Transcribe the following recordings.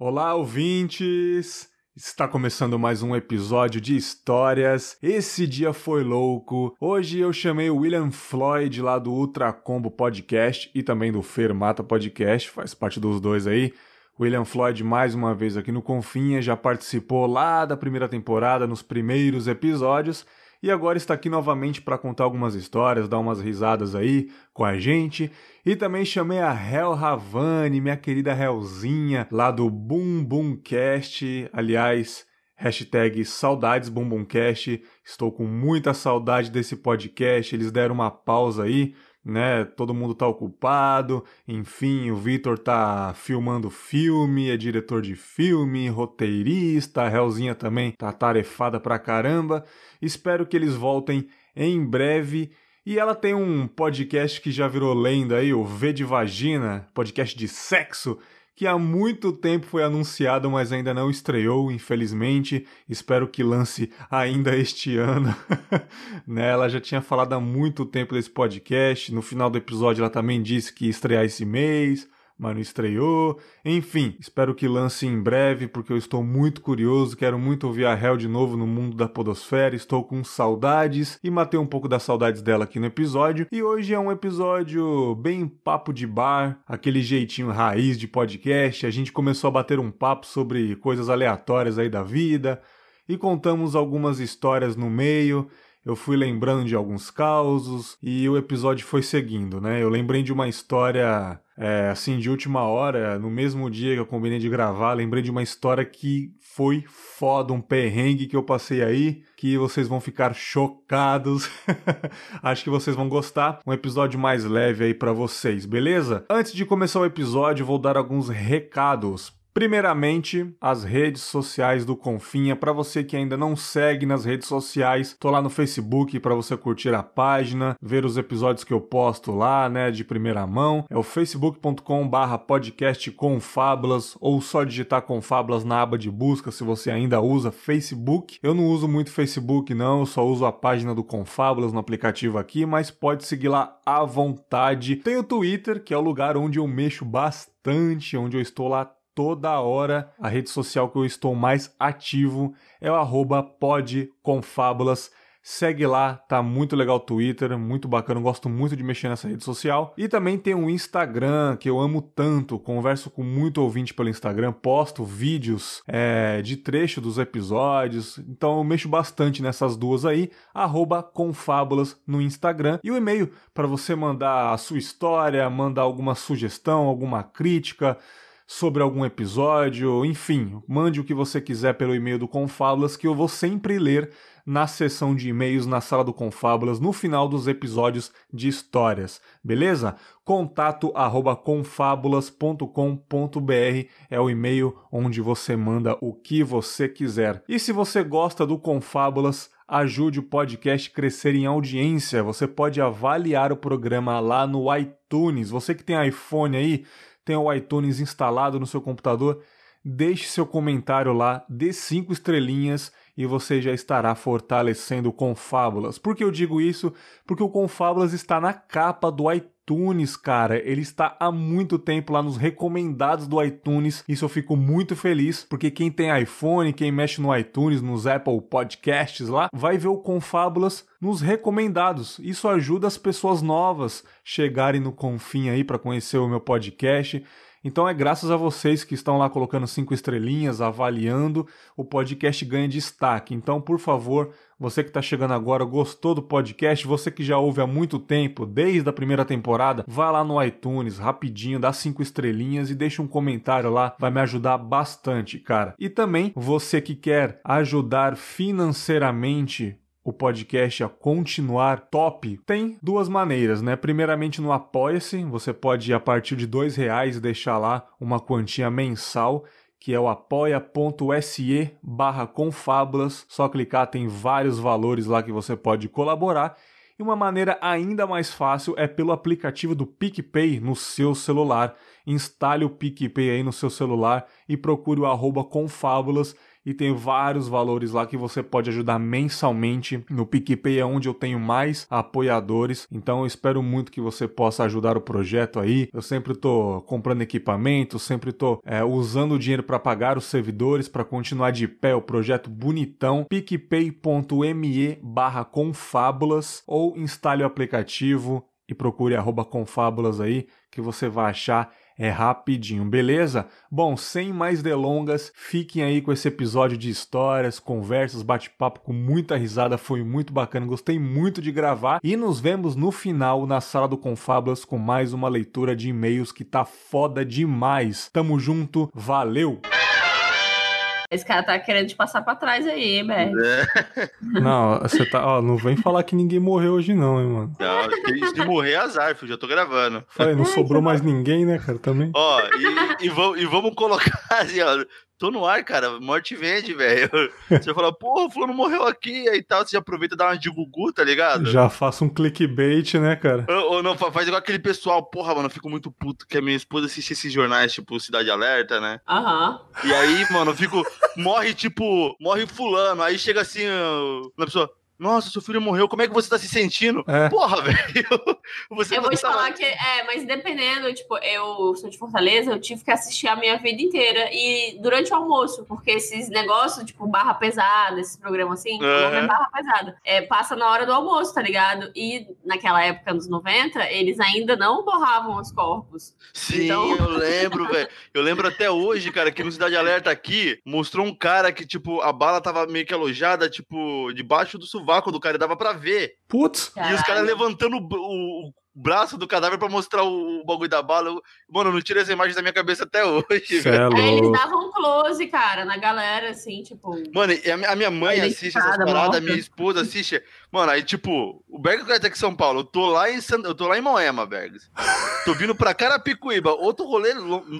Olá, ouvintes! Está começando mais um episódio de histórias. Esse dia foi louco. Hoje eu chamei o William Floyd lá do Ultra Combo Podcast e também do Fermata Podcast, faz parte dos dois aí. William Floyd mais uma vez aqui no Confinha, já participou lá da primeira temporada, nos primeiros episódios, e agora está aqui novamente para contar algumas histórias, dar umas risadas aí com a gente. E também chamei a Hel Havani, minha querida Helzinha, lá do Boom Boom Cast. Aliás, hashtag saudades Boom Boom Cast. Estou com muita saudade desse podcast, eles deram uma pausa aí, né? Todo mundo tá ocupado, enfim, o Vitor tá filmando filme, é diretor de filme, roteirista, a Helzinha também tá tarefada pra caramba. Espero que eles voltem em breve. E ela tem um podcast que já virou lenda aí, o V de Vagina, podcast de sexo, que há muito tempo foi anunciado, mas ainda não estreou, infelizmente. Espero que lance ainda este ano. Né? Ela já tinha falado há muito tempo desse podcast. No final do episódio ela também disse que ia estrear esse mês, mas não estreou. Enfim, espero que lance em breve, porque eu estou muito curioso, quero muito ouvir a Hel de novo no mundo da podosfera, estou com saudades e matei um pouco das saudades dela aqui no episódio. E hoje é um episódio bem papo de bar, aquele jeitinho raiz de podcast. A gente começou a bater um papo sobre coisas aleatórias aí da vida e contamos algumas histórias no meio. Eu fui lembrando de alguns causos e o episódio foi seguindo, né? Eu lembrei de uma história, assim, de última hora, no mesmo dia que eu combinei de gravar, lembrei de uma história que foi foda, um perrengue que eu passei aí, que vocês vão ficar chocados. Acho que vocês vão gostar. Um episódio mais leve aí pra vocês, beleza? Antes de começar o episódio, vou dar alguns recados. Primeiramente, as redes sociais do Confinha. Para você que ainda não segue nas redes sociais, tô lá no Facebook para você curtir a página, ver os episódios que eu posto lá, né, de primeira mão. É o facebook.com/podcastconfábulas ou só digitar Confábulas na aba de busca se você ainda usa Facebook. Eu não uso muito Facebook não, eu só uso a página do Confábulas no aplicativo aqui, mas pode seguir lá à vontade. Tem o Twitter, que é o lugar onde eu mexo bastante, onde eu estou lá toda hora. A rede social que eu estou mais ativo é o @podconfabulas. Segue lá, tá muito legal o Twitter, muito bacana, gosto muito de mexer nessa rede social. E também tem o Instagram, que eu amo tanto, converso com muito ouvinte pelo Instagram, posto vídeos de trecho dos episódios, então eu mexo bastante nessas duas aí, @confabulas no Instagram. E o e-mail para você mandar a sua história, mandar alguma sugestão, alguma crítica sobre algum episódio, enfim, mande o que você quiser pelo e-mail do Confábulas, que eu vou sempre ler na seção de e-mails na sala do Confábulas no final dos episódios de histórias, beleza? contato@confabulas.com.br é o e-mail onde você manda o que você quiser. E se você gosta do Confábulas, ajude o podcast a crescer em audiência. Você pode avaliar o programa lá no iTunes. Você que tem iPhone aí, tem o iTunes instalado no seu computador, deixe seu comentário lá, dê 5 estrelinhas e você já estará fortalecendo o Confábulas. Por que eu digo isso? Porque o Confábulas está na capa do iTunes, cara. Ele está há muito tempo lá nos recomendados do iTunes. Isso eu fico muito feliz, porque quem tem iPhone, quem mexe no iTunes, nos Apple Podcasts lá, vai ver o Confábulas nos recomendados. Isso ajuda as pessoas novas chegarem no Confinha aí para conhecer o meu podcast. Então é graças a vocês que estão lá colocando 5 estrelinhas, avaliando, o podcast ganha destaque. Então, por favor, você que está chegando agora, gostou do podcast, você que já ouve há muito tempo, desde a primeira temporada, vai lá no iTunes, rapidinho, dá 5 estrelinhas e deixa um comentário lá, vai me ajudar bastante, cara. E também, você que quer ajudar financeiramente o podcast a continuar top, tem duas maneiras, né? Primeiramente no Apoia-se, você pode a partir de R$2 deixar lá uma quantia mensal, que é o apoia.se/confábulas, só clicar, tem vários valores lá que você pode colaborar. E uma maneira ainda mais fácil é pelo aplicativo do PicPay no seu celular. Instale o PicPay aí no seu celular e procure o @confábulas e tem vários valores lá que você pode ajudar mensalmente. No PicPay é onde eu tenho mais apoiadores, então eu espero muito que você possa ajudar o projeto aí. Eu sempre tô comprando equipamento, sempre tô usando o dinheiro para pagar os servidores, para continuar de pé o projeto bonitão. picpay.me/confábulas ou instale o aplicativo e procure @confábulas aí que você vai achar. É rapidinho, beleza? Bom, sem mais delongas, fiquem aí com esse episódio de histórias, conversas, bate-papo com muita risada, foi muito bacana, gostei muito de gravar e nos vemos no final na sala do Confábulas com mais uma leitura de e-mails que tá foda demais. Tamo junto, valeu! Esse cara tá querendo te passar pra trás aí, velho. Não, você tá. Ó, não vem falar que ninguém morreu hoje, não, hein, mano. Não, se morrer é azar, filho. Já tô gravando. Falei, não sobrou mais ninguém, né, cara, também. Ó, e vamos colocar assim, ó. Tô no ar, cara. Morte vende, velho. Você fala, pô, o fulano morreu aqui e tal. Você já aproveita e dá uma de Gugu, tá ligado? Já faço um clickbait, né, cara? Ou não, faz igual aquele pessoal. Porra, mano, eu fico muito puto que a minha esposa assiste esses jornais, tipo, Cidade Alerta, né? E aí, mano, eu fico... Morre fulano. Aí chega assim, uma pessoa... Nossa, seu filho morreu, como é que você tá se sentindo? Porra, velho. Eu vou te falar que... mas dependendo, tipo, eu sou de Fortaleza, eu tive que assistir a minha vida inteira. E durante o almoço, porque esses negócios, tipo, barra pesada, esses programas assim, o nome é barra pesada. Passa na hora do almoço, tá ligado? E naquela época, nos 90, eles ainda não borravam os corpos. Sim, então... eu lembro, velho. Eu lembro até hoje, cara, que no Cidade Alerta aqui, mostrou um cara que, tipo, a bala tava meio que alojada, tipo, debaixo do sovaco do cara, dava pra ver. Putz! E os caras levantando o braço do cadáver pra mostrar o bagulho da bala. Mano, eu não tiro essa imagem da minha cabeça até hoje, velho. Eles davam close, cara, na galera, assim, tipo... Mano, a minha mãe assiste essas paradas, a minha esposa assiste... Mano, aí, tipo, o Bergs vai até aqui em São Paulo, eu tô lá em Moema, Bergs. Tô vindo pra Carapicuíba, outro rolê...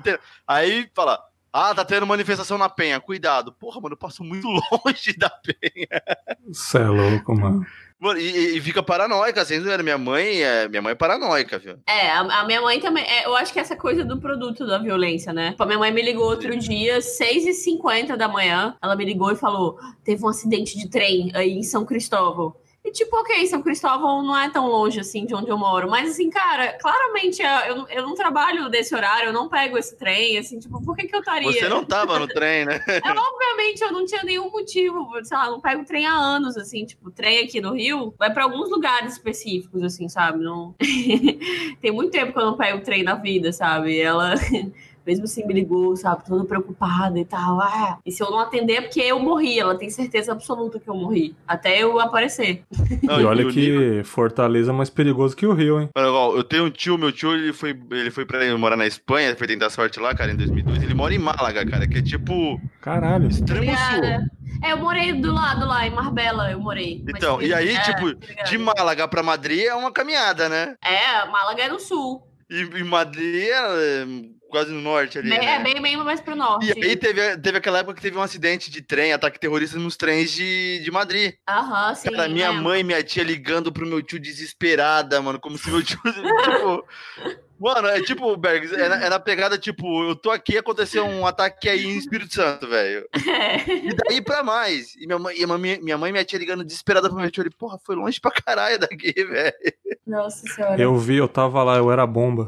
Aí, fala... Ah, tá tendo manifestação na Penha, cuidado. Porra, mano, eu passo muito longe da Penha. Cê é louco, mano. Mano, e fica paranoica, assim, minha mãe é paranoica, viu? A minha mãe também, eu acho que essa coisa do produto da violência, né? A minha mãe me ligou outro dia, 6h50 da manhã, ela me ligou e falou, teve um acidente de trem aí em São Cristóvão. E tipo, ok, São Cristóvão não é tão longe, assim, de onde eu moro. Mas, assim, cara, claramente eu não trabalho desse horário, eu não pego esse trem, assim, tipo, por que eu estaria... Você não tava no trem, né? Obviamente, eu não tinha nenhum motivo, sei lá, não pego trem há anos, assim, tipo, o trem aqui no Rio vai pra alguns lugares específicos, assim, sabe? Não... Tem muito tempo que eu não pego trem na vida, sabe? Ela... Mesmo assim, me ligou, sabe, toda preocupada e tal. E se eu não atender é porque eu morri. Ela tem certeza absoluta que eu morri. Até eu aparecer. Não, e olha que Fortaleza é mais perigoso que o Rio, hein? Eu tenho um tio, meu tio, ele foi pra morar na Espanha, foi tentar sorte lá, cara, em 2002. Ele mora em Málaga, cara, que é tipo... Caralho. Extremo sul. Eu morei do lado lá, em Marbella, eu morei. Então, mas, e aí, tipo, de Málaga pra Madrid é uma caminhada, né? Málaga é no sul. E Madrid é... quase no norte ali, né? Bem mais pro norte. E aí teve aquela época que teve um acidente de trem, ataque terrorista nos trens de Madrid. Sim. Cara, minha mãe e minha tia ligando pro meu tio desesperada, mano, como se meu tio, tipo... Mano, é tipo, Bergs, é na pegada, tipo, eu tô aqui, aconteceu um ataque aí em Espírito Santo, velho. E daí pra mais. E minha mãe e minha tia ligando desesperada pro meu tio, ele, porra, foi longe pra caralho daqui, velho. Nossa senhora. Eu tava lá, eu era a bomba.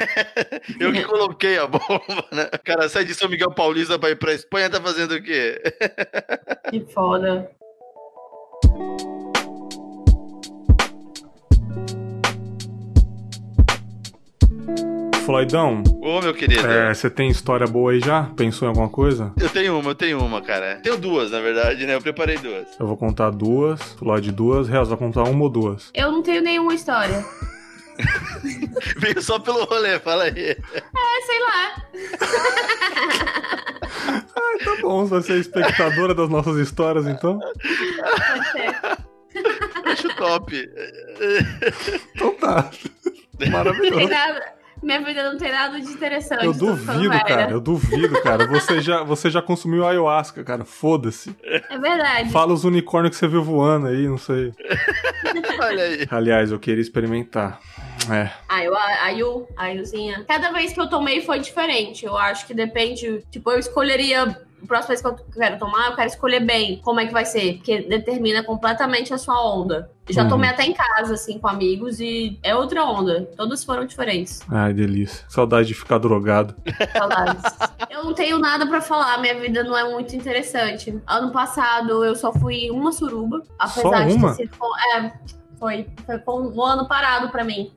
Eu que coloquei a bomba, né? Cara, sai de São Miguel Paulista pra ir pra Espanha, tá fazendo o quê? Que foda. Floydão. Ô, meu querido. Você tem história boa aí já? Pensou em alguma coisa? Eu tenho uma, cara. Tenho duas, na verdade, né? Eu preparei duas. Eu vou contar duas, Floyd duas, Real, vai contar uma ou duas? Eu não tenho nenhuma história. Veio só pelo rolê, fala aí. Sei lá. Tá bom, você vai ser espectadora das nossas histórias, então? Pode ser. Acho top. Então tá. Maravilhoso. Não tem nada. Minha vida não tem nada de interessante. Eu duvido, cara. Você já consumiu ayahuasca, cara. Foda-se. É verdade. Fala os unicórnios que você viu voando aí, não sei. Olha aí. Aliás, eu queria experimentar. Aiuzinha. Cada vez que eu tomei foi diferente. Eu acho que depende. Tipo, eu escolheria a próxima vez que eu quero tomar, eu quero escolher bem como é que vai ser, porque determina completamente a sua onda. Eu já tomei até em casa, assim, com amigos, e é outra onda. Todas foram diferentes. Ai, delícia. Saudade de ficar drogado. Saudades. Eu não tenho nada pra falar, minha vida não é muito interessante. Ano passado eu só fui em uma suruba, apesar Só de uma? ter sido. Foi um ano parado pra mim.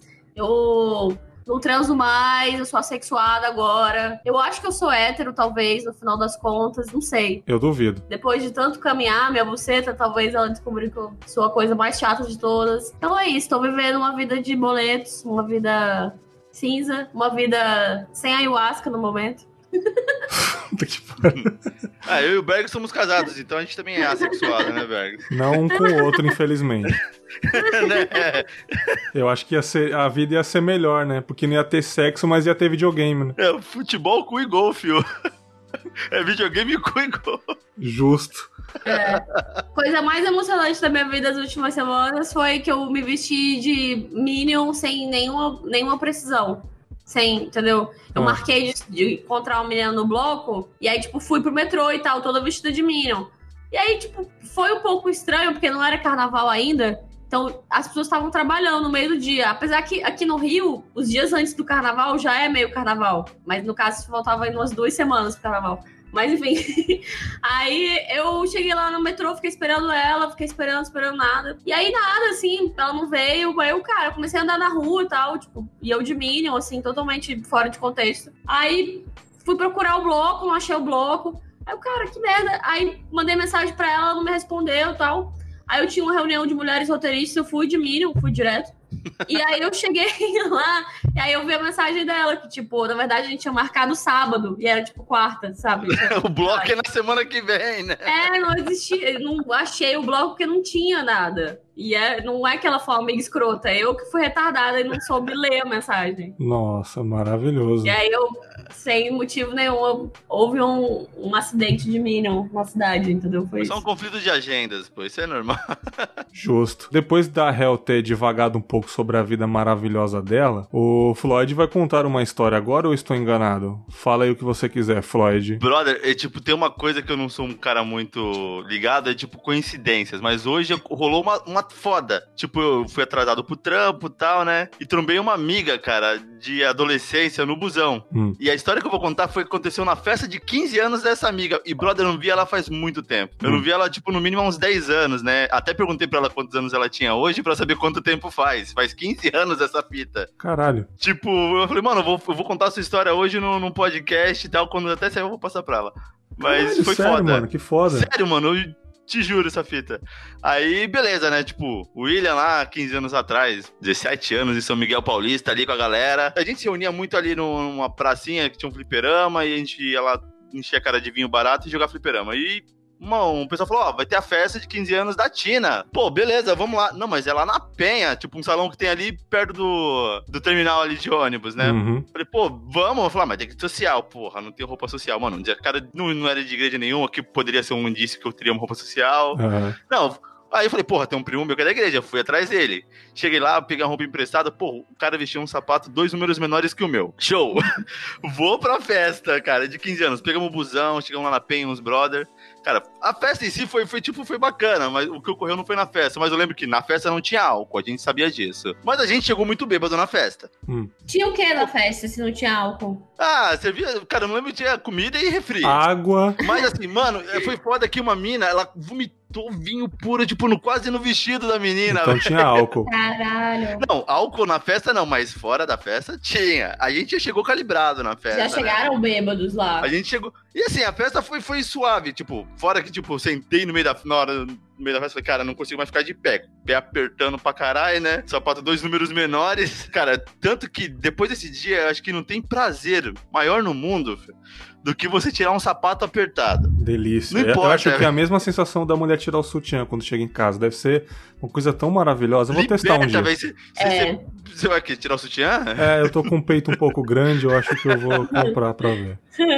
Eu não transo mais, eu sou assexuada agora. Eu acho que eu sou hétero, talvez, no final das contas, não sei. Eu duvido. Depois de tanto caminhar, minha buceta, talvez ela descobriu que eu sou a coisa mais chata de todas. Então é isso, tô vivendo uma vida de boletos, uma vida cinza, uma vida sem ayahuasca no momento. Puta que pariu. Eu e o Berg somos casados, então a gente também é assexuado, né, Berg? Não um com o outro, infelizmente. Né? Eu acho que a vida ia ser melhor, né? Porque não ia ter sexo, mas ia ter videogame, né? É futebol, cu e gol, fio. É videogame, cu e gol. Justo. Coisa mais emocionante da minha vida nas últimas semanas foi que eu me vesti de Minion sem nenhuma precisão. Entendeu? Eu marquei de encontrar uma menina no bloco, e aí, tipo, fui pro metrô e tal, toda vestida de Minion. E aí, tipo, foi um pouco estranho, porque não era carnaval ainda, então as pessoas estavam trabalhando no meio do dia. Apesar que aqui no Rio, os dias antes do carnaval já é meio carnaval, mas no caso faltava aí umas 2 semanas pro carnaval. Mas enfim, aí eu cheguei lá no metrô, fiquei esperando ela, fiquei esperando nada. E aí nada, assim, ela não veio. Aí eu, cara, comecei a andar na rua e tal, tipo, e eu de Minion, assim, totalmente fora de contexto. Aí fui procurar o bloco, não achei o bloco. Aí eu, cara, que merda. Aí mandei mensagem pra ela, ela não me respondeu e tal. Aí eu tinha uma reunião de mulheres roteiristas, eu fui de Minion, fui direto. E aí eu cheguei lá, e aí eu vi a mensagem dela, que, tipo, na verdade a gente tinha marcado sábado, e era, tipo, quarta, sabe? O bloco é na semana que vem, né? Não existia, não achei o bloco porque não tinha nada. E não é que ela foi uma amiga escrota, eu que fui retardada e não soube ler a mensagem. Nossa, maravilhoso. E aí eu, sem motivo nenhum, houve um acidente de Minion na cidade, entendeu? Foi só um conflito de agendas, pô, isso é normal. Justo. Depois da Hel ter divagado um pouco sobre a vida maravilhosa dela, o Floyd vai contar uma história agora ou estou enganado? Fala aí o que você quiser, Floyd. Brother, tipo, tem uma coisa que eu não sou um cara muito ligado, é tipo coincidências, mas hoje rolou uma foda. Tipo, eu fui atrasado pro trampo e tal, né? E trombei uma amiga, cara, de adolescência no busão. E a história que eu vou contar foi que aconteceu na festa de 15 anos dessa amiga. E, brother, eu não vi ela faz muito tempo. Eu não vi ela, tipo, no mínimo há uns 10 anos, né? Até perguntei pra ela quantos anos ela tinha hoje pra saber quanto tempo faz. Faz 15 anos essa fita. Caralho. Tipo, eu falei, mano, eu vou contar a sua história hoje num podcast e tal. Quando até sair eu vou passar pra ela. Mas Caralho, foi sério, foda. Mano, que foda. Sério, mano, eu te juro essa fita. Aí, beleza, né? Tipo, o William lá, 15 anos atrás, 17 anos em São Miguel Paulista, ali com a galera. A gente se reunia muito ali numa pracinha que tinha um fliperama e a gente ia lá encher a cara de vinho barato e jogar fliperama. E um pessoal falou, vai ter a festa de 15 anos da Tina. Pô, beleza, vamos lá. Não, mas é lá na Penha, tipo um salão que tem ali perto do terminal ali de ônibus, né? Falei, pô, vamos. Eu falei, mas tem que ir social, porra, não tenho roupa social. Mano, o cara não era de igreja nenhuma, que poderia ser um indício que eu teria uma roupa social. Não, aí eu falei, porra, tem um primo meu que é da igreja, eu fui atrás dele. Cheguei lá, peguei a roupa emprestada, pô, o cara vestiu um sapato 2 números menores que o meu. Show! Vou pra festa, cara, de 15 anos. Pegamos o busão, chegamos lá na Penha, uns brother. Cara, a festa em si foi bacana, mas o que ocorreu não foi na festa. Mas eu lembro que na festa não tinha álcool, a gente sabia disso. Mas a gente chegou muito bêbado na festa. Tinha o que na festa se não tinha álcool? Servia, cara, eu não lembro, tinha comida e refri. Água. Mas assim, mano, foi foda que uma mina, ela vomitou vinho puro, tipo, quase no vestido da menina. Então tinha álcool. Caralho. Não, álcool na festa não, mas fora da festa tinha. A gente já chegou calibrado na festa. Já chegaram bêbados lá. A gente chegou... E assim, a festa foi suave, tipo, fora que, tipo, eu sentei no meio da festa, falei, cara, não consigo mais ficar de pé. Pé apertando pra caralho, né? Sapato 2 números menores. Cara, tanto que depois desse dia, eu acho que não tem prazer maior no mundo, filho, do que você tirar um sapato apertado. Delícia. Não importa, eu acho que é a mesma sensação da mulher tirar o sutiã quando chega em casa. Deve ser Uma coisa tão maravilhosa. Eu vou testar um dia. Você vai aqui, tirar o sutiã? Eu tô com o peito um pouco grande, eu acho que eu vou comprar pra ver.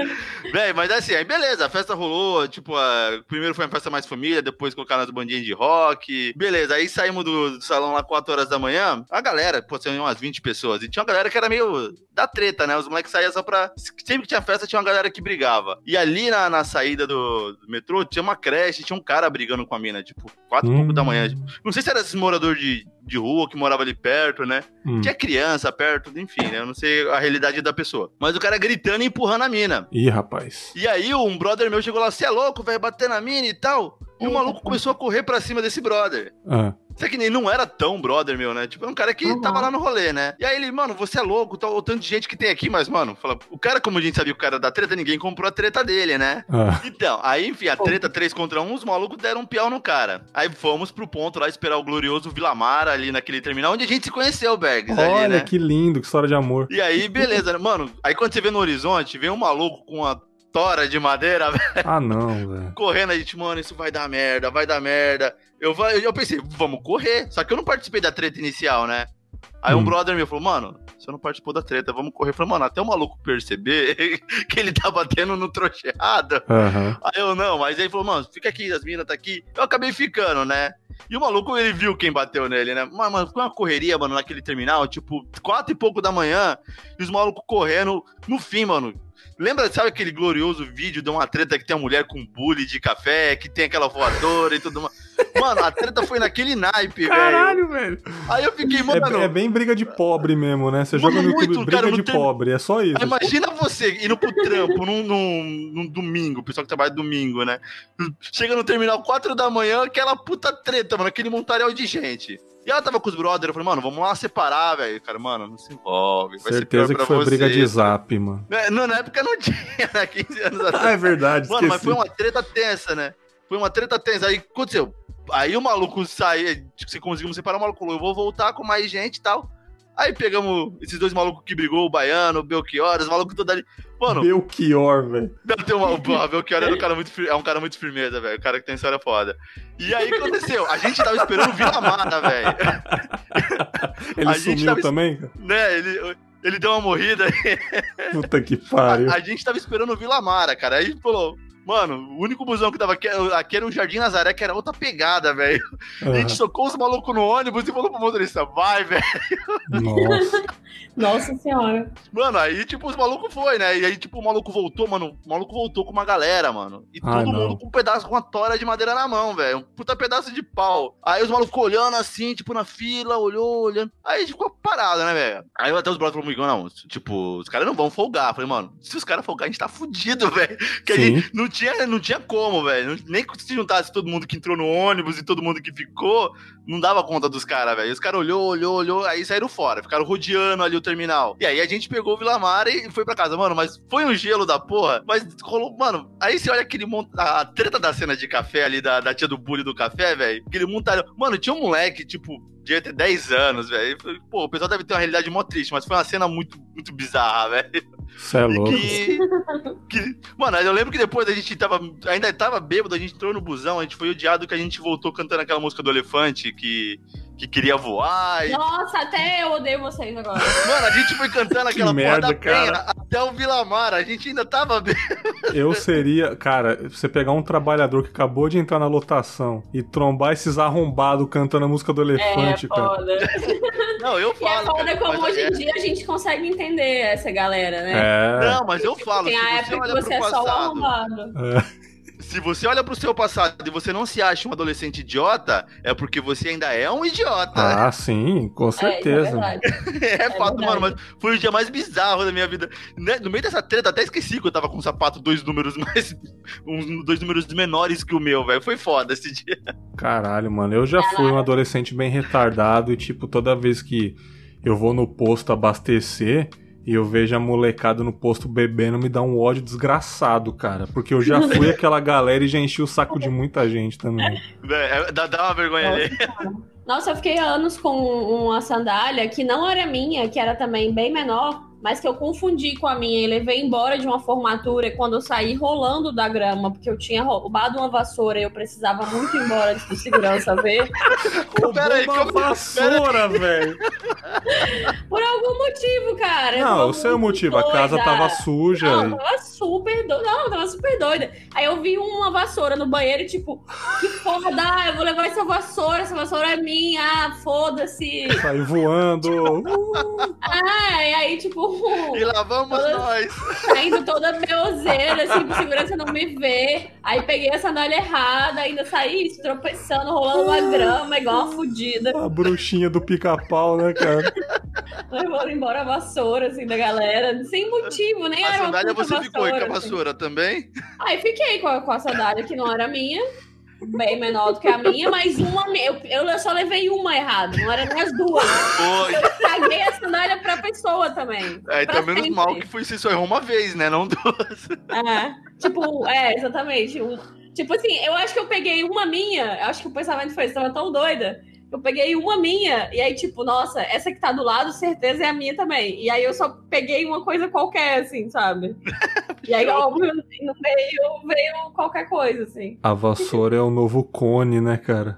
Véi, mas assim, aí beleza, a festa rolou, tipo, primeiro foi uma festa mais família, depois colocaram as bandinhas de rock, beleza, aí saímos do salão lá 4 horas da manhã, a galera, pô, tinha umas 20 pessoas, e tinha uma galera que era meio da treta, né, os moleques saíam só pra, sempre que tinha festa tinha uma galera que brigava, e ali na saída do metrô tinha uma creche, tinha um cara brigando com a mina, tipo, 4 e pouco da manhã, tipo, não sei se era esse morador de rua que morava ali perto, né? Tinha criança perto, enfim, né? Eu não sei a realidade da pessoa. Mas o cara gritando e empurrando a mina. Ih, rapaz. E aí um brother meu chegou lá, você é louco, vai bater na mina e tal. E o maluco começou a correr pra cima desse brother. Só que nem não era tão brother meu, né? Tipo, era um cara que tava lá no rolê, né? E aí ele, mano, você é louco, o tanto de gente que tem aqui, mas, mano, fala, o cara, como a gente sabia que o cara da treta, ninguém comprou a treta dele, né? Então, aí, enfim, a treta 3 contra 1, os malucos deram um piau no cara. Aí fomos pro ponto lá esperar o glorioso Vila Mara ali naquele terminal, onde a gente se conheceu, Bergs. Olha, ali, né? Que lindo, que história de amor. E aí, beleza, né? Mano, aí quando você vê no horizonte, vem um maluco com uma tora de madeira, velho. Ah, não, velho. Correndo, a gente, mano, isso vai dar merda, vai dar merda. Eu pensei, vamos correr. Só que eu não participei da treta inicial, né? Aí um brother meu falou, mano, você não participou da treta, vamos correr. Eu falei, mano, até o maluco perceber que ele tá batendo no trouxa errado. Aí eu, não, mas aí ele falou, mano, fica aqui, as meninas tá aqui. Eu acabei ficando, né? E o maluco, ele viu quem bateu nele, né? Mano, foi uma correria, mano, naquele terminal, tipo, 4 e pouco da manhã, e os malucos correndo. No fim, mano, lembra, sabe aquele glorioso vídeo de uma treta que tem uma mulher com bule de café, que tem aquela voadora e tudo mais? Mano, a treta foi naquele naipe, velho. Caralho, velho. Aí eu fiquei, mano... É bem briga de pobre mesmo, né? Você joga no YouTube, briga de pobre, é só isso. Aí imagina você indo pro trampo num domingo, o pessoal que trabalha domingo, né? Chega no terminal 4 da manhã, aquela puta treta, mano, aquele montaréu de gente. E ela tava com os brothers, eu falei, mano, vamos lá separar, velho. Cara, mano, não se envolve. Vai certeza ser pior que foi você. Briga de zap, mano. Na época não tinha, né? 15 anos atrás. É verdade, mano, esqueci. mas foi uma treta tensa, né? Foi uma treta tensa. Aí aconteceu. Aí o maluco saiu, se conseguimos separar, o maluco falou, eu vou voltar com mais gente e tal. Aí pegamos esses 2 malucos que brigou, o Baiano, o Belchior, os malucos todos ali. Mano. Belchior, velho. O Belchior era um cara muito firmeza, velho. O cara que tem história foda. E aí aconteceu? A gente tava esperando o Vila Mara, velho. Ele sumiu também? Né, ele deu uma morrida. Puta que pariu. A gente tava esperando o Vila Mara, cara. Aí falou, mano, o único busão que tava aqui era o Jardim Nazaré, que era outra pegada, velho. A gente socou os malucos no ônibus e falou pro motorista, vai, velho. Nossa. Nossa senhora. Mano, aí, tipo, os malucos foi, né? E aí, tipo, o maluco voltou, mano. O maluco voltou com uma galera, mano. E todo mundo com um pedaço, com uma tora de madeira na mão, velho. Um puta pedaço de pau. Aí os malucos ficou olhando assim, tipo, na fila, olhando. Aí a gente ficou parado, né, velho? Aí até os brothers falaram, não, tipo, os caras não vão folgar. Eu falei, mano, se os caras folgar, a gente tá fudido, velho. Porque a gente não tinha como, velho. Nem se juntasse todo mundo que entrou no ônibus e todo mundo que ficou, não dava conta dos caras, velho. Os caras olhou, aí saíram fora. Ficaram rodeando ali o terminal. E aí a gente pegou o Vila Mara e foi pra casa. Mano, mas foi um gelo da porra. Mas rolou, mano, aí você olha aquele a treta da cena de café ali, da tia do bully do café, velho. Aquele montalhão. Mano, tinha um moleque, tipo, devia ter 10 anos, velho. Pô, o pessoal deve ter uma realidade mó triste, mas foi uma cena muito, muito bizarra, velho. Você é louco. Mano, eu lembro que depois a gente ainda tava bêbado, a gente entrou no busão, a gente foi odiado que a gente voltou cantando aquela música do elefante que queria voar. Nossa, até eu odeio vocês agora. Mano, a gente foi cantando aquela merda, porra da penha cara. até o Vila Mara, a gente ainda tava bêbado. Eu seria, cara, você pegar um trabalhador que acabou de entrar na lotação e trombar esses arrombados cantando a música do elefante, cara. Foda. Não, eu falo. E é foda cara, como hoje em dia a gente consegue entender essa galera, né? Não, mas eu falo. Tem a época que você é só o arrombado. Se você olha pro seu passado e você não se acha um adolescente idiota, é porque você ainda é um idiota. Ah, sim, com certeza. É fato, mano, mas foi o dia mais bizarro da minha vida. No meio dessa treta, até esqueci que eu tava com um sapato 2 números menores que o meu, velho. Foi foda esse dia. Caralho, mano, eu já fui um adolescente bem retardado e, tipo, toda vez que eu vou no posto abastecer e eu vejo a molecada no posto bebendo, me dá um ódio desgraçado, cara. Porque eu já fui aquela galera e já enchi o saco de muita gente também. Dá uma vergonha ali. Nossa, eu fiquei anos com uma sandália que não era minha, que era também bem menor. mas que eu confundi com a minha e levei embora de uma formatura quando eu saí rolando da grama, porque eu tinha roubado uma vassoura e eu precisava muito ir embora antes do segurança ver. Peraí, uma vassoura, velho. Por algum motivo, cara. Não, o seu motivo, a casa tava suja. Não, tava super doida. Não, tava super doida. Aí eu vi uma vassoura no banheiro e tipo, que foda, eu vou levar essa vassoura é minha, foda-se. Saiu voando. E aí, tipo. E lá vamos nós. Saindo toda meoseira, assim, pro segurança não me ver. Aí peguei a sandália errada, ainda saí tropeçando, rolando uma grama, igual uma fudida. A bruxinha do pica-pau, né, cara? Levando embora a vassoura, assim, da galera. Sem motivo, nem A era uma sandália puta você ficou e com a assim. vassoura também? Aí fiquei com a sandália que não era minha. Bem menor do que a minha, mas eu só levei uma errada, não era nem as duas. Foi. Eu caguei a sandália pra pessoa também. Então menos mal que foi, você só errou uma vez, né? Não duas. Exatamente. Tipo assim, eu acho que eu peguei uma minha, eu acho que o pensamento foi, eu tava tão doida. Eu peguei uma minha, e aí, tipo, nossa, essa que tá do lado, certeza é a minha também. E aí eu só peguei uma coisa qualquer, assim, sabe? E aí, óbvio, no meio veio qualquer coisa, assim. A vassoura é o novo cone, né, cara?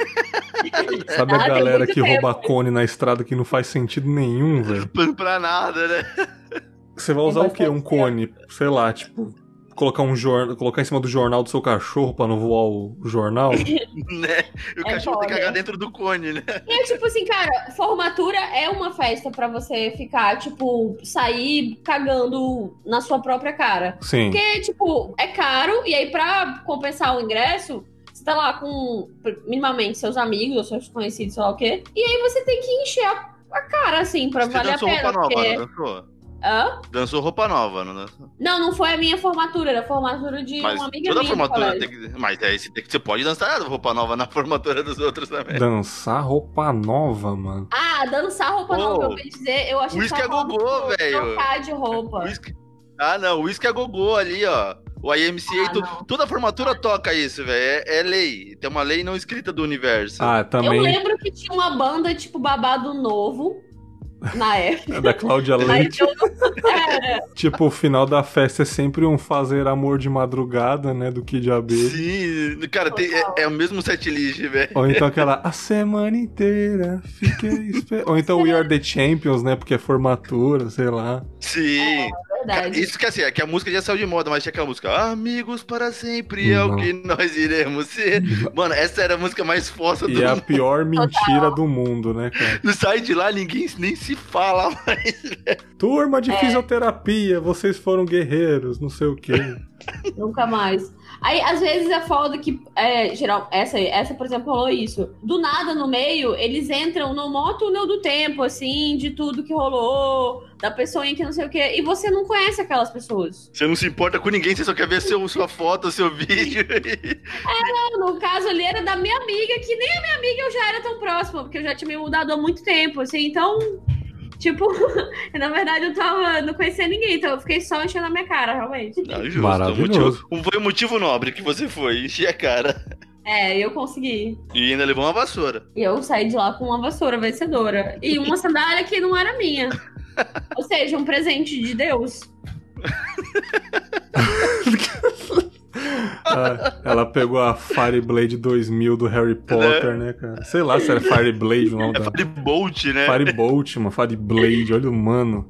Sabe a galera que rouba cone na estrada que não faz sentido nenhum, velho? Pra nada, né? Você vai usar o quê? Um cone? Sei lá, tipo... Colocar em cima do jornal do seu cachorro pra não voar o jornal? Né? E o cachorro tem que cagar dentro do cone, né? E é tipo assim, cara, formatura é uma festa pra você ficar, tipo, sair cagando na sua própria cara. Sim. Porque, tipo, é caro, e aí pra compensar o ingresso, você tá lá com minimamente seus amigos ou seus conhecidos, sei lá o quê, e aí você tem que encher a cara, assim, pra valer a pena. Roupa nova, porque... não dançou? Hã? Dançou roupa nova, não dançou? Não foi a minha formatura, era a formatura de uma amiga minha. Formatura tem que... Mas aí você pode dançar roupa nova na formatura dos outros também. Dançar roupa nova, mano. Dançar roupa nova, eu ouvi dizer, eu achei que Whisky é gogô, velho. Trocar de roupa. Não, o Whisky é gogô ali, ó. O IMCA, toda formatura toca isso, velho. É lei. Tem uma lei não escrita do universo. Também. Eu lembro que tinha uma banda tipo Babado Novo. Na época. Da Cláudia Leite. Tipo, o final da festa é sempre um fazer amor de madrugada, né? Do Kid Abelha. Sim, cara, é o mesmo setlist, velho. Ou então aquela, a semana inteira, fiquei esperando. Ou então We Are The Champions, né? Porque é formatura, sei lá. Sim. Verdade. Isso que assim, é que a música já saiu de moda, mas tinha aquela música, amigos para sempre é o que nós iremos ser. Mano, essa era a música mais fossa do mundo. E é a pior mentira do mundo, né, cara? No site de lá, ninguém nem se fala mais, né? Turma de fisioterapia, vocês foram guerreiros, não sei o quê. Nunca mais. Aí, às vezes, é foda que, geral, essa, por exemplo, rolou isso. Do nada, no meio, eles entram no maior túnel do tempo, assim, de tudo que rolou, da pessoinha que não sei o quê, e você não conhece aquelas pessoas. Você não se importa com ninguém, você só quer ver sua foto, seu vídeo. Não, no caso ali era da minha amiga, que nem a minha amiga eu já era tão próxima, porque eu já tinha me mudado há muito tempo, assim, então... Tipo, na verdade eu não conhecia ninguém, então eu fiquei só enchendo a minha cara, realmente. Justo. Maravilhoso. Foi o motivo nobre que você foi, encher a cara. Eu consegui. E ainda levou uma vassoura. E eu saí de lá com uma vassoura vencedora. E uma sandália que não era minha. Ou seja, um presente de Deus. Ela pegou a Fireblade 2000 do Harry Potter, né, cara? Sei lá se era Fireblade o nome da... Firebolt, né? Firebolt, mano. Fireblade, olha o mano.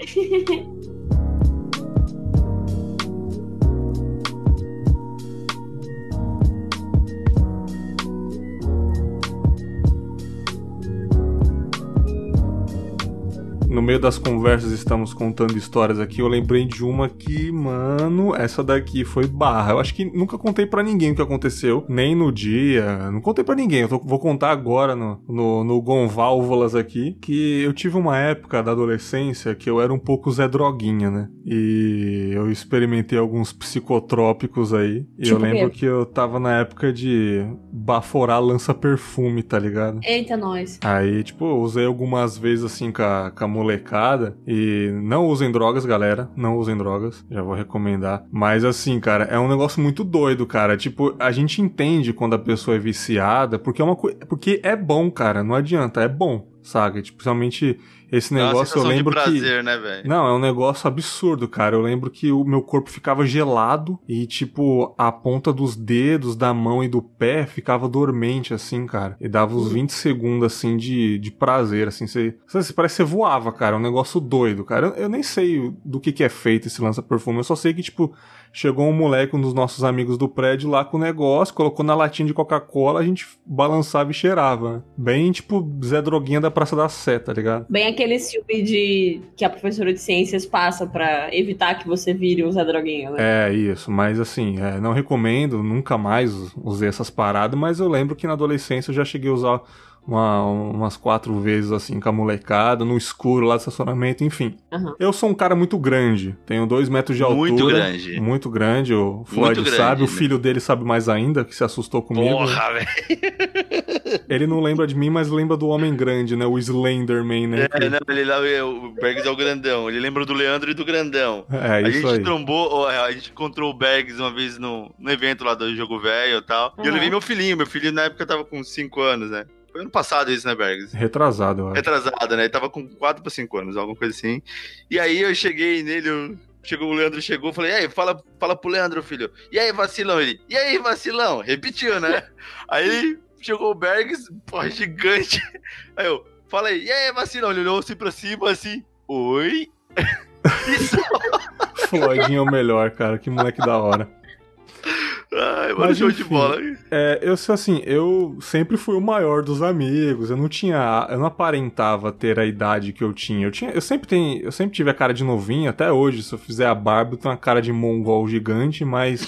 No meio das conversas estamos contando histórias aqui, eu lembrei de uma que, mano, essa daqui foi barra. Eu acho que nunca contei pra ninguém o que aconteceu, nem no dia, não contei pra ninguém, vou contar agora no Gonválvulas aqui, que eu tive uma época da adolescência que eu era um pouco Zé Droguinha, né? E eu experimentei alguns psicotrópicos aí, e eu lembro que eu tava na época de baforar lança-perfume, tá ligado? Eita, nós. Aí, tipo, eu usei algumas vezes assim com a molecada. E não usem drogas, galera. Não usem drogas. Já vou recomendar. Mas assim, cara, é um negócio muito doido, cara. Tipo, a gente entende quando a pessoa é viciada, porque é uma coisa. Porque é bom, cara. Não adianta, é bom. sabe? Tipo, principalmente esse É uma negócio, eu sensação lembro de prazer, né, velho? Não, é um negócio absurdo, cara. Eu lembro que o meu corpo ficava gelado e, tipo, a ponta dos dedos, da mão e do pé ficava dormente, assim, cara. E dava uns 20 segundos, assim, de prazer, assim. Você parece que você voava, cara. É um negócio doido, cara. Eu nem sei do que é feito esse lança-perfume. Eu só sei que, tipo, chegou um moleque, um dos nossos amigos do prédio lá com o negócio, colocou na latinha de Coca-Cola, a gente balançava e cheirava, né? Bem, tipo, Zé Droguinha da Praça da Sé, tá ligado? Bem aquele filme que a professora de ciências passa pra evitar que você vire um Zé Droguinha, né? É, isso, mas assim, não recomendo, nunca mais usei essas paradas, mas eu lembro que na adolescência eu já cheguei a usar umas 4 vezes, assim, com a molecada, no escuro lá do estacionamento, enfim. Uhum. Eu sou um cara muito grande, tenho 2 metros de altura. Muito grande, o Floyd muito sabe, grande, o filho dele sabe mais ainda, que se assustou comigo. Porra, velho. Ele não lembra de mim, mas lembra do Homem Grande, né, o Slenderman, né? Não, ele lá, o Bergs é o grandão, ele lembra do Leandro e do grandão. É, isso a gente aí. trombou, a gente encontrou o Bergs uma vez no evento lá do Jogo Velho e tal, e eu levei meu filho na época tava com 5 anos, né? Foi ano passado isso, né, Bergs? Retrasado, eu acho. Retrasado, né? Ele tava com 4 pra 5 anos, alguma coisa assim. E aí eu cheguei nele, o Leandro chegou, falei, e aí, fala pro Leandro, filho. E aí, vacilão? Ele, e aí, vacilão? Repetiu, né? Aí chegou o Bergs, porra, gigante. Aí eu, falei, e aí, vacilão? Ele olhou assim pra cima, assim, oi? Isso. Floydinho é o melhor, cara, que moleque da hora. Ai, mano, show de bola. Eu sou assim, eu sempre fui o maior dos amigos, eu não aparentava ter a idade que eu tinha. Eu sempre tive a cara de novinho, até hoje, se eu fizer a barba, eu tenho uma cara de mongol gigante, mas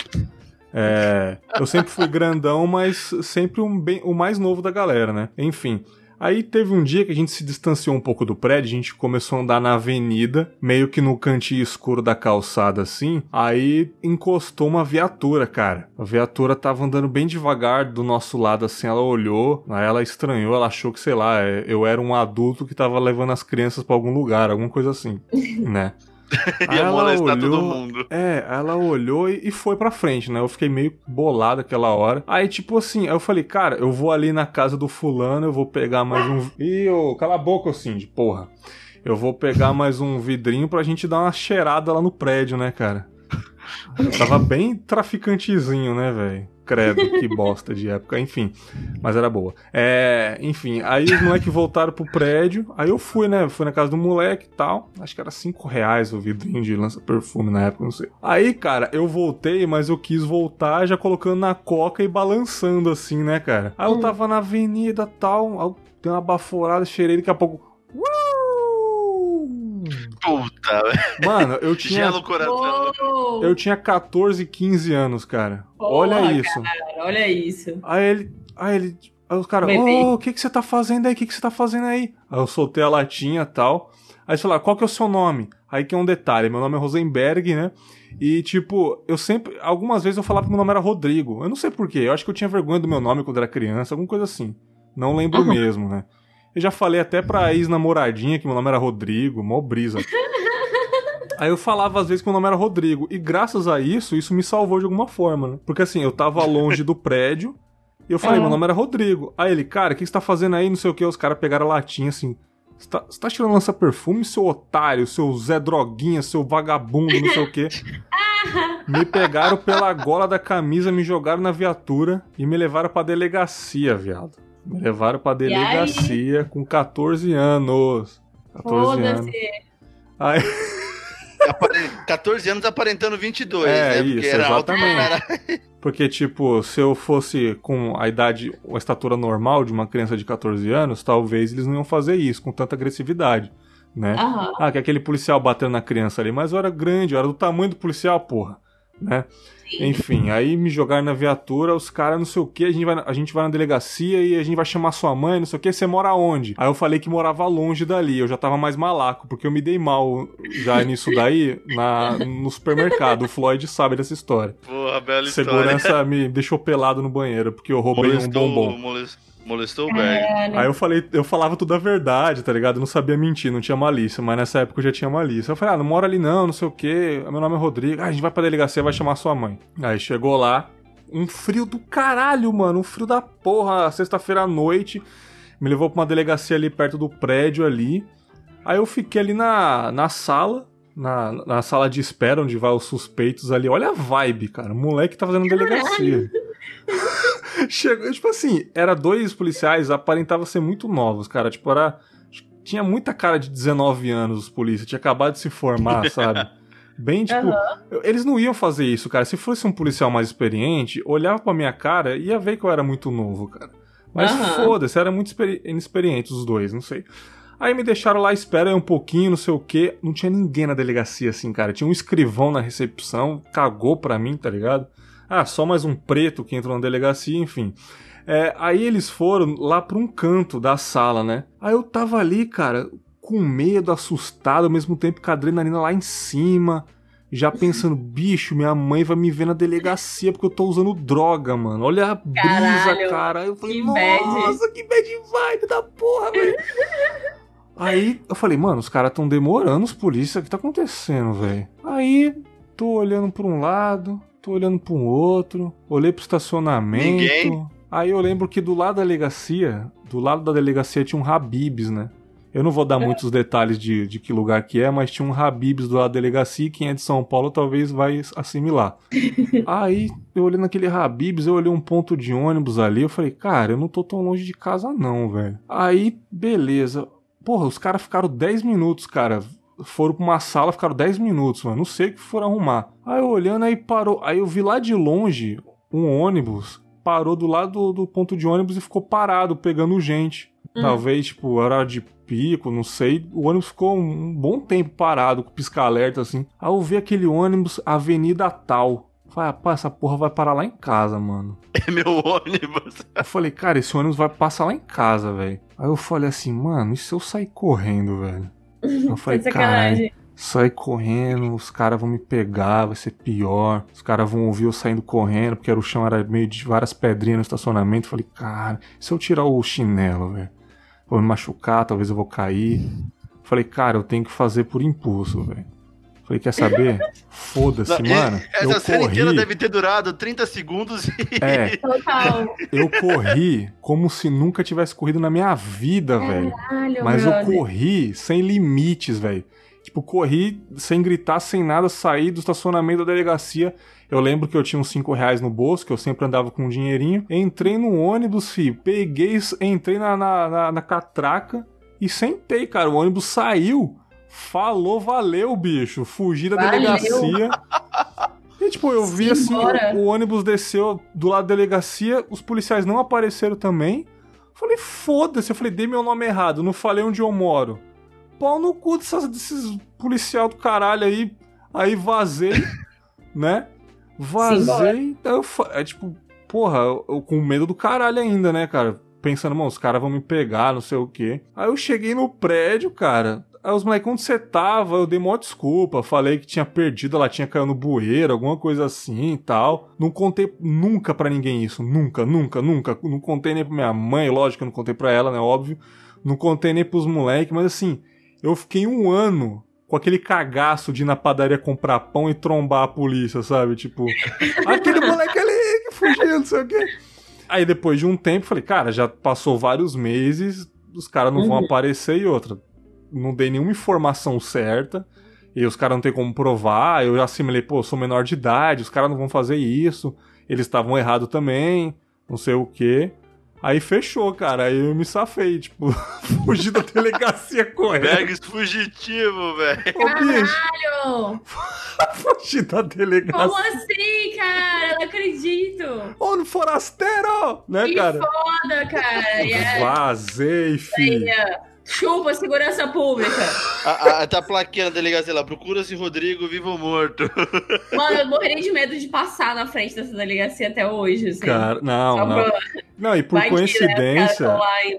eu sempre fui grandão, mas sempre o mais novo da galera, né? Enfim. Aí teve um dia que a gente se distanciou um pouco do prédio, a gente começou a andar na avenida, meio que no cantinho escuro da calçada assim, aí encostou uma viatura, cara. A viatura tava andando bem devagar do nosso lado assim, ela olhou, aí ela estranhou, ela achou que, sei lá, eu era um adulto que tava levando as crianças pra algum lugar, alguma coisa assim, né? Ia molestar todo mundo. Ela olhou e foi pra frente, né? Eu fiquei meio bolado aquela hora. Aí, tipo assim, aí eu falei, cara, eu vou ali na casa do fulano, eu vou pegar mais um... cala a boca, Cindy, porra. Eu vou pegar mais um vidrinho pra gente dar uma cheirada lá no prédio, né, cara? Tava bem traficantezinho, né, velho? Credo, que bosta de época, enfim. Mas era boa. Enfim, aí os moleques voltaram pro prédio. Aí eu fui, né? Fui na casa do moleque e tal. Acho que era R$5 o vidrinho de lança-perfume na época, não sei. Aí, cara, eu voltei, mas eu quis voltar já colocando na coca e balançando assim, né, cara? Aí eu tava na avenida e tal. Aí eu dei uma baforada, cheirei daqui a pouco. Puta, velho. Mano, eu tinha... Gelo no coração. Eu tinha 14, 15 anos, cara. Porra, olha isso. Cara, olha isso. Aí os caras, o que você tá fazendo aí? O que você tá fazendo aí? Aí eu soltei a latinha e tal. Aí eles falaram, qual que é o seu nome? Aí que é um detalhe, meu nome é Rosenberg, né? E tipo, algumas vezes eu falava que meu nome era Rodrigo. Eu não sei porquê, eu acho que eu tinha vergonha do meu nome quando era criança, alguma coisa assim. Não lembro mesmo, né? Eu já falei até pra ex-namoradinha que meu nome era Rodrigo, mó brisa. Aí eu falava às vezes que meu nome era Rodrigo. E graças a isso me salvou de alguma forma, né? Porque assim, eu tava longe do prédio e eu falei, meu nome era Rodrigo. Aí ele, cara, o que você tá fazendo aí? Não sei o que. Os caras pegaram a latinha assim. Você tá tirando lança-perfume, seu otário, seu Zé Droguinha, seu vagabundo, não sei o que. Me pegaram pela gola da camisa, me jogaram na viatura e me levaram pra delegacia, viado. Me levaram pra delegacia com 14 anos. 14 anos. Aí... 14 anos aparentando 22, né? Porque isso, era exatamente. Alto, porque, tipo, se eu fosse com a idade, a estatura normal de uma criança de 14 anos, talvez eles não iam fazer isso com tanta agressividade, né? Uhum. Que aquele policial batendo na criança ali, mas eu era grande, eu era do tamanho do policial, porra, né? Enfim, aí me jogaram na viatura, os caras não sei o que, a gente vai na delegacia e a gente vai chamar sua mãe, não sei o que, você mora onde? Aí eu falei que morava longe dali, eu já tava mais malaco, porque eu me dei mal já nisso daí no supermercado, o Floyd sabe dessa história. Porra, bela Segurança história. me deixou pelado no banheiro, porque eu roubei um bombom. Molestou o Berg. Aí eu falava tudo a verdade, tá ligado? Eu não sabia mentir, não tinha malícia, mas nessa época eu já tinha malícia. Eu falei, não mora ali não sei o quê, meu nome é Rodrigo, a gente vai pra delegacia, vai chamar sua mãe. Aí chegou lá, um frio do caralho, mano, um frio da porra, sexta-feira à noite, Me levou pra uma delegacia ali perto do prédio ali. Aí eu fiquei ali na sala, na sala de espera, onde vai os suspeitos ali. Olha a vibe, cara. O moleque tá fazendo delegacia. Chegou, tipo assim, era 2 policiais, aparentava ser muito novos, cara. Tipo, tinha muita cara de 19 anos os polícias, tinha acabado de se formar, sabe? Bem, tipo, eles não iam fazer isso, cara. Se fosse um policial mais experiente, olhava pra minha cara e ia ver que eu era muito novo, cara. Mas foda-se, era muito inexperiente os 2, não sei. Aí me deixaram lá, espera aí um pouquinho, não sei o quê. Não tinha ninguém na delegacia, assim, cara. Tinha um escrivão na recepção, cagou pra mim, tá ligado? Só mais um preto que entrou na delegacia, enfim. Aí eles foram lá pra um canto da sala, né? Aí eu tava ali, cara, com medo, assustado, ao mesmo tempo com a adrenalina lá em cima, já pensando, bicho, minha mãe vai me ver na delegacia porque eu tô usando droga, mano. Olha a brisa, cara. Aí eu falei, nossa, que bad vibe da porra, velho. Aí eu falei, mano, os caras tão demorando, os polícias, o que tá acontecendo, velho? Aí tô olhando pra um lado, tô olhando pra um outro, olhei pro estacionamento. Ninguém? Aí eu lembro que do lado da delegacia tinha um Habib's, né? Eu não vou dar muitos detalhes de que lugar que é, mas tinha um Habib's do lado da delegacia e quem é de São Paulo talvez vai assimilar. Aí eu olhei naquele Habib's, eu olhei um ponto de ônibus ali, eu falei, cara, eu não tô tão longe de casa não, velho. Aí, beleza. Porra, os caras ficaram 10 minutos, cara. Foram pra uma sala, ficaram 10 minutos, mano. Não sei o que foram arrumar. Aí eu olhando, aí parou. Aí eu vi lá de longe um ônibus, parou do lado do ponto de ônibus e ficou parado, pegando gente. Talvez, tipo, horário de pico, não sei. O ônibus ficou um bom tempo parado, com pisca-alerta, assim. Aí eu vi aquele ônibus, Avenida Tal. Falei, pá, essa porra vai parar lá em casa, mano. É meu ônibus. Eu falei, cara, esse ônibus vai passar lá em casa, velho. Aí eu falei assim, mano, e se eu sair correndo, velho? Eu falei, cara, sair correndo, os caras vão me pegar, vai ser pior. Os caras vão ouvir eu saindo correndo, porque o chão era meio de várias pedrinhas no estacionamento. Eu falei, cara, se eu tirar o chinelo, velho, vou me machucar, talvez eu vou cair. Eu falei, cara, eu tenho que fazer por impulso, velho. Falei, quer saber? Foda-se, mano. Essa cena inteira deve ter durado 30 segundos e... Total. Eu corri como se nunca tivesse corrido na minha vida, velho. Mas eu corri sem limites, velho. Tipo, corri sem gritar, sem nada, saí do estacionamento da delegacia. Eu lembro que eu tinha uns 5 reais no bolso, que eu sempre andava com um dinheirinho. Entrei no ônibus, peguei, entrei na catraca e sentei, cara. O ônibus saiu. Falou, valeu, bicho. Fugi da delegacia. E, tipo, eu vi assim, o ônibus desceu do lado da delegacia, os policiais não apareceram também. Falei, foda-se. Eu falei, dei meu nome errado, não falei onde eu moro. Pau no cu desses policial do caralho aí. Aí vazei, né? Vazei. Tipo, porra, eu com medo do caralho ainda, né, cara? Pensando, mano, os caras vão me pegar, não sei o quê. Aí eu cheguei no prédio, cara. Aí os moleques, onde você tava? Eu dei mó desculpa. Falei que tinha perdido, ela tinha caído no bueiro, alguma coisa assim e tal. Não contei nunca pra ninguém isso. Nunca. Não contei nem pra minha mãe, lógico que eu não contei pra ela, né? Óbvio. Não contei nem pros moleques, mas assim, eu fiquei 1 ano com aquele cagaço de ir na padaria comprar pão e trombar a polícia, sabe? Tipo, aquele moleque ali que fugiu, não sei o quê. Aí depois de um tempo, falei, cara, já passou vários meses, os caras não vão aparecer e outra. Não dei nenhuma informação certa, e os caras não tem como provar, eu já assimilei, pô, eu sou menor de idade, os caras não vão fazer isso, eles estavam errados também, não sei o quê. Aí fechou, cara, aí eu me safei, tipo, fugi da delegacia correndo. Bergs fugitivo, velho. Caralho! Fugi da delegacia. Como assim, cara? Eu não acredito. Ô, no forasteiro! Né, que cara? Que foda, cara. Vazei, filho. Chupa, segurança pública. Tá a plaquinha na delegacia lá, procura-se Rodrigo vivo ou morto. Mano, eu morreria de medo de passar na frente dessa delegacia até hoje, assim. Cara, não, e por coincidência,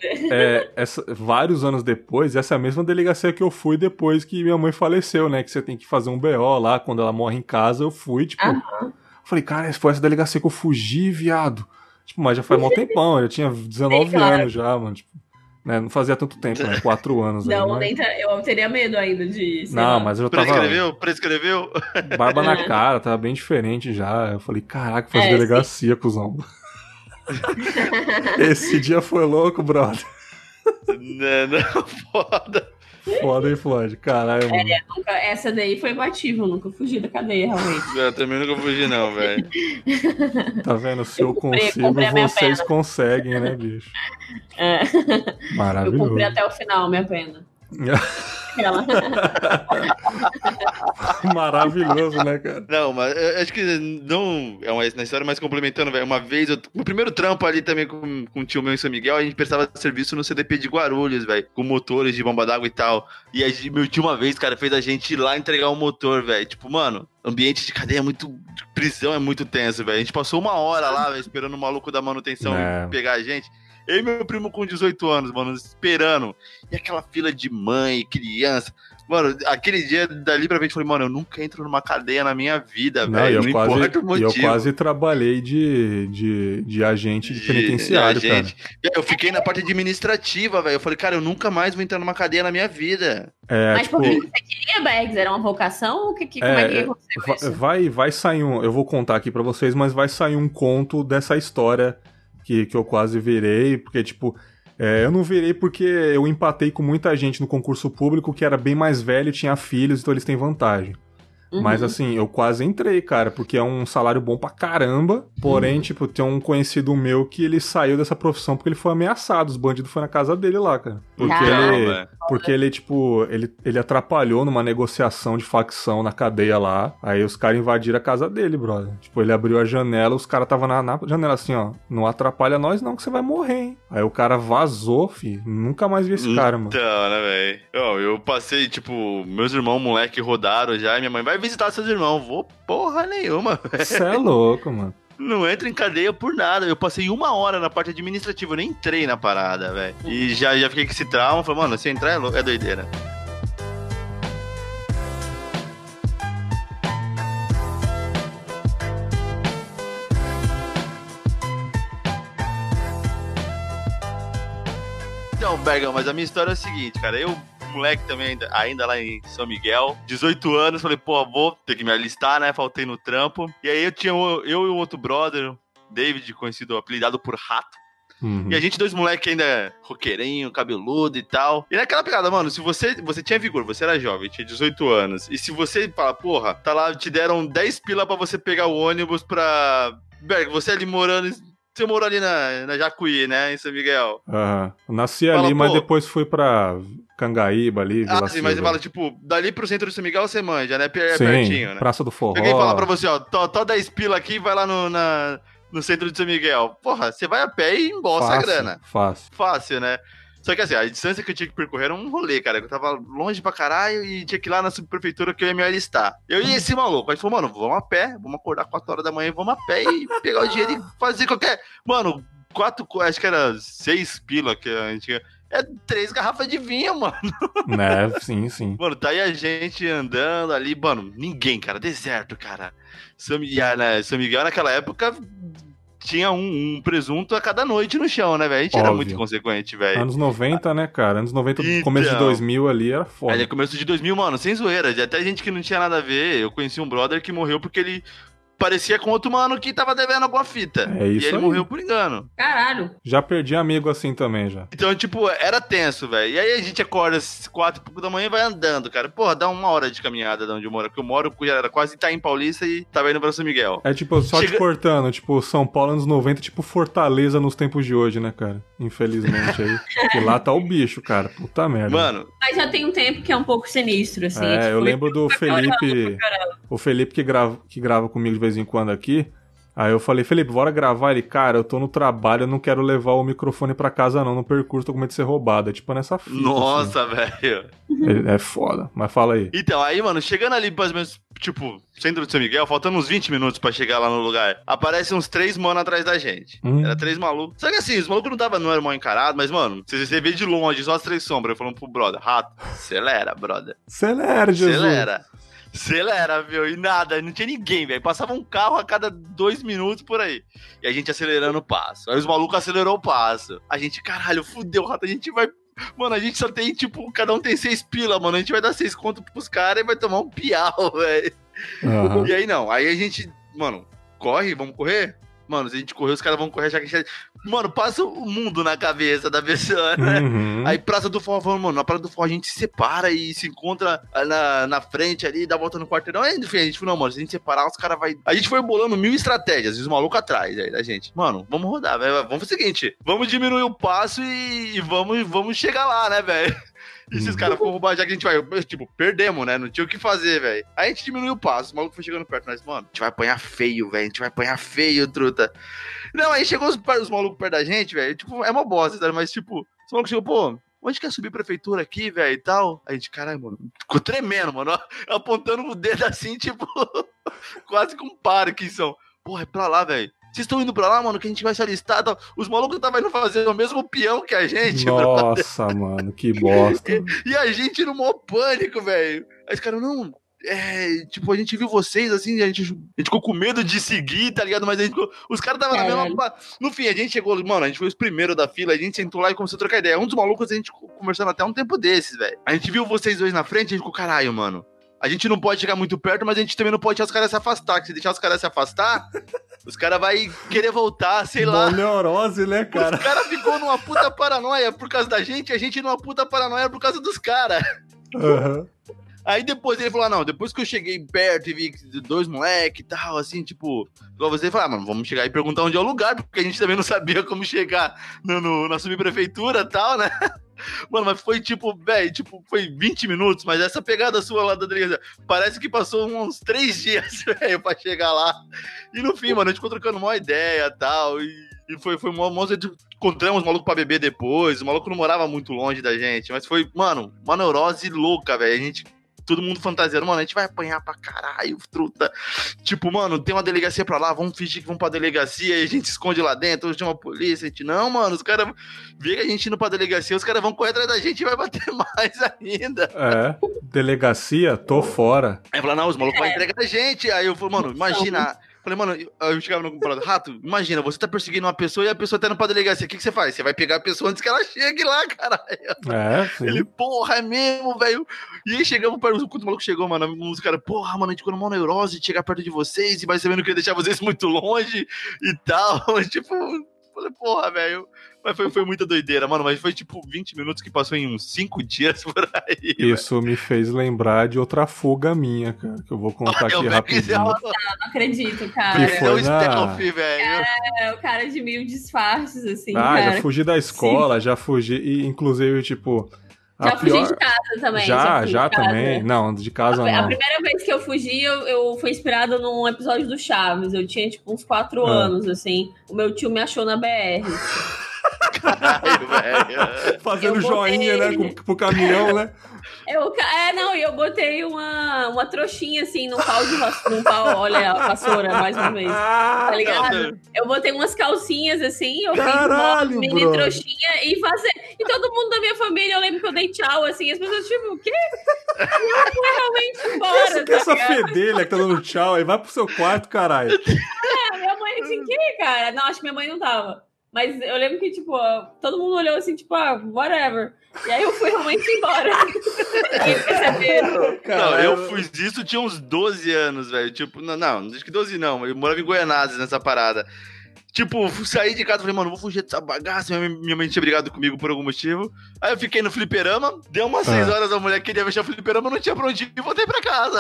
vários anos depois, essa é a mesma delegacia que eu fui depois que minha mãe faleceu, né? Que você tem que fazer um BO lá, quando ela morre em casa, eu fui, tipo... Falei, cara, foi essa delegacia que eu fugi, viado. Tipo, mas já faz mó tempão, eu já tinha 19 anos já, mano, tipo... Né, não fazia tanto tempo, né? 4 anos. Não, aí, mas... eu teria medo ainda de... Não, mas eu tava... Prescreveu? Barba na cara, tava bem diferente já. Eu falei, caraca, faz delegacia, cuzão. Esse dia foi louco, brother. Não, foda. Foda, hein, Floyd? Caralho, mano. Essa daí foi imbatível, nunca fugi da cadeia, realmente. Eu também nunca fugi, não, velho. Tá vendo? Se eu consigo, comprei a minha vocês pena. conseguem, né, bicho? É. Maravilhoso. Eu cumpri até o final, minha pena. Aquela. Maravilhoso, né, cara? Não, mas eu acho que não é uma história, mas complementando, velho. Uma vez, no primeiro trampo ali também com o tio meu em São Miguel, a gente prestava serviço no CDP de Guarulhos, velho, com motores de bomba d'água e tal. E aí, meu tio uma vez, cara, fez a gente ir lá entregar um motor, velho. Tipo, mano, ambiente de cadeia é muito. Prisão é muito tenso, velho. A gente passou 1 hora lá, véio, esperando o maluco da manutenção pegar a gente. Eu e meu primo com 18 anos, mano, esperando. E aquela fila de mãe, criança. Mano, aquele dia, dali pra frente, eu falei, mano, eu nunca entro numa cadeia na minha vida, velho. Não importa o motivo. E eu quase trabalhei de agente de penitenciário, cara. Eu fiquei na parte administrativa, velho. Eu falei, cara, eu nunca mais vou entrar numa cadeia na minha vida. Mas tipo, por que você queria, Bergs? Era uma vocação? Como é que aconteceu isso? Vai sair eu vou contar aqui pra vocês, mas vai sair um conto dessa história que eu quase virei, porque, tipo... eu não virei porque eu empatei com muita gente no concurso público que era bem mais velho, tinha filhos, então eles têm vantagem. Uhum. Mas assim, eu quase entrei, cara, porque é um salário bom pra caramba. Porém, tipo, tem um conhecido meu que ele saiu dessa profissão porque ele foi ameaçado. Os bandidos foram na casa dele lá, cara. Porque ele, tipo, ele atrapalhou numa negociação de facção na cadeia lá. Aí os caras invadiram a casa dele, brother. Tipo, ele abriu a janela, os caras estavam na janela assim, ó. Não atrapalha nós não, que você vai morrer, hein? Aí o cara vazou, fi. Nunca mais vi esse cara, mano. Então, né, velho? Eu passei, tipo, meus irmãos moleque rodaram já e minha mãe vai visitar seus irmãos. Vou porra nenhuma, velho. Você é louco, mano. Não entra em cadeia por nada. Eu passei 1 hora na parte administrativa, eu nem entrei na parada, velho. E já fiquei com esse trauma. Falei, mano, se entrar é doideira. Então, Bergão, mas a minha história é o seguinte, cara. Eu, moleque também, ainda lá em São Miguel, 18 anos, falei, pô, vou ter que me alistar, né? Faltei no trampo. E aí eu e o outro brother, David, conhecido, apelidado por Rato. Uhum. E a gente, 2 moleques ainda roqueirinho, cabeludo e tal. E naquela pegada, mano, se você tinha vigor, você era jovem, tinha 18 anos. E se você fala, porra, tá lá, te deram 10 pila pra você pegar o ônibus pra... Berg, você ali morando... Você morou ali na Jacuí, né, em São Miguel. Aham. Nasci ali, mas depois fui pra Cangaíba ali, Vila sim, mas você fala, tipo, dali pro centro de São Miguel você manja, né? Sim, pertinho, né? Praça do Forró. Alguém fala pra você, ó, tô 10 pila aqui, vai lá no centro de São Miguel. Porra, você vai a pé e embolsa a grana. Fácil, né? Só que assim, a distância que eu tinha que percorrer era um rolê, cara. Eu tava longe pra caralho e tinha que ir lá na subprefeitura que eu ia me alistar. Eu ia esse maluco. Aí falou, mano, vamos a pé, vamos acordar 4 horas da manhã, vamos a pé e pegar o dinheiro e fazer qualquer... Mano, acho que era 6 pila que a gente tinha. 3 garrafas de vinho, mano. Né, sim. Mano, tá aí a gente andando ali, mano, ninguém, cara, deserto, cara. São Miguel naquela época tinha um presunto a cada noite no chão, né, velho? A gente era muito inconsequente, velho. Anos 90, né, cara? Anos 90, então, começo de 2000 ali era foda. Aí, começo de 2000, mano, sem zoeira. Até gente que não tinha nada a ver. Eu conheci um brother que morreu porque ele parecia com outro mano que tava devendo alguma fita. É isso. E ele morreu por engano. Caralho. Já perdi amigo assim também, já. Então, tipo, era tenso, velho. E aí a gente acorda às 4 e pouco da manhã e vai andando, cara. Porra, dá 1 hora de caminhada de onde eu moro. Porque eu moro, era quase Itaim Paulista e tava indo pra São Miguel. É tipo, só te cortando, tipo, São Paulo anos 90, tipo Fortaleza nos tempos de hoje, né, cara? Infelizmente aí. E lá tá o bicho, cara. Puta merda. Mano. Mas já tem um tempo que é um pouco sinistro, assim. É, tipo, eu lembro do Felipe. O Felipe que grava comigo de vez em quando aqui. Aí eu falei, Felipe, bora gravar? Ele, cara, eu tô no trabalho, eu não quero levar o microfone pra casa não, no percurso tô com medo de ser roubado. É tipo nessa fita. Nossa, assim. velho. É foda, mas fala aí. Então, aí, mano, chegando ali, mais ou menos, tipo, centro de São Miguel, faltando uns 20 minutos pra chegar lá no lugar, aparecem uns 3 mano atrás da gente. Era 3 malucos. Só que assim, os malucos não eram mal encarados, mas, mano, você vê de longe, só as 3 sombras, eu falando pro brother, Rato, acelera, brother. Acelera, Jesus. Acelera, viu? E nada, não tinha ninguém, velho. Passava um carro a cada 2 minutos por aí. E a gente acelerando o passo. Aí os malucos acelerou o passo. A gente, caralho, fudeu, Rato, a gente vai... Mano, a gente só tem, tipo, cada um tem 6 pila, mano. A gente vai dar 6 conto pros caras e vai tomar um piau, velho. Uhum. E aí, não. Aí a gente, mano, corre, vamos correr? Mano, se a gente correr, os caras vão correr, já que a gente... Mano, passa o mundo na cabeça da pessoa, né? Aí Praça do Forró falando, mano, na Praça do Forró a gente se separa e se encontra na frente ali, dá a volta no quarteirão. Aí, enfim, a gente falou, não, mano, se a gente separar, os caras vai... A gente foi bolando 1000 estratégias, e os malucos atrás aí da gente. Mano, vamos rodar, velho. Vamos fazer o seguinte, vamos diminuir o passo e vamos chegar lá, né, velho? E se os caras for roubar, já que a gente vai, tipo, perdemos, né? Não tinha o que fazer, velho. Aí a gente diminuiu o passo, os malucos foram chegando perto. Nós, mano, a gente vai apanhar feio, velho. A gente vai apanhar feio, truta. Não, aí chegou os malucos perto da gente, velho. Tipo, é uma bosta, tá? Mas, tipo, os malucos chegou, pô, onde quer subir prefeitura aqui, velho, e tal? A gente, caralho, mano, ficou tremendo, mano. Ó, apontando o dedo assim, tipo, quase com um paro que são. Porra, é pra lá, velho. Vocês estão indo pra lá, mano, que a gente vai se alistar. Tal. Os malucos estavam indo fazer o mesmo peão que a gente. Nossa, mano, que bosta. E a gente no maior pânico, velho. Aí os caras, não... tipo, a gente viu vocês, assim, a gente ficou com medo de seguir, tá ligado? Mas a gente ficou, os caras estavam na mesma... No fim, a gente chegou, mano, a gente foi os primeiros da fila, a gente sentou lá e começou a trocar ideia. Um dos malucos, a gente conversando até um tempo desses, velho. A gente viu vocês dois na frente, a gente ficou, caralho, mano. A gente não pode chegar muito perto, mas a gente também não pode deixar os caras se afastar. Que se deixar os caras se afastar, os caras vão querer voltar, sei lá. Neurose, né, cara? Os caras ficou numa puta paranoia por causa da gente, a gente numa puta paranoia por causa dos caras. Aí depois ele falou, não, depois que eu cheguei perto e vi dois moleques e tal, assim, tipo, igual você falou, mano, vamos chegar e perguntar onde é o lugar, porque a gente também não sabia como chegar na subprefeitura e tal, né? Mano, mas foi tipo, velho, tipo, foi 20 minutos, mas essa pegada sua lá da delegacia, parece que passou uns 3 dias, velho, pra chegar lá. E no fim, mano, a gente ficou trocando uma ideia e tal, e foi uma moça de... Encontramos os malucos pra beber depois, o maluco não morava muito longe da gente, mas foi, mano, uma neurose louca, velho, a gente... Todo mundo fantasiando, mano, a gente vai apanhar pra caralho, truta. Tipo, mano, tem uma delegacia pra lá, vamos fingir que vamos pra delegacia e a gente se esconde lá dentro, chama a polícia, a gente, não, mano, os caras vê que a gente indo pra delegacia, os caras vão correr atrás da gente e vai bater mais ainda. Delegacia, tô fora. Aí fala, não, os malucos vão entregar a gente. Aí eu falei, mano, imagina... Falei, mano, eu chegava no computador, Rato, imagina, você tá perseguindo uma pessoa e a pessoa tá indo pra delegacia, o que você faz? Você vai pegar a pessoa antes que ela chegue lá, caralho. Sim. Ele, porra, é mesmo, velho. E aí chegamos perto, quando o maluco chegou, mano, os caras, porra, mano, a gente ficou numa neurose de chegar perto de vocês, mas você não queria deixar vocês muito longe e tal. Tipo, falei, porra, velho. Mas foi muita doideira, mano. Mas foi tipo 20 minutos que passou em uns 5 dias por aí. Isso me fez lembrar de outra fuga minha, cara, que eu vou contar aqui rapidinho. Não acredito, cara. Que foi stealth, velho. O cara de 1000 disfarces, assim, cara. Já fugi da escola, sim. Já fugi, e inclusive, tipo... Já fugi de casa também. Já também. Não, de casa não. A primeira vez que eu fugi, eu fui inspirada num episódio do Chaves. Eu tinha, tipo, uns 4 anos, assim. O meu tio me achou na BR. Caralho, velho. Fazendo joinha, né, pro caminhão, né? Eu botei uma trouxinha, assim, num pau, olha a vassoura, mais uma vez, tá ligado? Eu botei umas calcinhas, assim, eu fiz uma mini trouxinha e fazer. E todo mundo da minha família, eu lembro que eu dei tchau, assim, as pessoas, tipo, o quê? Eu fui realmente embora, essa fedelha que tá dando tchau aí, vai pro seu quarto, caralho. Minha mãe, assim, que, cara? Não, acho que minha mãe não tava. Mas eu lembro que, tipo, todo mundo olhou assim, tipo, whatever. E aí eu fui realmente embora. Ninguém percebeu. Não, eu fiz isso, tinha uns 12 anos, velho. Tipo, não, acho que 12 não. Eu morava em Goianazes nessa parada. Tipo, saí de casa e falei, mano, vou fugir dessa bagaça. Minha mãe tinha brigado comigo por algum motivo. Aí eu fiquei no fliperama, deu umas 6 horas, a mulher queria mexer o fliperama, não tinha pra onde ir e voltei pra casa,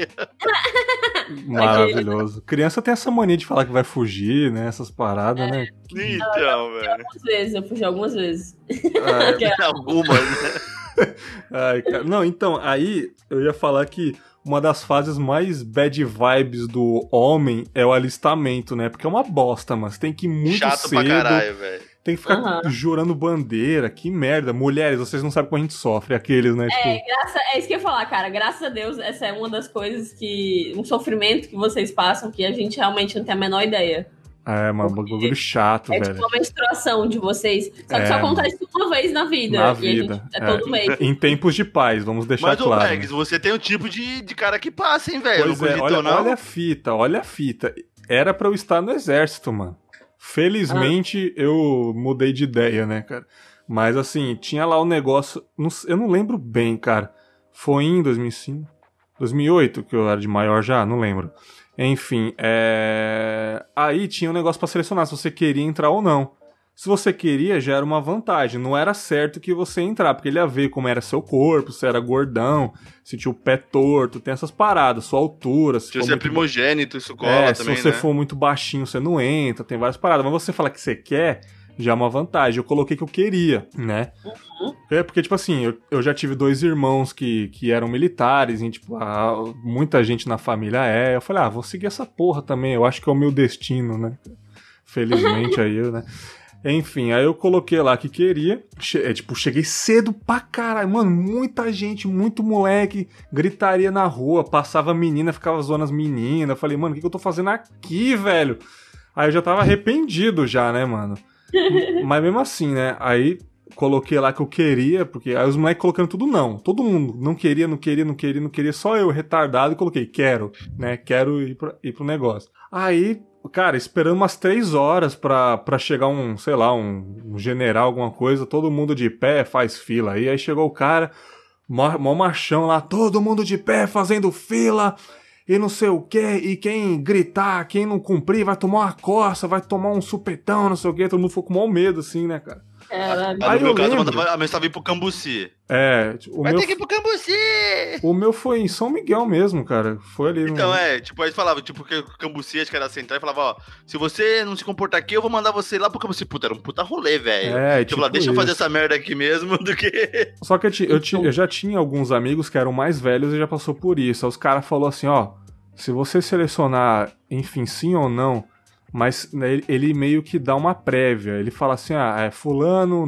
velho. Maravilhoso. Criança tem essa mania de falar que vai fugir, né? Essas paradas, né? Então, velho. Eu fugi algumas vezes. Algumas, né? Ai, cara. Não, então, aí eu ia falar que uma das fases mais bad vibes do homem é o alistamento, né? Porque é uma bosta, mano. Você tem que ir muito chato cedo. Pra caralho, velho. Tem que ficar jurando bandeira. Que merda. Mulheres, vocês não sabem como a gente sofre. Aqueles, né? É isso que eu ia falar, cara. Graças a Deus, essa é uma das coisas que... Um sofrimento que vocês passam que a gente realmente não tem a menor ideia. É, mano, bagulho chato, velho. É tipo uma menstruação de vocês. Só que só acontece uma vez na vida. Na vida. Todo mês. Em tempos de paz, vamos deixar claro. Mas, Bergs, você tem um tipo de cara que passa, hein, velho? Pois é, olha a fita. Era pra eu estar no exército, mano. Felizmente, eu mudei de ideia, né, cara? Mas, assim, tinha lá o negócio... Eu não lembro bem, cara. Foi em 2005? 2008, que eu era de maior já, não lembro. Enfim, aí tinha um negócio pra selecionar se você queria entrar ou não. Se você queria, já era uma vantagem. Não era certo que você ia entrar, porque ele ia ver como era seu corpo, se era gordão, se tinha o pé torto, tem essas paradas, sua altura. Se você é primogênito, isso cola também, se você for muito baixinho, você não entra, tem várias paradas. Mas você fala que você quer, já é uma vantagem. Eu coloquei que eu queria, né? Porque, tipo assim, eu já tive 2 irmãos que eram militares, e, tipo, muita gente na família Eu falei, vou seguir essa porra também, eu acho que é o meu destino, né? Felizmente aí, né? Enfim, aí eu coloquei lá que queria. Cheguei cedo pra caralho. Mano, muita gente, muito moleque. Gritaria na rua, passava menina, ficava zoando as meninas. Eu falei, mano, o que eu tô fazendo aqui, velho? Aí eu já tava arrependido já, né, mano? Mas mesmo assim, né? Aí coloquei lá que eu queria, porque aí os moleques colocando tudo não. Todo mundo não queria. Só eu, retardado, e coloquei, quero, né? Quero ir pro negócio. Aí, cara, esperando umas 3 horas pra chegar um general, alguma coisa, todo mundo de pé, faz fila. Aí chegou o cara, mó machão lá, todo mundo de pé, fazendo fila, e não sei o que, e quem gritar, quem não cumprir, vai tomar uma coça, vai tomar um supetão, não sei o que, todo mundo ficou com maior medo, assim, né, cara? Aí no meu caso, mandava a mensagem ir pro Cambuci. O meu foi em São Miguel mesmo, cara. Foi ali. Então, aí falava, que o Cambuci, acho que era central, e falava, se você não se comportar aqui, eu vou mandar você lá pro Cambuci. Puta, era um puta rolê, velho. Deixa eu fazer essa merda aqui mesmo, do que... Só que eu já tinha alguns amigos que eram mais velhos e já passou por isso. Aí os caras falaram assim, se você selecionar, enfim, sim ou não, mas ele meio que dá uma prévia. Ele fala assim, fulano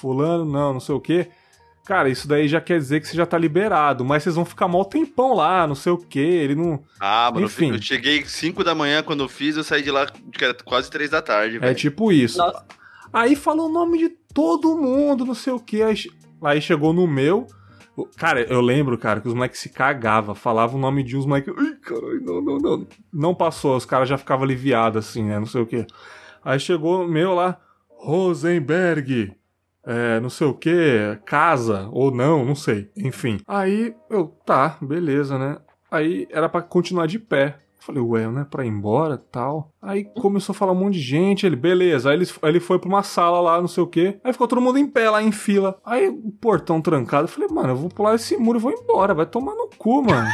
não sei o quê. Cara, isso daí já quer dizer que você já tá liberado, mas vocês vão ficar mal tempão lá, não sei o quê, ele não... mano, enfim. Eu cheguei 5 da manhã quando eu fiz, eu saí de lá que era quase 3 da tarde, velho. É tipo isso. Nossa. Aí falou o nome de todo mundo, não sei o quê, aí chegou no meu... Cara, eu lembro, cara, que os moleques se cagavam, falavam o nome de uns moleques... Ai, caralho, não. Não passou, os caras já ficavam aliviados, assim, né, não sei o quê. Aí chegou o meu lá, Rosenberg... não sei o que, casa, ou não sei, enfim. Aí tá, beleza, né? Aí era pra continuar de pé. Falei, não é pra ir embora, tal. Aí começou a falar um monte de gente, beleza. Aí ele foi pra uma sala lá, não sei o que. Aí ficou todo mundo em pé lá, em fila. Aí o portão trancado, eu falei, mano, eu vou pular esse muro e vou embora, vai tomar no cu, mano.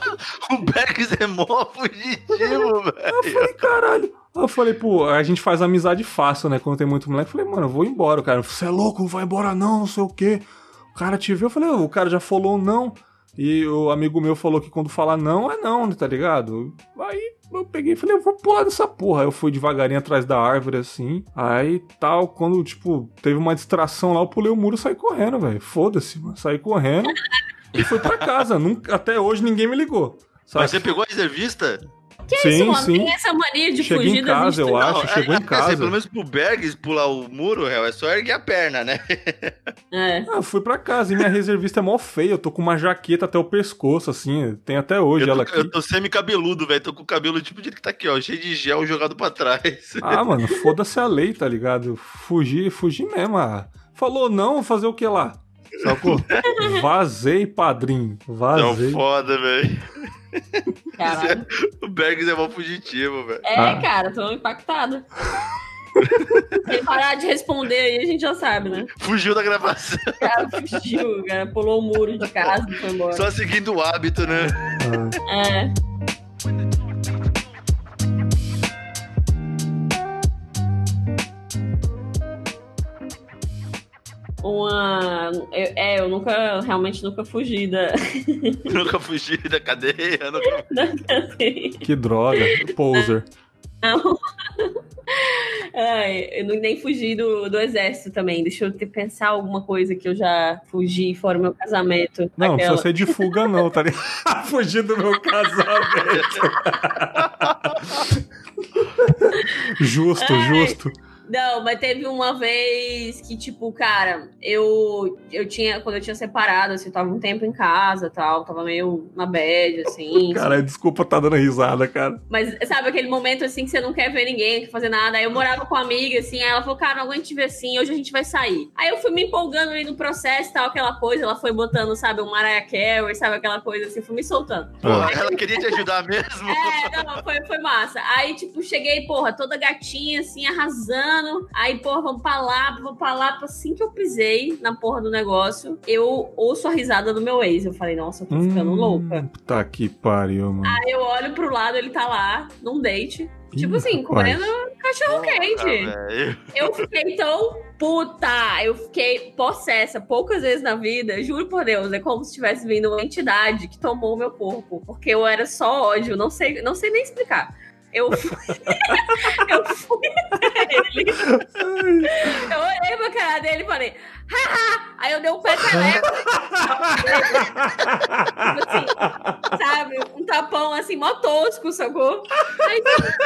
O Bergs é mó fugitivo, velho. Eu falei, caralho. Eu falei, a gente faz amizade fácil, né, quando tem muito moleque. Eu falei, mano, eu vou embora, cara. Você é louco, não vai embora não sei o que. O cara te viu, eu falei, o cara já falou não. E o amigo meu falou que quando falar não, é não, tá ligado? Aí eu peguei e falei, eu vou pular dessa porra. Aí eu fui devagarinho atrás da árvore, assim. Aí tal, quando, teve uma distração lá, eu pulei o muro e saí correndo, velho. Foda-se, mano. Saí correndo e fui pra casa. Até hoje ninguém me ligou. Sabe? Mas você pegou a reservista? Que isso, mano? Tem essa mania de Cheguei fugir em casa, eu acho. Chegou em casa. Pelo menos pro Bergs pular o muro, é só erguer a perna, né? Eu fui pra casa e minha reservista é mó feia. Eu tô com uma jaqueta até o pescoço, assim. Tem até hoje ela aqui. Eu tô semi-cabeludo, velho. Tô com o cabelo tipo de que tá aqui, ó. Cheio de gel jogado pra trás. Mano, foda-se a lei, tá ligado? Fugir mesmo. Falou não, vou fazer o que lá? Sacou? Vazei, padrinho. Vazei. Não, foda, velho. Caralho. O Bergs é mó fugitivo, velho. Cara, tô impactado. Se parar de responder aí, a gente já sabe, né? Fugiu da gravação. O cara fugiu, cara pulou o muro de casa e foi embora. Só seguindo o hábito, né? Eu realmente nunca fugi da... Nunca fugi da cadeia. Da cadeia. Que droga, poser. Não. Eu nem fugi do exército também. Deixa eu pensar alguma coisa que eu já fugi fora do meu casamento. Não precisa ser de fuga não, tá ligado? Fugir do meu casamento. Justo. Não, mas teve uma vez que, tipo, cara, quando eu tinha separado, assim, eu tava um tempo em casa e tal, tava meio na bad, assim. Cara, desculpa tá dando risada, cara. Mas, sabe, aquele momento, assim, que você não quer ver ninguém, não quer fazer nada. Aí eu morava com uma amiga, assim, aí ela falou, cara, não aguento te ver assim, hoje a gente vai sair. Aí eu fui me empolgando ali no processo e tal, aquela coisa, ela foi botando, sabe, um Mariah Carey, sabe, aquela coisa assim, fui me soltando. Porra, ela queria te ajudar mesmo? Não, foi massa. Aí, tipo, cheguei, porra, toda gatinha, assim, arrasando. Aí, porra, vamos pra lá. Assim que eu pisei na porra do negócio, eu ouço a risada do meu ex. Eu falei, nossa, eu tô ficando louca. Tá que pariu, mano. Aí eu olho pro lado, ele tá lá, num date. Tipo assim, comendo cachorro quente. Eu fiquei tão puta. Eu fiquei possessa poucas vezes na vida. Juro por Deus, é como se tivesse vindo uma entidade que tomou o meu corpo. Porque eu era só ódio, não sei nem explicar. Eu fui dele. Eu olhei pra cara dele e falei, haha! Aí eu dei um peteleco. Tipo assim, sabe? Um tapão assim, mó tosco, sacou? Aí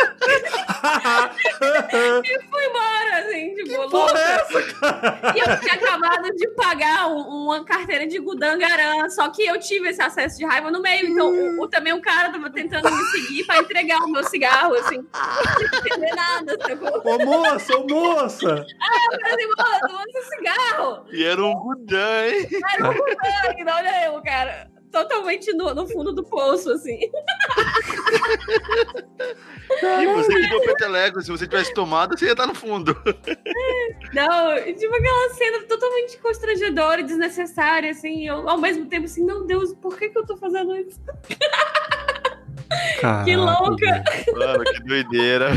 e fui embora, assim, tipo, louca. E eu tinha acabado de pagar uma carteira de Gudangarã, só que eu tive esse acesso de raiva no meio. Então, também um cara tava tentando me seguir pra entregar o meu cigarro, assim, não entender nada, sacou? Ô moça! Aí eu falei, moça, esse cigarro. E era um Gudan, hein? Era um Gudan, olha eu, cara. Totalmente no fundo do poço, assim. E você que deu o peteleco, se você tivesse tomado, você ia estar no fundo. Não, tipo aquela cena totalmente constrangedora e desnecessária, assim. Eu, ao mesmo tempo, assim, meu Deus, por que eu tô fazendo isso? Caraca, que louca! Mano, que doideira.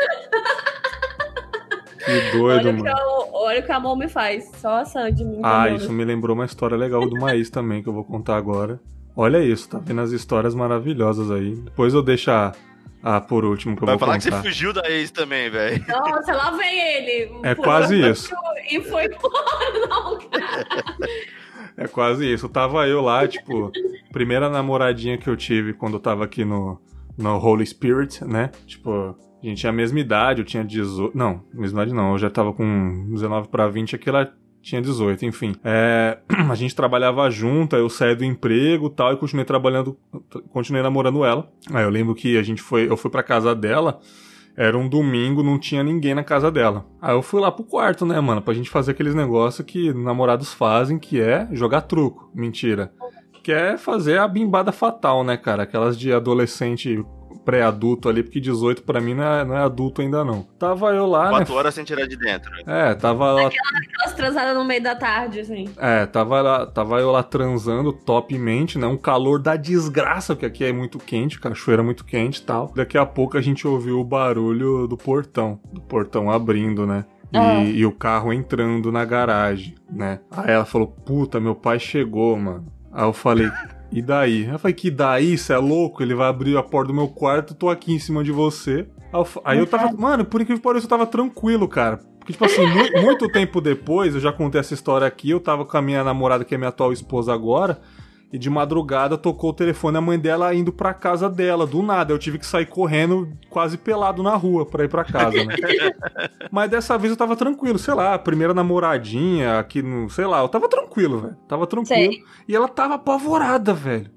Que doido, mano. Olha o que a amor me faz. Só a Sandy me isso me lembrou uma história legal do Maís também, que eu vou contar agora. Olha isso, tá vendo as histórias maravilhosas aí. Depois eu deixo por último que eu vou contar. Vai falar que você fugiu da ex também, velho. Nossa, lá vem ele. É quase isso. E foi embora, não, cara. É quase isso. Tava eu lá, tipo, primeira namoradinha que eu tive quando eu tava aqui no Holy Spirit, né? Tipo, a gente tinha a mesma idade, eu tinha 18... Não, mesma idade não, eu já tava com 19 pra 20, aqui ela tinha 18, enfim. A gente trabalhava junto, aí eu saí do emprego e tal, e continuei namorando ela. Aí eu lembro que eu fui pra casa dela, era um domingo, não tinha ninguém na casa dela. Aí eu fui lá pro quarto, né, mano, pra gente fazer aqueles negócios que namorados fazem, que é jogar truco. Mentira. Que é fazer a bimbada fatal, né, cara? Aquelas de adolescente pré-adulto ali, porque 18 pra mim não é adulto ainda não. Tava eu lá, 4 horas sem tirar de dentro. Tava lá... Aquelas transadas no meio da tarde, assim. Tava eu lá transando topmente, né? Um calor da desgraça, porque aqui é muito quente, cachoeira muito quente e tal. Daqui a pouco a gente ouviu o barulho do portão abrindo, né? E o carro entrando na garagem, né? Aí ela falou, puta, meu pai chegou, mano. Aí eu falei... E daí? Eu falei, que daí? Você é louco? Ele vai abrir a porta do meu quarto, tô aqui em cima de você. Aí eu tava... Mano, por incrível que pareça, eu tava tranquilo, cara. Porque, tipo assim, muito tempo depois, eu já contei essa história aqui, eu tava com a minha namorada, que é minha atual esposa agora, e de madrugada tocou o telefone, a mãe dela indo pra casa dela, do nada. Eu tive que sair correndo, quase pelado na rua, pra ir pra casa, né? Mas dessa vez eu tava tranquilo, sei lá, primeira namoradinha, aqui no... Sei lá, eu tava tranquilo, velho. Tava tranquilo. Sei. E ela tava apavorada, velho.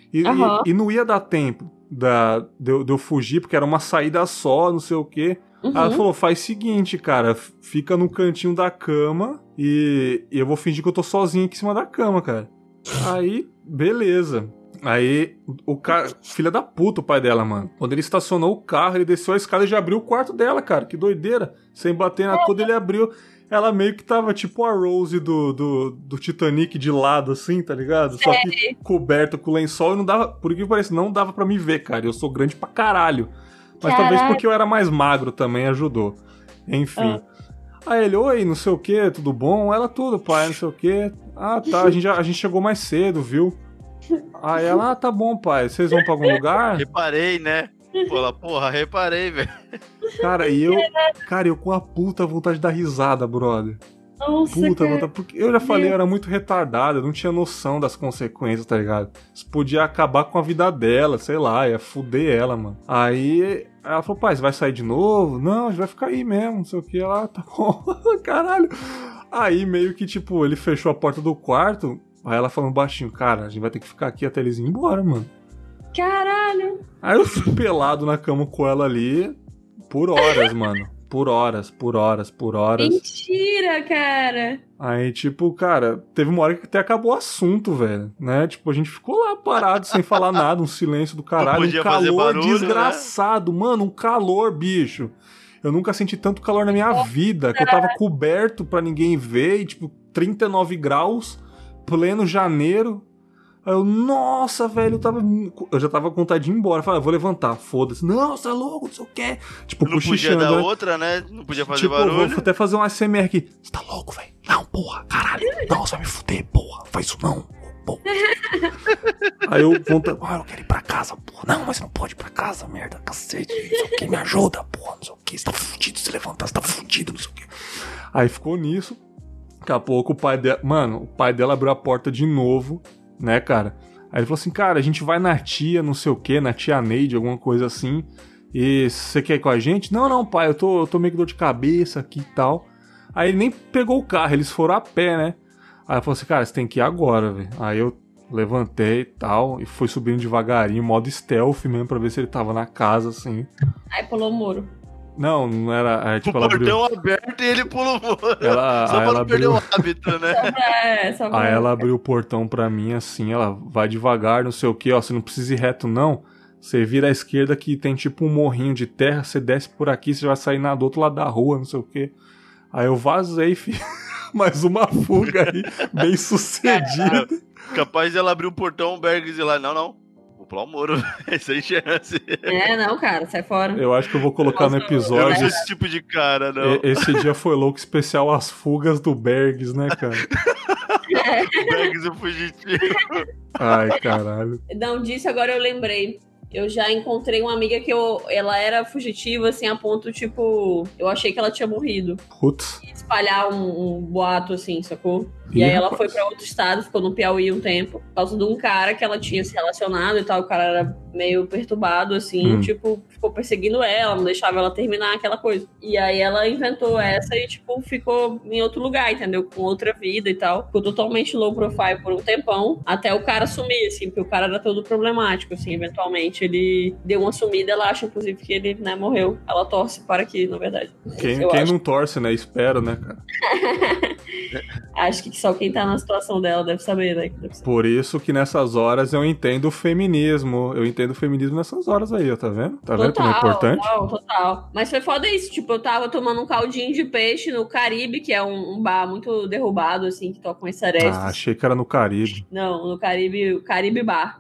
E não ia dar tempo de eu fugir, porque era uma saída só, não sei o quê. Ela falou, faz o seguinte, cara, fica no cantinho da cama e eu vou fingir que eu tô sozinho aqui em cima da cama, cara. Aí, beleza. Aí, o cara... Filha da puta o pai dela, mano. Quando ele estacionou o carro, ele desceu a escada e já abriu o quarto dela, cara. Que doideira. Sem bater na... Quando ele abriu, ela meio que tava tipo a Rose do Titanic de lado, assim, tá ligado? Só que coberta com lençol e não dava... Por que parece, não dava pra me ver, cara. Eu sou grande pra caralho. Mas talvez porque eu era mais magro também ajudou. Enfim. Aí ele, oi, não sei o que, tudo bom? Ela, tudo, pai, não sei o que. Ah, tá, a gente chegou mais cedo, viu? Aí ela, tá bom, pai, vocês vão pra algum lugar? Reparei, né? Porra, reparei, velho. Cara, eu com a puta vontade de dar risada, brother. Nossa, Puta, cara. porque eu já falei, eu era muito retardado, eu não tinha noção das consequências, tá ligado? Isso podia acabar com a vida dela, sei lá, ia fuder ela, mano. Aí ela falou, pai, você vai sair de novo? Não, a gente vai ficar aí mesmo, não sei o que. Ela, tá bom, caralho. Aí meio que, tipo, ele fechou a porta do quarto, aí ela falando baixinho, cara, a gente vai ter que ficar aqui até eles irem embora, mano. Caralho. Aí eu fui pelado na cama com ela ali por horas, mano. Por horas. Mentira, cara. Aí, tipo, cara, teve uma hora que até acabou o assunto, velho, né? Tipo, a gente ficou lá parado sem falar nada, um silêncio do caralho, podia um fazer calor barulho, desgraçado, mano, um calor, bicho. Eu nunca senti tanto calor na minha vida, que eu tava coberto pra ninguém ver, e, tipo, 39 graus, pleno janeiro. Aí eu, nossa, velho, eu já tava com vontade de ir embora. Eu falei, vou levantar, foda-se. Não, você é louco, não sei o quê. Tipo, Não podia cochichando, dar né? outra, né? Não podia fazer Tipo, barulho. vou até fazer um ASMR aqui. Você tá louco, velho? Não, porra, caralho. Não, você vai me fuder, porra. Faz isso não, porra. Aí eu volto, eu quero ir pra casa, porra. Não, mas não pode ir pra casa, merda, cacete. Não sei o que, me ajuda, porra, não sei o que. Você tá fudido, se levantar, você tá fudido, não sei o que. Aí ficou nisso. Daqui a pouco o pai dela... Mano, o pai dela abriu a porta de novo, né, cara? Aí ele falou assim, cara, a gente vai na tia, não sei o que, na tia Neide, alguma coisa assim. E você quer ir com a gente? Não, pai, eu tô meio com dor de cabeça aqui e tal. Aí ele nem pegou o carro, eles foram a pé, né? Aí eu falei assim, cara, você tem que ir agora, velho. Aí eu levantei e tal, e fui subindo devagarinho, modo stealth mesmo, pra ver se ele tava na casa, assim. Aí pulou o muro. Não era... Aí, tipo, O ela abriu... portão aberto e ele pula o muro. Só aí pra ela não perder abriu... o hábito, né? Só pra... Aí ela abriu o portão pra mim, assim, ela vai devagar, não sei o que, ó, você não precisa ir reto, não. Você vira à esquerda que tem tipo um morrinho de terra, você desce por aqui, você vai sair do outro lado da rua, não sei o que. Aí eu vazei, filho. Mais uma fuga aí, bem sucedida. Capaz dela abrir o portão, o Bergs ir lá. Não. Vou pular o muro, sem chance. Não, cara, sai fora. Eu acho que eu vou colocar no Eu não episódio. sou esse tipo de cara, não. Esse dia foi louco, especial as fugas do Bergs, né, cara? Bergs e o fugitivo. Ai, caralho. Não, disso agora eu lembrei. Eu já encontrei uma amiga que ela era fugitiva, assim, a ponto, tipo... Eu achei que ela tinha morrido. Putz. Espalhar um boato, assim, sacou? E aí ela foi pra outro estado, ficou no Piauí um tempo, por causa de um cara que ela tinha se relacionado e tal. O cara era meio perturbado, assim, tipo, ficou perseguindo ela, não deixava ela terminar aquela coisa. E aí ela inventou essa e, tipo, ficou em outro lugar, entendeu? Com outra vida e tal. Ficou totalmente low profile por um tempão, até o cara sumir, assim, porque o cara era todo problemático, assim, eventualmente ele deu uma sumida, ela acha, inclusive, que ele, né, morreu. Ela torce para que, na verdade. Quem não torce, né? Espera, né, cara? Acho que só quem tá na situação dela deve saber, né? Por isso que nessas horas eu entendo o feminismo. Eu entendo o feminismo nessas horas aí, ó, tá vendo? Tá vendo como é importante? Total. Mas foi foda isso, tipo, eu tava tomando um caldinho de peixe no Caribe, que é um bar muito derrubado, assim, que toca com esse arestas. Ah, achei que era no Caribe. Não, no Caribe, Caribe Bar.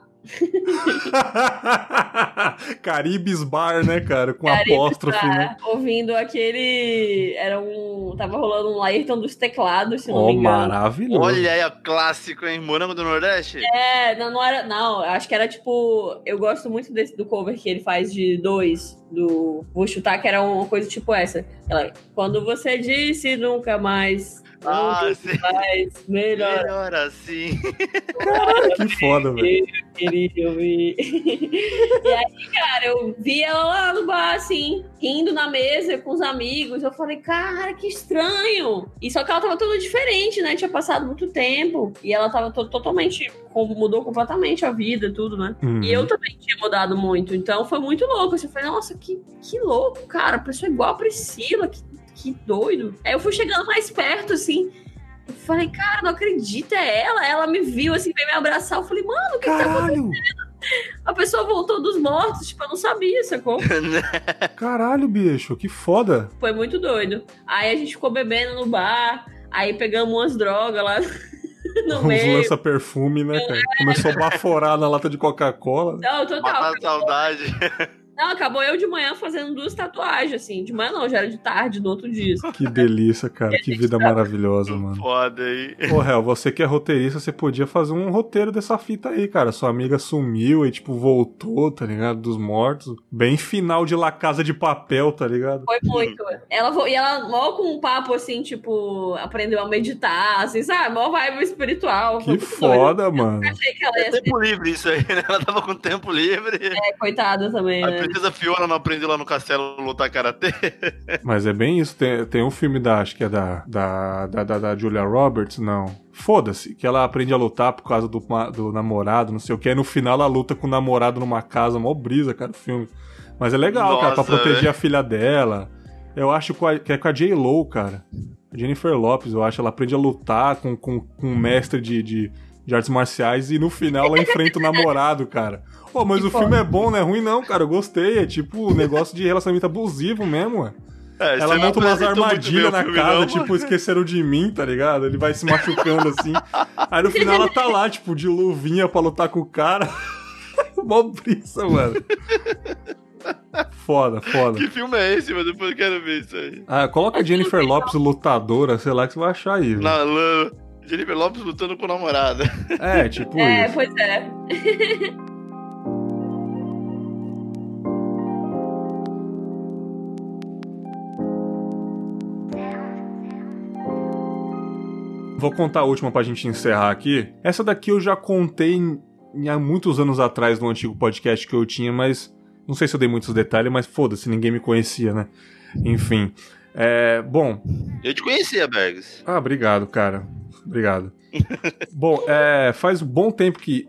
Caribes Bar, né, cara? Com Caribe apóstrofe, Bar, né? ouvindo aquele... Tava rolando um Ayrton dos teclados, se não me engano. Maravilhoso. Olha aí, ó, clássico, hein? Morango do Nordeste? Não era... Não, acho que era tipo... Eu gosto muito do cover que ele faz de dois, do... Vou chutar que era uma coisa tipo essa. Quando você disse nunca mais... Sim. Faz melhor assim. Caralho, que foda, velho. Queria ouvir. E aí, cara, eu vi ela lá no bar, assim, rindo na mesa com os amigos. Eu falei, cara, que estranho. E só que ela tava toda diferente, né? Tinha passado muito tempo. E ela tava totalmente... Mudou completamente a vida, tudo, né? E eu também tinha mudado muito. Então foi muito louco. Assim, eu falei, nossa, que louco, cara. A pessoa é igual a Priscila, que doido. Aí eu fui chegando mais perto, assim. Eu falei, cara, não acredito, é ela. Ela me viu, assim, veio me abraçar. Eu falei, mano, o que tá acontecendo? A pessoa voltou dos mortos, tipo, eu não sabia, sacou? Caralho, bicho, que foda. Foi muito doido. Aí a gente ficou bebendo no bar. Aí pegamos umas drogas lá no meio. Lança-perfume, né, cara? Começou a baforar na lata de Coca-Cola. Não, total. Matar a saudade. Não, acabou eu de manhã fazendo 2 tatuagens, assim. De manhã não, já era de tarde, no outro dia. Que delícia, cara. Que vida maravilhosa, mano. Foda aí. Ô, Hel, você que é roteirista, você podia fazer um roteiro dessa fita aí, cara. Sua amiga sumiu e, tipo, voltou, tá ligado? Dos mortos. Bem final de La Casa de Papel, tá ligado? Foi muito. E ela mó com um papo, assim, tipo, aprendeu a meditar, assim, sabe? Mó vibe espiritual. Que foda, mano. Eu achei que ela ia É tempo livre isso aí, né? Ela tava com tempo livre. coitada também, A né? princesa Fiona não aprendeu lá no castelo a lutar karatê. Mas é bem isso. Tem um filme acho que é da Julia Roberts, não. Foda-se, que ela aprende a lutar por causa do namorado, não sei o que. Aí no final ela luta com o namorado numa casa, mó brisa, cara, o filme. Mas é legal, Nossa, cara, pra proteger véio. a filha dela. Eu acho que é com a J-Lo, cara. Jennifer Lopez, eu acho. Ela aprende a lutar com um mestre de artes marciais e no final ela enfrenta o namorado, cara. Pô, mas o filme é bom, não é ruim não, cara. Eu gostei. É tipo um negócio de relacionamento abusivo mesmo, ué. Ela monta umas armadilhas na casa, tipo, esqueceram de mim, tá ligado? Ele vai se machucando assim. Aí no final ela tá lá, tipo, de luvinha pra lutar com o cara. Mó brisa, mano. Foda. Que filme é esse? Mas depois eu quero ver isso aí. Coloca a Jennifer Lopez lutadora, sei lá, que você vai achar aí. Jennifer Lopez lutando com a namorada. É, tipo isso. Pois é. Vou contar a última pra gente encerrar aqui. Essa daqui eu já contei há muitos anos atrás no antigo podcast que eu tinha, mas não sei se eu dei muitos detalhes, mas foda-se, ninguém me conhecia, né? Enfim. Bom. Eu te conhecia, Bergs. Obrigado, cara. Obrigado. Bom, faz um bom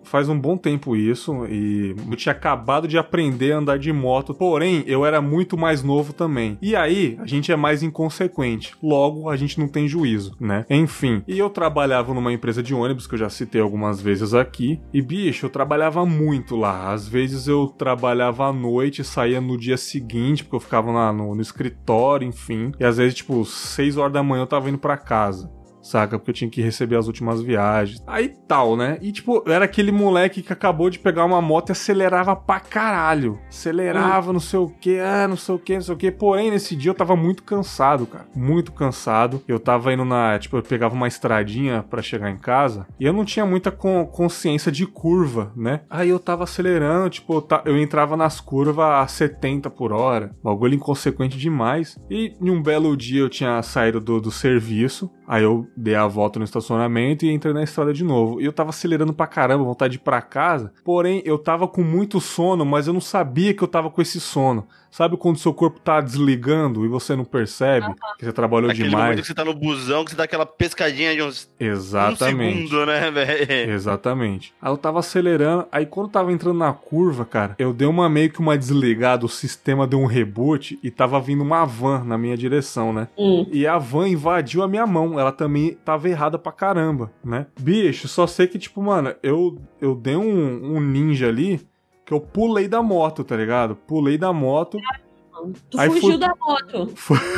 tempo isso, e eu tinha acabado de aprender a andar de moto, porém eu era muito mais novo também. E aí, a gente é mais inconsequente, logo a gente não tem juízo, né? Enfim, e eu trabalhava numa empresa de ônibus que eu já citei algumas vezes aqui, e bicho, eu trabalhava muito lá. Às vezes eu trabalhava à noite, saía no dia seguinte, porque eu ficava no escritório, enfim, e às vezes, tipo, 6 horas da manhã eu tava indo pra casa. Saca? Porque eu tinha que receber as últimas viagens. Aí tal, né? E tipo, eu era aquele moleque que acabou de pegar uma moto e acelerava pra caralho. Acelerava, não sei o que, não sei o que. Porém, nesse dia eu tava muito cansado, cara. Muito cansado. Eu tava indo eu pegava uma estradinha pra chegar em casa e eu não tinha muita consciência de curva, né? Aí eu tava acelerando, tipo, eu entrava nas curvas a 70 por hora. Bagulho inconsequente demais. E em um belo dia eu tinha saído do serviço. Aí eu dei a volta no estacionamento e entrei na estrada de novo. E eu tava acelerando pra caramba, vontade de ir pra casa. Porém, eu tava com muito sono, mas eu não sabia que eu tava com esse sono. Sabe quando seu corpo tá desligando e você não percebe que você trabalhou Aquele demais? momento que você tá no busão, que você dá aquela pescadinha de uns... Exatamente. 1 segundo, né, velho? Exatamente. Aí eu tava acelerando, aí quando eu tava entrando na curva, cara, eu dei meio que uma desligada, o sistema deu um reboot e tava vindo uma van na minha direção, né? E a van invadiu a minha mão, ela também tava errada pra caramba, né? Bicho, só sei que, tipo, mano, eu dei um ninja ali, que eu pulei da moto, tá ligado? Pulei da moto. Tu fugiu da moto.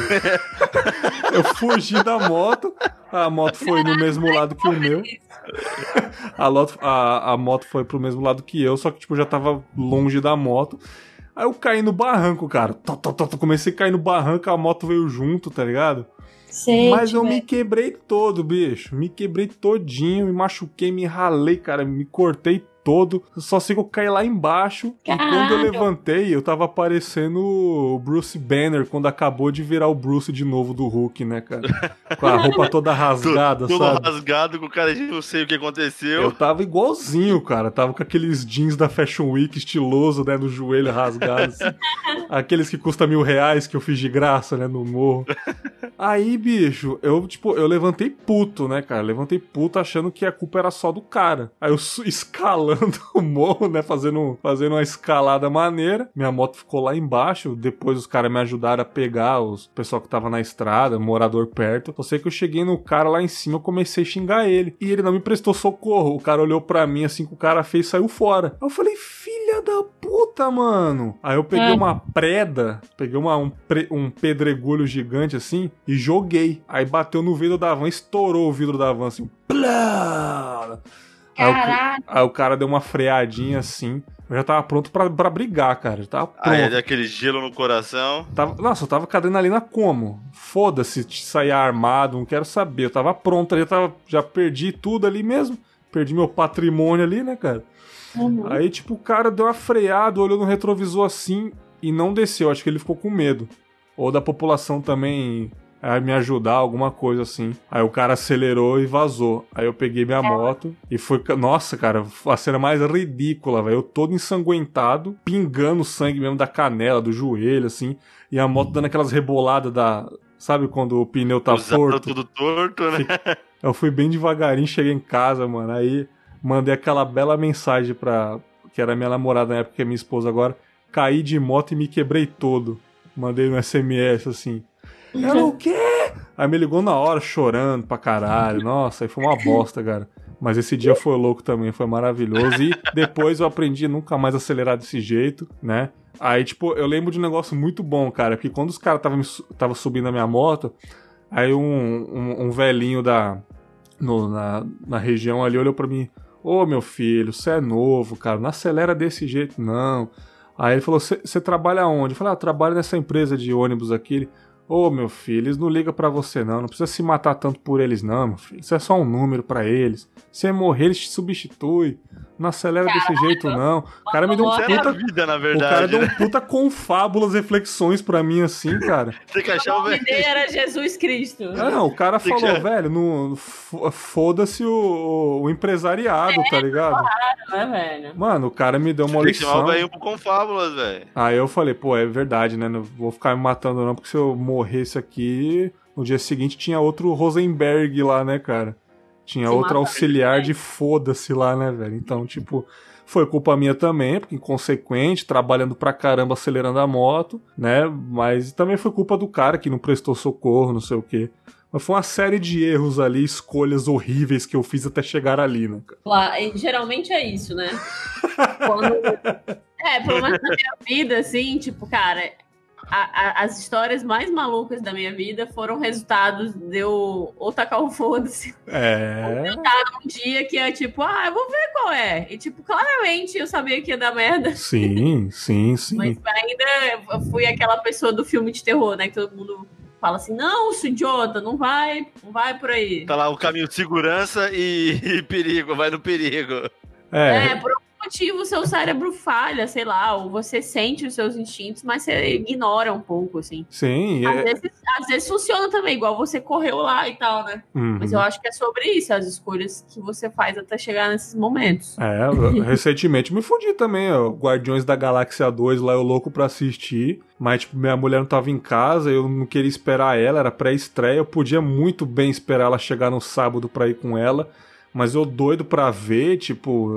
Eu fugi da moto, a moto foi no mesmo lado que o meu. A moto foi pro mesmo lado que eu, só que tipo, já tava longe da moto. Aí eu caí no barranco, cara. Comecei a cair no barranco, a moto veio junto, tá ligado? Sei, mas eu me quebrei todo, bicho. Me quebrei todinho, me machuquei, me ralei, cara. Me cortei todo. Só sei que eu caí lá embaixo. Caralho. E quando eu levantei, eu tava parecendo o Bruce Banner quando acabou de virar o Bruce de novo do Hulk, né, cara? Com a roupa toda rasgada, todo sabe? rasgado, com o cara de não sei o que aconteceu. Eu tava igualzinho, cara. Tava com aqueles jeans da Fashion Week estiloso, né, no joelho rasgado, assim. Aqueles que custam R$1.000 que eu fiz de graça, né, no morro. Aí, bicho, eu levantei puto, né, cara? Levantei puto achando que a culpa era só do cara. Aí eu escalando o morro, né, fazendo uma escalada maneira. Minha moto ficou lá embaixo. Depois os caras me ajudaram a pegar o pessoal que tava na estrada, morador perto. Eu sei que eu cheguei no cara lá em cima, eu comecei a xingar ele. E ele não me prestou socorro. O cara olhou pra mim assim que o cara fez e saiu fora. Aí eu falei, filha da puta, mano. Aí eu peguei uma preda, peguei um pedregulho gigante assim e joguei. Aí bateu no vidro da van, estourou o vidro da van assim. Plá! Aí o cara deu uma freadinha assim. Eu já tava pronto pra brigar, cara. Eu tava pronto. Aí, aquele gelo no coração. Nossa, eu tava com a adrenalina como? Foda-se, sair armado, não quero saber. Eu tava pronto ali, já perdi tudo ali mesmo. Perdi meu patrimônio ali, né, cara? Uhum. Aí, tipo, o cara deu uma freada, olhou no retrovisor assim e não desceu. Acho que ele ficou com medo. Ou da população também me ajudar, alguma coisa assim. Aí o cara acelerou e vazou. Aí eu peguei minha moto e foi... Nossa, cara, a cena mais ridícula, velho. Eu todo ensanguentado, pingando sangue mesmo da canela, do joelho, assim. E a moto dando aquelas reboladas da... Sabe quando o pneu tá torto? Tudo torto, né? Eu fui bem devagarinho, cheguei em casa, mano. Aí mandei aquela bela mensagem que era minha namorada na época, que é minha esposa agora. Caí de moto e me quebrei todo. Mandei no SMS, assim. Ela, o quê? Aí me ligou na hora, chorando pra caralho. Nossa, aí foi uma bosta, cara. Mas esse dia foi louco também, foi maravilhoso. E depois eu aprendi a nunca mais acelerar desse jeito, né? Aí, tipo, eu lembro de um negócio muito bom, cara. Porque quando os caras tava subindo a minha moto, aí um velhinho na região ali olhou pra mim. Ô, meu filho, você é novo, cara. Não acelera desse jeito, não. Aí ele falou, você trabalha onde? Eu falei, eu trabalho nessa empresa de ônibus aqui. Ele, ô, meu filho, eles não ligam pra você não precisa se matar tanto por eles não, meu filho. Isso é só um número pra eles. Se morrer, eles te substituem. Não acelera desse jeito não. O cara me deu um puta... vida, na verdade, o cara deu um puta confábulas reflexões pra mim assim, cara. Você que achava... O nome dele era Jesus Cristo. Não, o cara falou, velho, foda-se o empresariado, tá ligado? Claro, né, velho? Mano, o cara me deu uma lição. Você chamava com fábulas, velho. Aí eu falei, pô, é verdade, né? Não vou ficar me matando não, porque se eu morresse aqui, no dia seguinte tinha outro Rosenberg lá, né, cara? Tinha outro auxiliar de foda-se lá, né, velho? Então, tipo, foi culpa minha também, porque inconsequente, trabalhando pra caramba, acelerando a moto, né? Mas também foi culpa do cara que não prestou socorro, não sei o quê. Mas foi uma série de erros ali, escolhas horríveis que eu fiz até chegar ali, né, cara? Lá, e geralmente é isso, né? Pelo menos na minha vida, assim, tipo, cara... As histórias mais malucas da minha vida foram resultados de eu ou tacar o foda-se. Ou eu tava num dia que é tipo, eu vou ver qual é. E tipo, claramente eu sabia que ia dar merda. Sim. Mas ainda eu fui aquela pessoa do filme de terror, né? Que todo mundo fala assim, não, seu idiota, não vai por aí. Tá lá o caminho de segurança e perigo, vai no perigo. Por algum motivo o seu cérebro falha, sei lá, ou você sente os seus instintos, mas você ignora um pouco, assim. Sim. Às vezes funciona também, igual você correu lá e tal, né? Uhum. Mas eu acho que é sobre isso, as escolhas que você faz até chegar nesses momentos. Recentemente me fudi também, ó. Guardiões da Galáxia 2, lá eu louco pra assistir, mas tipo, minha mulher não tava em casa, eu não queria esperar ela, era pré-estreia, eu podia muito bem esperar ela chegar no sábado pra ir com ela, mas eu doido pra ver, tipo,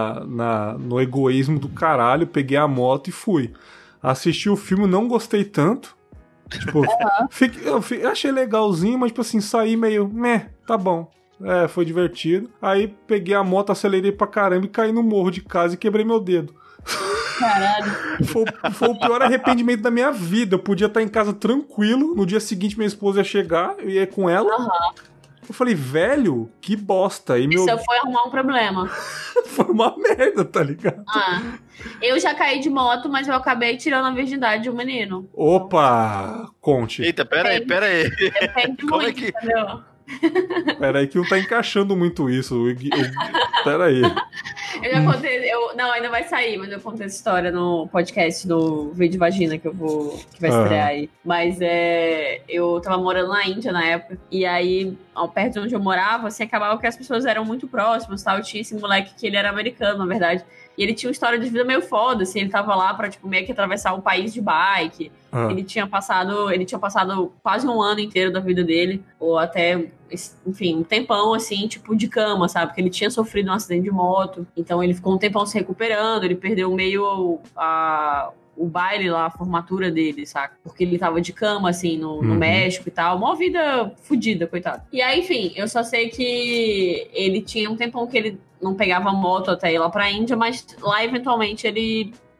no egoísmo do caralho, peguei a moto e fui. Assisti o filme, não gostei tanto. Tipo, eu achei legalzinho, mas tipo assim, saí meio, tá bom. Foi divertido. Aí peguei a moto, acelerei pra caramba e caí no morro de casa e quebrei meu dedo. Caralho. Foi o pior arrependimento da minha vida. Eu podia estar em casa tranquilo, no dia seguinte minha esposa ia chegar, eu ia com ela. Eu falei, velho, que bosta. E Isso foi arrumar um problema. Foi uma merda, tá ligado? Eu já caí de moto, mas eu acabei tirando a virgindade de um menino. Opa, conte. Eita, pera aí. Depende muito, entendeu? Peraí que não tá encaixando muito isso. Peraí. Eu já contei, não, ainda vai sair, mas eu contei essa história no podcast do Vídeo Vagina que vai estrear aí. Mas eu tava morando na Índia na época, e aí, perto de onde eu morava, assim, acabava que as pessoas eram muito próximas, tal. Eu tinha esse moleque que ele era americano, na verdade. E ele tinha uma história de vida meio foda, assim, ele tava lá pra, tipo, meio que atravessar o país de bike. Ele tinha passado quase um ano inteiro da vida dele, ou até, enfim, um tempão, assim, tipo, de cama, sabe? Porque ele tinha sofrido um acidente de moto, então ele ficou um tempão se recuperando, ele perdeu meio o baile lá, a formatura dele, saca? Porque ele tava de cama, assim, no México e tal. Uma vida fodida, coitado. E aí, enfim, eu só sei que ele tinha um tempão que ele não pegava moto até ir lá pra Índia, mas lá, eventualmente, ele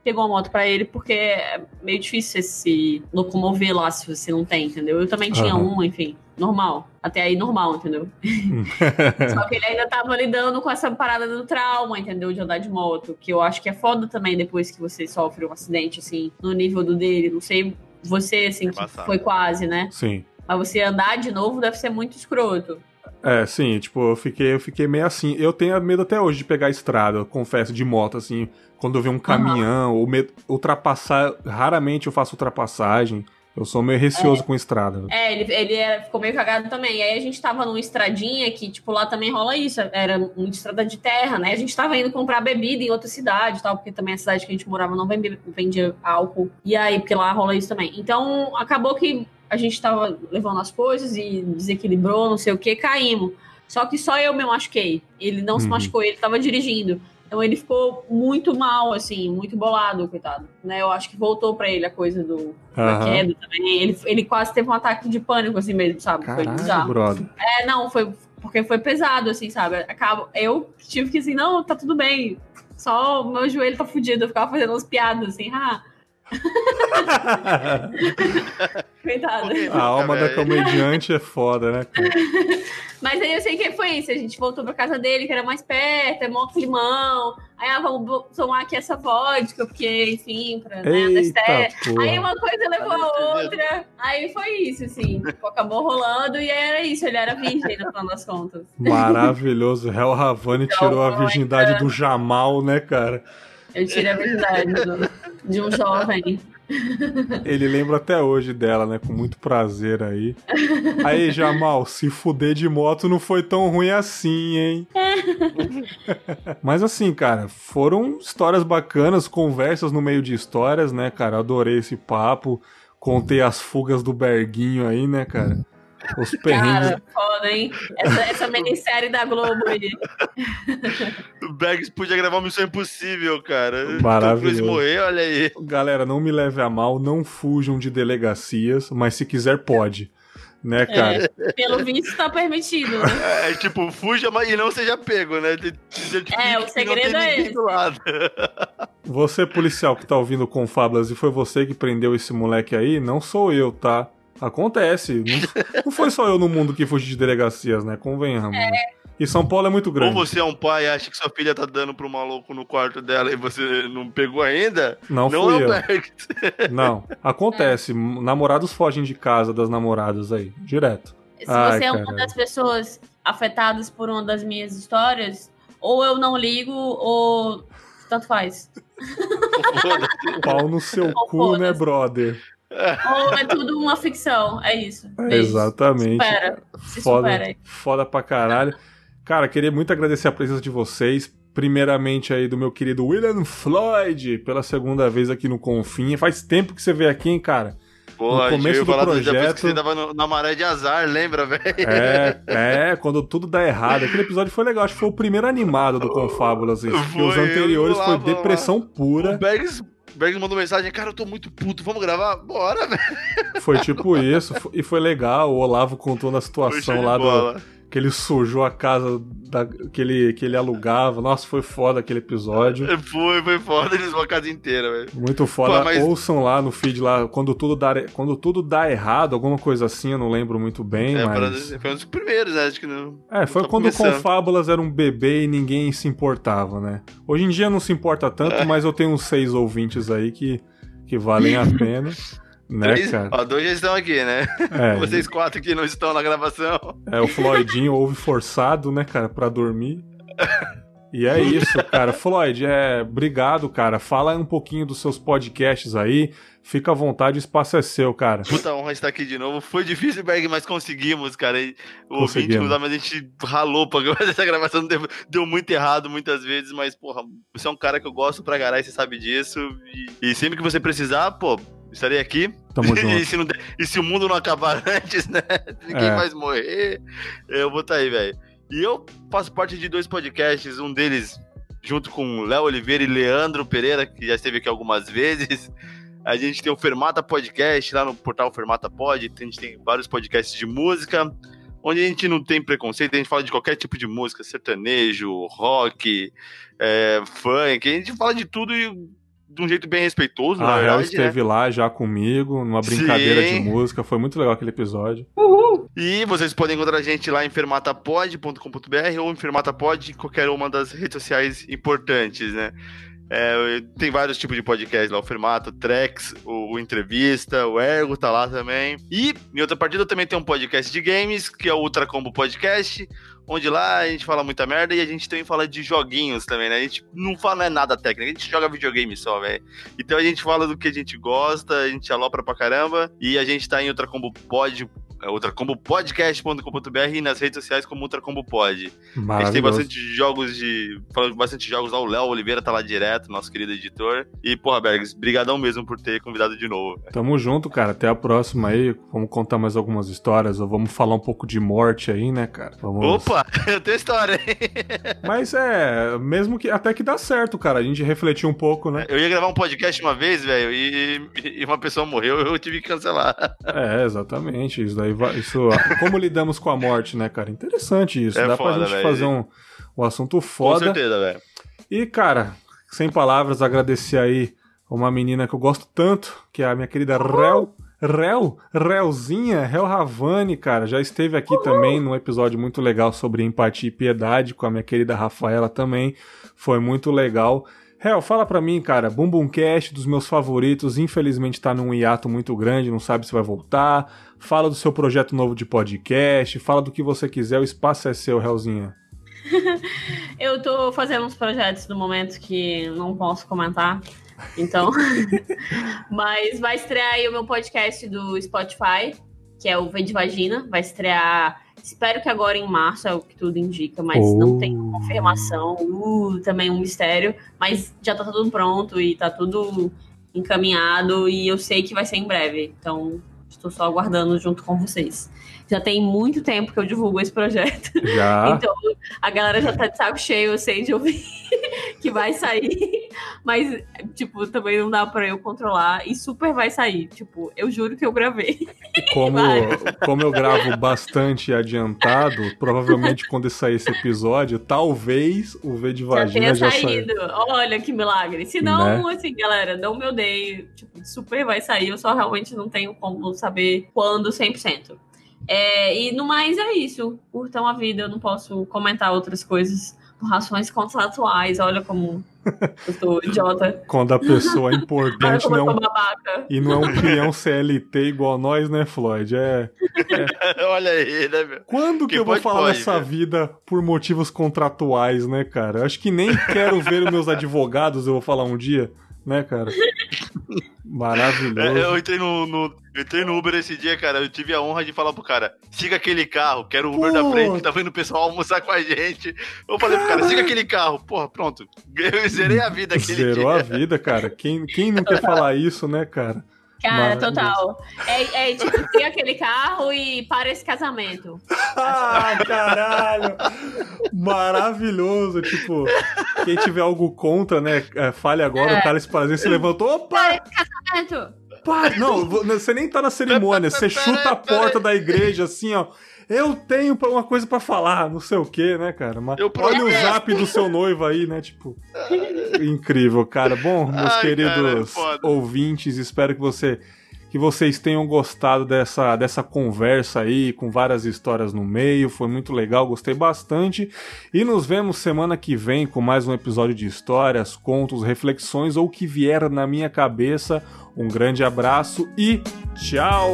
pegou uma moto pra ele, porque é meio difícil você se locomover lá se você não tem, entendeu? Eu também tinha uma, enfim, normal. Até aí normal, entendeu? Só que ele ainda tava lidando com essa parada do trauma, entendeu? De andar de moto, que eu acho que é foda também depois que você sofre um acidente, assim, no nível do dele. Não sei você, assim, que foi quase, né? Sim. Mas você andar de novo deve ser muito escroto. Sim, tipo, eu fiquei meio assim. Eu tenho medo até hoje de pegar a estrada, eu confesso, de moto, assim. Quando eu ver um caminhão, ou ultrapassar, raramente eu faço ultrapassagem. Eu sou meio receoso com estrada. Ele ficou meio cagado também. E aí a gente tava numa estradinha que, tipo, lá também rola isso. Era uma estrada de terra, né? A gente tava indo comprar bebida em outra cidade e tal, porque também a cidade que a gente morava não vendia álcool. E aí, porque lá rola isso também. Então, acabou que a gente tava levando as coisas e desequilibrou, não sei o que, caímos. Só que só eu me machuquei. Ele não se machucou, ele tava dirigindo. Então ele ficou muito mal, assim, muito bolado, coitado. Né? Eu acho que voltou pra ele a coisa da queda também. Ele quase teve um ataque de pânico, assim mesmo, sabe? Caralho, foi bizarro. Brother. Não, foi porque foi pesado, assim, sabe? Eu tive que, assim, não, tá tudo bem. Só o meu joelho tá fudido. Eu ficava fazendo umas piadas, assim, Coitado. A alma da comediante é foda, né, cara? Mas aí eu sei que foi isso. A gente voltou pra casa dele, que era mais perto, é mó climão. Aí, vamos tomar aqui essa vodka, porque, enfim, pra Aí uma coisa levou a outra. Aí foi isso, assim. Tipo, acabou rolando e era isso. Ele era virgem, no final das contas. Maravilhoso. Hel Havani tirou a virgindade do Jamal, né, cara? Eu tirei a virgindade de um jovem. Ele lembra até hoje dela, né? Com muito prazer aí. Aí, Jamal, se fuder de moto não foi tão ruim assim, hein? Mas assim, cara, foram histórias bacanas, conversas no meio de histórias, né, cara? Adorei esse papo. Contei as fugas do Berguinho aí, né, cara? Os perrengues. Cara, foda, hein? Essa minissérie da Globo aí. O Bergs podia gravar uma Missão Impossível, cara. Maravilhoso. Morrer, olha aí. Galera, não me leve a mal, não fujam de delegacias, mas se quiser pode. Né, cara? Pelo visto tá permitido, né? Tipo, fuja e não seja pego, né? O segredo é esse. Você, policial que tá ouvindo Confablas, e foi você que prendeu esse moleque aí, não sou eu, tá? Acontece. Não foi só eu no mundo que fugi de delegacias, né? Convenhamos. Né? E São Paulo é muito grande. Ou você é um pai e acha que sua filha tá dando pro maluco no quarto dela e você não pegou ainda? Não fui eu. Não. Acontece. Namorados fogem de casa das namoradas aí. Direto. Se você é uma das pessoas afetadas por uma das minhas histórias, ou eu não ligo, ou tanto faz. Pau no seu cu, né, brother? Ou é tudo uma ficção, é isso. Exatamente. Se supera. Foda pra caralho. Cara, queria muito agradecer a presença de vocês. Primeiramente aí do meu querido William Floyd, pela segunda vez aqui no Confim. Faz tempo que você veio aqui, hein, cara? Pô, no começo do projeto. Que você tava na maré de azar, lembra, velho? Quando tudo dá errado. Aquele episódio foi legal, acho que foi o primeiro animado do Confábulas. Porque os anteriores foi depressão pura. O Bergs mandou mensagem, cara, eu tô muito puto, vamos gravar? Bora, velho. Foi tipo isso, e foi legal. O Olavo contou na situação lá que ele sujou a casa que ele alugava. Nossa, foi foda aquele episódio. Foi foda, eles vão a casa inteira, velho. Muito foda. Pô, ouçam lá no feed lá, quando tudo dá errado, alguma coisa assim, eu não lembro muito bem, mas... Foi um dos primeiros, né? Acho que não... foi quando o Confábulas era um bebê e ninguém se importava, né? Hoje em dia não se importa tanto, mas eu tenho uns 6 ouvintes aí que valem a pena. Né, cara? Ó, 2 já estão aqui, né? Vocês 4 que não estão na gravação. O Floydinho ouve forçado, né, cara, pra dormir. E é isso, cara. Floyd, obrigado, cara. Fala um pouquinho dos seus podcasts aí. Fica à vontade, o espaço é seu, cara. Puta honra estar aqui de novo. Foi difícil, Berg, mas conseguimos, cara. O ouvinte não dá, mas a gente ralou pra fazer essa gravação. Deu muito errado muitas vezes, mas, porra, você é um cara que eu gosto pra caralho, você sabe disso. E sempre que você precisar, pô, estarei aqui. Tamo junto. E se o mundo não acabar antes, né? Ninguém mais morrer, eu vou estar aí, velho. E eu faço parte de 2 podcasts, um deles junto com Léo Oliveira e Leandro Pereira, que já esteve aqui algumas vezes. A gente tem o Fermata Podcast lá no portal Fermata Pod, a gente tem vários podcasts de música, onde a gente não tem preconceito, a gente fala de qualquer tipo de música, sertanejo, rock, funk, a gente fala de tudo e de um jeito bem respeitoso, na A Hel verdade, esteve lá já comigo, numa brincadeira de música. Foi muito legal aquele episódio. E vocês podem encontrar a gente lá em fermatapod.com.br ou em fermatapod em qualquer uma das redes sociais importantes, né? Tem vários tipos de podcast lá, o Fermata, o Trex, o Entrevista, o Ergo tá lá também. E em outra partida também tem um podcast de games, que é o Ultra Combo Podcast, onde lá a gente fala muita merda e a gente também fala de joguinhos também, né? A gente não fala nada técnico, a gente joga videogame só, velho. Então a gente fala do que a gente gosta, a gente alopra pra caramba e a gente tá em Ultra Combo ultracombopodcast.com.br e nas redes sociais como Ultracombo Pod. A gente tem bastante jogos falando de bastante jogos lá, o Léo Oliveira tá lá direto, nosso querido editor. E, porra, Bergs, brigadão mesmo por ter convidado de novo. Tamo junto, cara. Até a próxima aí. Vamos contar mais algumas histórias, ou vamos falar um pouco de morte aí, né, cara? Opa, eu tenho história, hein? Mas mesmo que até que dá certo, cara. A gente refletiu um pouco, né? Eu ia gravar um podcast uma vez, velho, e uma pessoa morreu, eu tive que cancelar. Exatamente. Como lidamos com a morte, né, cara? Interessante isso. Dá foda, pra gente véio. fazer um assunto foda. Com certeza, velho. E, cara, sem palavras, agradecer aí uma menina que eu gosto tanto, que é a minha querida Relzinha, Hel Havani, cara. Já esteve aqui também num episódio muito legal sobre empatia e piedade com a minha querida Rafaela também. Foi muito legal. Hel, fala pra mim, cara, Bumbumcast, dos meus favoritos, infelizmente tá num hiato muito grande, não sabe se vai voltar. Fala do seu projeto novo de podcast, fala do que você quiser, o espaço é seu, Helzinha. Eu tô fazendo uns projetos no momento que não posso comentar, então... Mas vai estrear aí o meu podcast do Spotify, que é o V de Vagina, vai estrear... Espero que agora em março, é o que tudo indica, mas não tem confirmação, também um mistério, mas já tá tudo pronto e tá tudo encaminhado e eu sei que vai ser em breve, então estou só aguardando junto com vocês. Já tem muito tempo que eu divulgo esse projeto, então a galera já tá de saco cheio, eu sei de ouvir que vai sair, mas, tipo, também não dá pra eu controlar e super vai sair, tipo, eu juro que eu gravei. Como eu gravo bastante adiantado, provavelmente quando sair esse episódio, talvez o V de Vagina já saído. Olha que milagre. Se não, assim, galera, não me odeie. Tipo, super vai sair. Eu só realmente não tenho como saber quando 100%. E no mais é isso. Curtam a vida. Eu não posso comentar outras coisas por razões contratuais. Olha como eu tô idiota. Quando a pessoa é importante e não é um peão CLT igual nós, né, Floyd? Olha aí, né, meu? Quando que eu vou falar dessa vida por motivos contratuais, né, cara? Eu acho que nem quero ver os meus advogados, eu vou falar um dia, né, cara? Maravilhoso. Eu entrei no Uber esse dia, cara. Eu tive a honra de falar pro cara: siga aquele carro, que era o Uber da frente, tava indo o pessoal almoçar com a gente. Eu falei pro cara: siga aquele carro. Porra, pronto. Eu zerei a vida aquele dia. Zerou a vida, cara. Quem não quer falar isso, né, cara? Cara, total. Tipo, tem aquele carro e para esse casamento. Caralho! Maravilhoso. Tipo, quem tiver algo contra, né? Fale agora, o cara se prazer se levantou. Opa! Para esse casamento! Não, você nem tá na cerimônia. Você chuta a porta da igreja assim, ó. Eu tenho uma coisa pra falar, não sei o que, né, cara? Mas olha o zap do seu noivo aí, né? Tipo, incrível, cara. Bom, meus queridos ouvintes, espero que vocês tenham gostado dessa conversa aí, com várias histórias no meio. Foi muito legal, gostei bastante. E nos vemos semana que vem com mais um episódio de histórias, contos, reflexões ou o que vier na minha cabeça. Um grande abraço e tchau!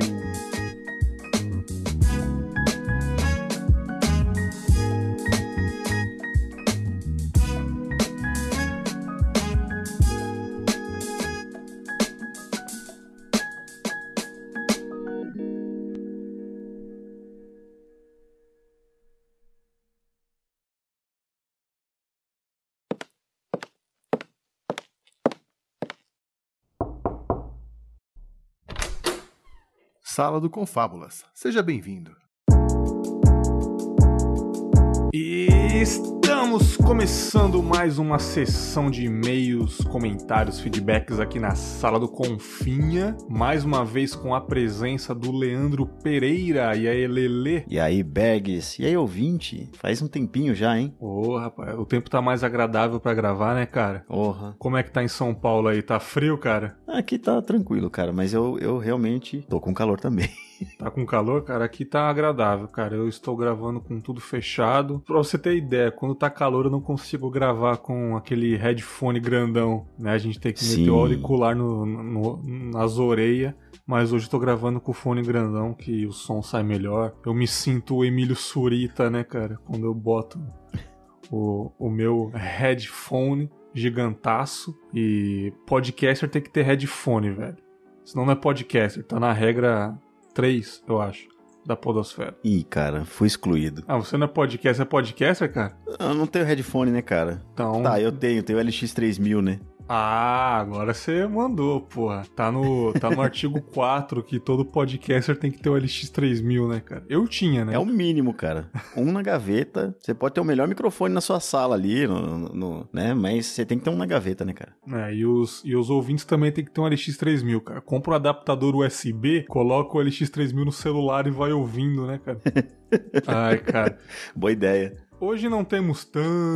Sala do Confábulas. Seja bem-vindo. E estamos Estamos começando mais uma sessão de e-mails, comentários, feedbacks aqui na Sala do Confinha. Mais uma vez com a presença do Leandro Pereira. E aí, Lelê? E aí, Bergs? E aí, ouvinte? Faz um tempinho já, hein? Ô, rapaz, o tempo tá mais agradável pra gravar, né, cara? Porra. Como é que tá em São Paulo aí? Tá frio, cara? Aqui tá tranquilo, cara, mas eu realmente tô com calor também. Tá com calor, cara? Aqui tá agradável, cara. Eu estou gravando com tudo fechado. Pra você ter ideia, quando tá calor eu não consigo gravar com aquele headphone grandão, né? A gente tem que meter o auricular nas orelhas. Mas hoje eu tô gravando com o fone grandão, que o som sai melhor. Eu me sinto o Emílio Surita, né, cara? Quando eu boto o meu headphone gigantaço. E podcaster tem que ter headphone, velho. Senão não é podcaster, tá na regra 3, eu acho, da podosfera. Ih, cara, fui excluído. Ah, você não é podcaster, é podcaster, cara? Eu não tenho headphone, né, cara? Então... Tá, eu tenho o LX3000, né? Ah, agora você mandou, porra. Tá no artigo 4 que todo podcaster tem que ter o LX3000, né, cara? Eu tinha, né? É o mínimo, cara. Um na gaveta. Você pode ter o melhor microfone na sua sala ali, né? Mas você tem que ter um na gaveta, né, cara? É, e os ouvintes também tem que ter um LX3000, cara. Compra um adaptador USB, coloca o LX3000 no celular e vai ouvindo, né, cara? Ai, cara. Boa ideia. Hoje não temos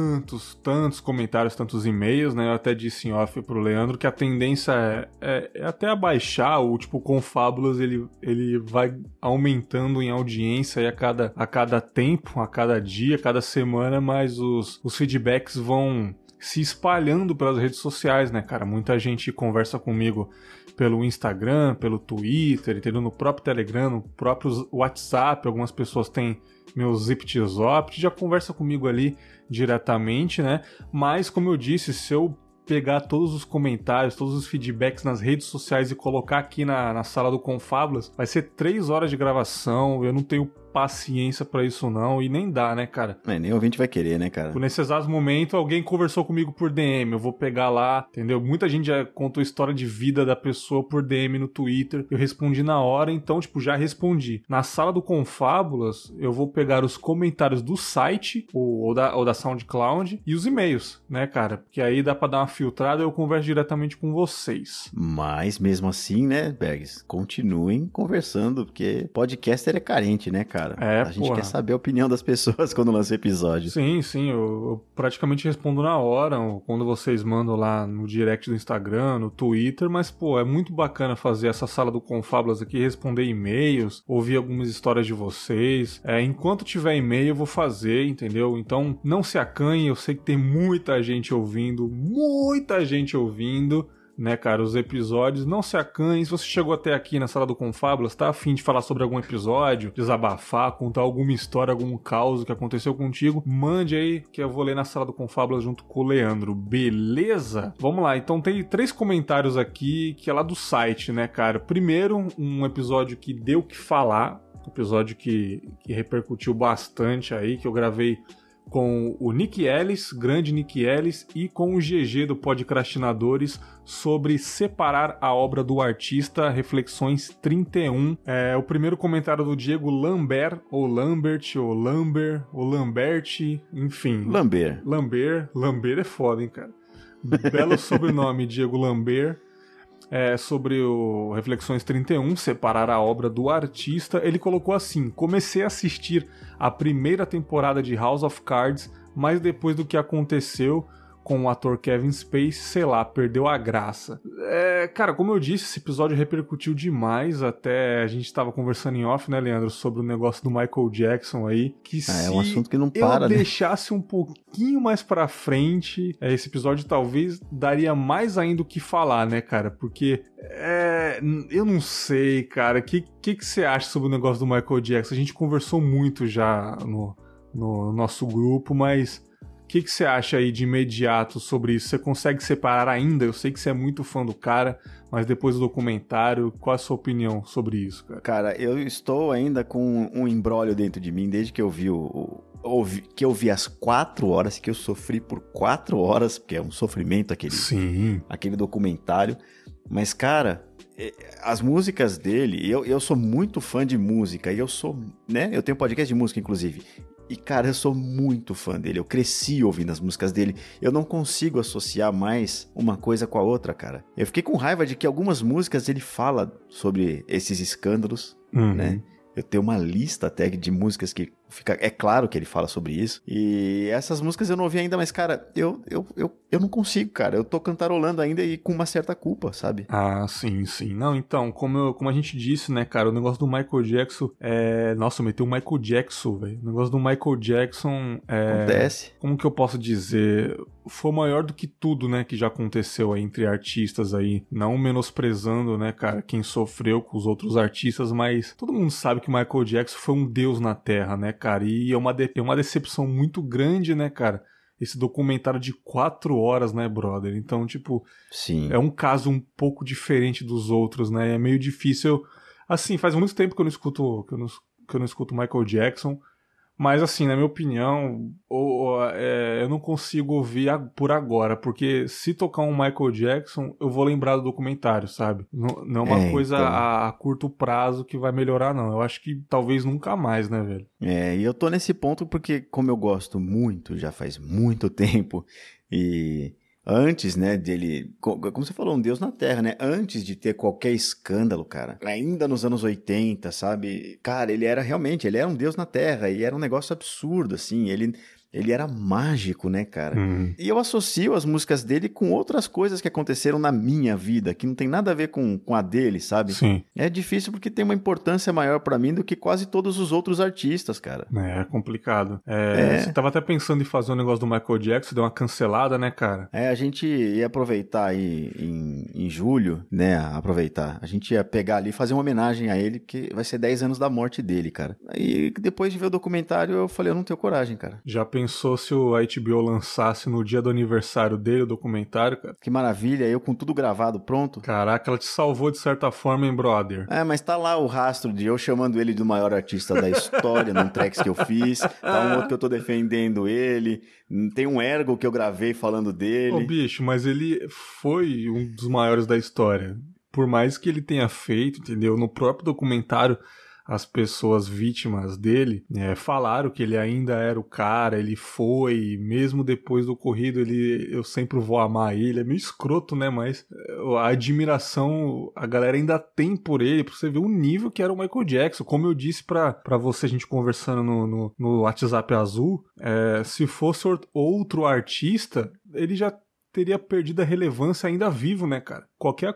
tantos comentários, tantos e-mails, né? Eu até disse em off pro Leandro que a tendência é até abaixar, o tipo Confábulas ele vai aumentando em audiência aí a cada tempo, a cada dia, a cada semana, mas os feedbacks vão se espalhando pelas redes sociais, né, cara? Muita gente conversa comigo pelo Instagram, pelo Twitter, entendeu? No próprio Telegram, no próprio WhatsApp, algumas pessoas têm meu ZipTzop, já conversa comigo ali diretamente, né? Mas, como eu disse, se eu pegar todos os comentários, todos os feedbacks nas redes sociais e colocar aqui na Sala do Confábulas, vai ser 3 horas de gravação, eu não tenho paciência pra isso não, e nem dá, né, cara? Nem o ouvinte vai querer, né, cara? Nesse exato momento, alguém conversou comigo por DM, eu vou pegar lá, entendeu? Muita gente já contou a história de vida da pessoa por DM no Twitter, eu respondi na hora, então, tipo, já respondi. Na Sala do Confábulas, eu vou pegar os comentários do site, ou da SoundCloud, e os e-mails, né, cara? Porque aí dá pra dar uma filtrada e eu converso diretamente com vocês. Mas, mesmo assim, né, Bergs, continuem conversando, porque podcaster é carente, né, cara? A gente quer saber a opinião das pessoas quando lança episódio. Sim, eu praticamente respondo na hora, quando vocês mandam lá no direct do Instagram, no Twitter, mas, pô, é muito bacana fazer essa Sala do Confábulas aqui, responder e-mails, ouvir algumas histórias de vocês. Enquanto tiver e-mail, eu vou fazer, entendeu? Então, não se acanhe, eu sei que tem muita gente ouvindo, né, cara, os episódios, não se acanhe. Se você chegou até aqui na Sala do Confábulas, tá a fim de falar sobre algum episódio, desabafar, contar alguma história, algum caos que aconteceu contigo, mande aí que eu vou ler na Sala do Confábulas junto com o Leandro, beleza? Vamos lá, então tem 3 comentários aqui que é lá do site, né, cara? Primeiro, um episódio que deu o que falar, episódio que repercutiu bastante aí, que eu gravei com o Nick Ellis, grande Nick Ellis, e com o GG do Podcrastinadores sobre separar a obra do artista, Reflexões 31. O primeiro comentário do Diego Lambert, ou Lambert, ou Lambert, ou Lambert, enfim. Lambert é foda, hein, cara. Belo sobrenome, Diego Lambert. Sobre o Reflexões 31, separar a obra do artista, ele colocou assim: comecei a assistir a primeira temporada de House of Cards, mas depois do que aconteceu com o ator Kevin Spacey, sei lá, perdeu a graça. Cara, como eu disse, esse episódio repercutiu demais, até a gente tava conversando em off, né, Leandro, sobre o negócio do Michael Jackson aí, que se um assunto que não para, eu deixasse um pouquinho mais pra frente, esse episódio talvez daria mais ainda o que falar, né, cara, porque eu não sei, cara, o que você acha sobre o negócio do Michael Jackson? A gente conversou muito já no nosso grupo, mas o que você acha aí de imediato sobre isso? Você consegue separar ainda? Eu sei que você é muito fã do cara, mas depois do documentário, qual a sua opinião sobre isso, cara? Cara, eu estou ainda com um imbróglio dentro de mim, desde que eu vi que eu vi as 4 horas, que eu sofri por 4 horas, porque é um sofrimento aquele documentário. Mas, cara, as músicas dele, eu sou muito fã de música, e eu sou, né? Eu tenho podcast de música, inclusive. E, cara, eu sou muito fã dele. Eu cresci ouvindo as músicas dele. Eu não consigo associar mais uma coisa com a outra, cara. Eu fiquei com raiva de que algumas músicas ele fala sobre esses escândalos, né? Eu tenho uma lista até de músicas que fica... É claro que ele fala sobre isso. E essas músicas eu não ouvi ainda, mas, cara, eu não consigo, cara. Eu tô cantarolando ainda e com uma certa culpa, sabe? Ah, sim. Não, então, como a gente disse, né, cara, o negócio do Michael Jackson é... Nossa, meteu o Michael Jackson, velho. O negócio do Michael Jackson é... Acontece. Como que eu posso dizer? Foi maior do que tudo, né, que já aconteceu aí entre artistas aí. Não menosprezando, né, cara, quem sofreu com os outros artistas, mas todo mundo sabe que o Michael Jackson foi um deus na Terra, né, cara? E é uma decepção muito grande, né, cara? Esse documentário de 4 horas, né, brother? Então, tipo, sim, é um caso um pouco diferente dos outros, né? É meio difícil. Assim, faz muito tempo que eu não escuto, que eu não escuto Michael Jackson. Mas, assim, na minha opinião, eu não consigo ouvir por agora, porque se tocar um Michael Jackson, eu vou lembrar do documentário, sabe? Não é uma coisa então... a curto prazo que vai melhorar, não. Eu acho que talvez nunca mais, né, velho? E eu tô nesse ponto porque, como eu gosto muito, já faz muito tempo, e... Antes, né, dele... Como você falou, um deus na Terra, né? Antes de ter qualquer escândalo, cara. Ainda nos anos 80, sabe? Cara, ele era um deus na Terra. E era um negócio absurdo, assim. Ele era mágico, né, cara? E eu associo as músicas dele com outras coisas que aconteceram na minha vida, que não tem nada a ver com a dele, sabe? Sim. É difícil porque tem uma importância maior pra mim do que quase todos os outros artistas, cara. É complicado. Você tava até pensando em fazer um negócio do Michael Jackson, deu uma cancelada, né, cara? A gente ia aproveitar aí em julho, né, A gente ia pegar ali e fazer uma homenagem a ele, porque vai ser 10 anos da morte dele, cara. Aí depois de ver o documentário, eu falei, eu não tenho coragem, cara. Já pensou se o HBO lançasse no dia do aniversário dele o documentário, cara? Que maravilha, eu com tudo gravado, pronto. Caraca, ela te salvou de certa forma, hein, brother? Mas tá lá o rastro de eu chamando ele do maior artista da história, num tracks que eu fiz. Tá um outro que eu tô defendendo ele. Tem um ergo que eu gravei falando dele. Ô, bicho, mas ele foi um dos maiores da história. Por mais que ele tenha feito, entendeu? No próprio documentário, as pessoas vítimas dele falaram que ele ainda era o cara, ele foi, mesmo depois do ocorrido, eu sempre vou amar ele. É meio escroto, né? Mas a admiração a galera ainda tem por ele, pra você ver o nível que era o Michael Jackson. Como eu disse pra você, a gente conversando no WhatsApp azul, se fosse outro artista, ele já teria perdido a relevância ainda vivo, né, cara? Qualquer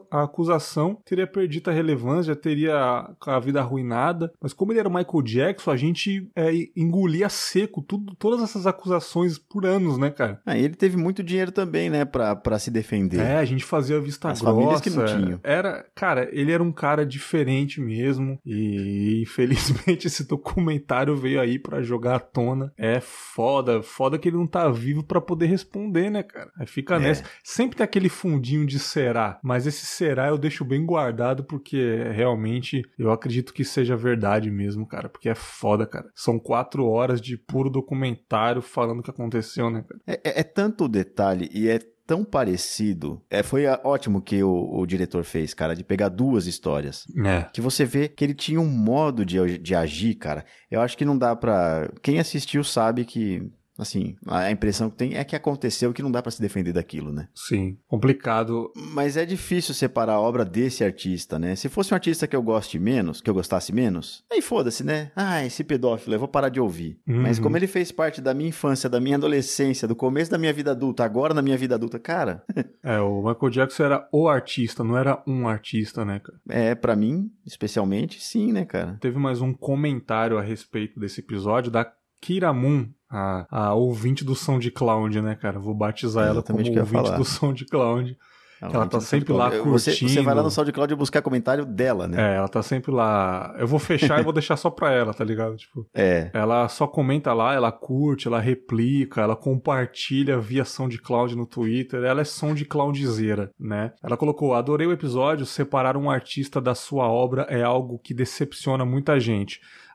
acusação teria perdido a relevância, já teria a vida arruinada. Mas como ele era o Michael Jackson, a gente engolia seco todas essas acusações por anos, né, cara? Ele teve muito dinheiro também, né, pra se defender. A gente fazia vista As grossa. famílias que não tinham. Cara, ele era um cara diferente mesmo. E infelizmente esse documentário veio aí pra jogar à tona. É foda que ele não tá vivo pra poder responder, né, cara? Aí fica nessa. Sempre tem aquele fundinho de será, mas esse será eu deixo bem guardado porque realmente eu acredito que seja verdade mesmo, cara, porque é foda, cara. São 4 horas de puro documentário falando o que aconteceu, né, cara? É tanto detalhe e é tão parecido. Foi ótimo que o diretor fez, cara, de pegar 2 histórias. Que você vê que ele tinha um modo de agir, cara. Eu acho que não dá pra... Quem assistiu sabe que... Assim, a impressão que tem é que aconteceu que não dá pra se defender daquilo, né? Sim, complicado. Mas é difícil separar a obra desse artista, né? Se fosse um artista que eu gostasse menos, aí foda-se, né? Esse pedófilo, eu vou parar de ouvir. Mas como ele fez parte da minha infância, da minha adolescência, do começo da minha vida adulta, agora na minha vida adulta, cara... O Michael Jackson era o artista, não era um artista, né, cara? Pra mim, especialmente, sim, né, cara? Teve mais um comentário a respeito desse episódio da Kira Moon, a ouvinte do SoundCloud, né, cara? Vou batizar ela como ouvinte do SoundCloud. Ela tá sempre lá curtindo. Você vai lá no SoundCloud buscar comentário dela, né? Ela tá sempre lá. Eu vou fechar e vou deixar só pra ela, tá ligado? Tipo, ela só comenta lá, ela curte, ela replica, ela compartilha via SoundCloud no Twitter. Ela é SoundCloudzera, né? Ela colocou: adorei o episódio, separar um artista da sua obra é algo que decepciona muita gente.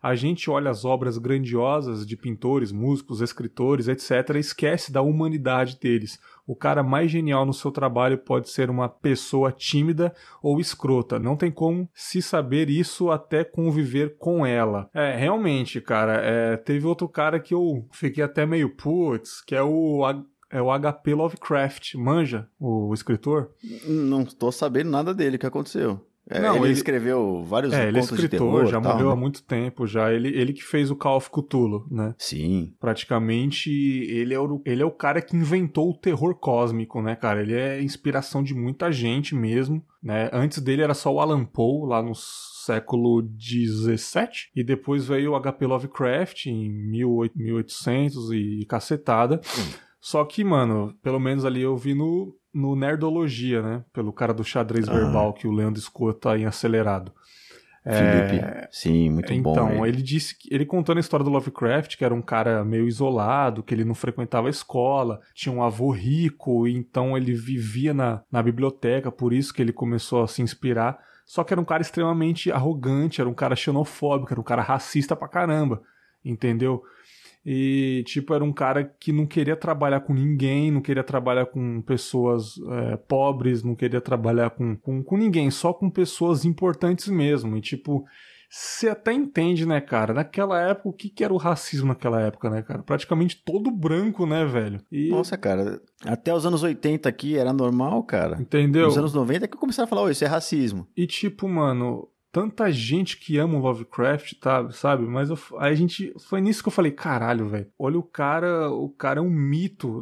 a gente olha as obras grandiosas de pintores, músicos, escritores, etc., e esquece da humanidade deles. O cara mais genial no seu trabalho pode ser uma pessoa tímida ou escrota. Não tem como se saber isso até conviver com ela. Realmente, cara, teve outro cara que eu fiquei até meio putz, que é o H.P. Lovecraft. Manja, o escritor? Não tô sabendo nada dele, o que aconteceu? Não, ele escreveu vários ele é contos escritor, de terror, já tal, morreu né? há muito tempo já. Ele que fez o Call of Cthulhu, né? Sim. Praticamente, ele é o cara que inventou o terror cósmico, né, cara? Ele é inspiração de muita gente mesmo, né? Antes dele era só o Alan Poe, lá no século XVII, e depois veio o H.P. Lovecraft em 1800 e cacetada. Só que, mano, pelo menos ali eu vi no Nerdologia, né? Pelo cara do xadrez verbal, que o Leandro escuta em Acelerado. Felipe, sim, muito bom. Então, ele disse que ele contando a história do Lovecraft, que era um cara meio isolado, que ele não frequentava a escola, tinha um avô rico, e então ele vivia na biblioteca, por isso que ele começou a se inspirar. Só que era um cara extremamente arrogante, era um cara xenofóbico, era um cara racista pra caramba, entendeu? E, tipo, era um cara que não queria trabalhar com ninguém, não queria trabalhar com pessoas pobres, não queria trabalhar com ninguém, só com pessoas importantes mesmo. E, tipo, você até entende, né, cara? Naquela época, o que era o racismo naquela época, né, cara? Praticamente todo branco, né, velho? Nossa, cara, até os anos 80 aqui era normal, cara. Entendeu? Nos anos 90 que começaram a falar, isso é racismo. E, tipo, mano, tanta gente que ama o Lovecraft, tá, sabe? Mas foi nisso que eu falei, caralho, velho. Olha o cara é um mito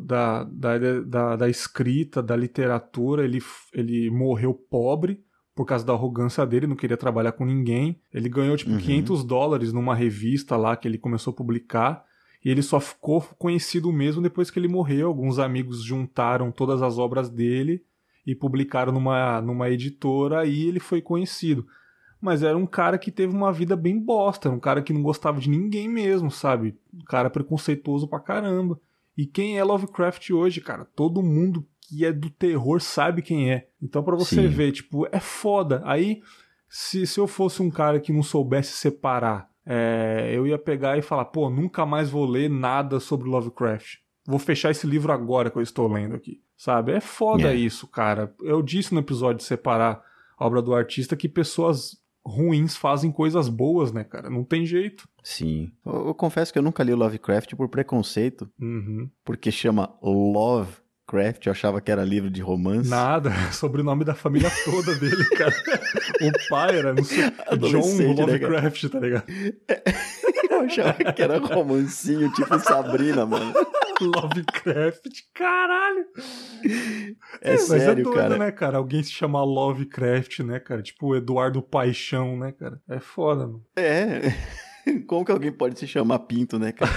da escrita, da literatura. Ele morreu pobre por causa da arrogância dele, não queria trabalhar com ninguém. Ele ganhou, tipo, $500 numa revista lá que ele começou a publicar. E ele só ficou conhecido mesmo depois que ele morreu. Alguns amigos juntaram todas as obras dele e publicaram numa editora, e ele foi conhecido. Mas era um cara que teve uma vida bem bosta, era um cara que não gostava de ninguém mesmo, sabe? Um cara preconceituoso pra caramba. E quem é Lovecraft hoje, cara? Todo mundo que é do terror sabe quem é. Então pra você ver, tipo, é foda. Aí, se eu fosse um cara que não soubesse separar, eu ia pegar e falar, pô, nunca mais vou ler nada sobre Lovecraft. Vou fechar esse livro agora que eu estou lendo aqui, sabe? É foda isso, cara. Eu disse no episódio de separar a obra do artista que pessoas ruins fazem coisas boas, né, cara? Não tem jeito. Sim. Eu confesso que eu nunca li o Lovecraft por preconceito, porque chama Lovecraft, eu achava que era livro de romance. Nada, sobrenome da família toda dele, cara. O pai era, não sei, John Lovecraft, né, tá ligado? Eu achava que era romancinho, tipo Sabrina, mano. Lovecraft, caralho. Mas sério, é doido, cara, né, cara? Alguém se chamar Lovecraft, né, cara? Tipo o Eduardo Paixão, né, cara? É foda, mano. Como que alguém pode se chamar Pinto, né, cara?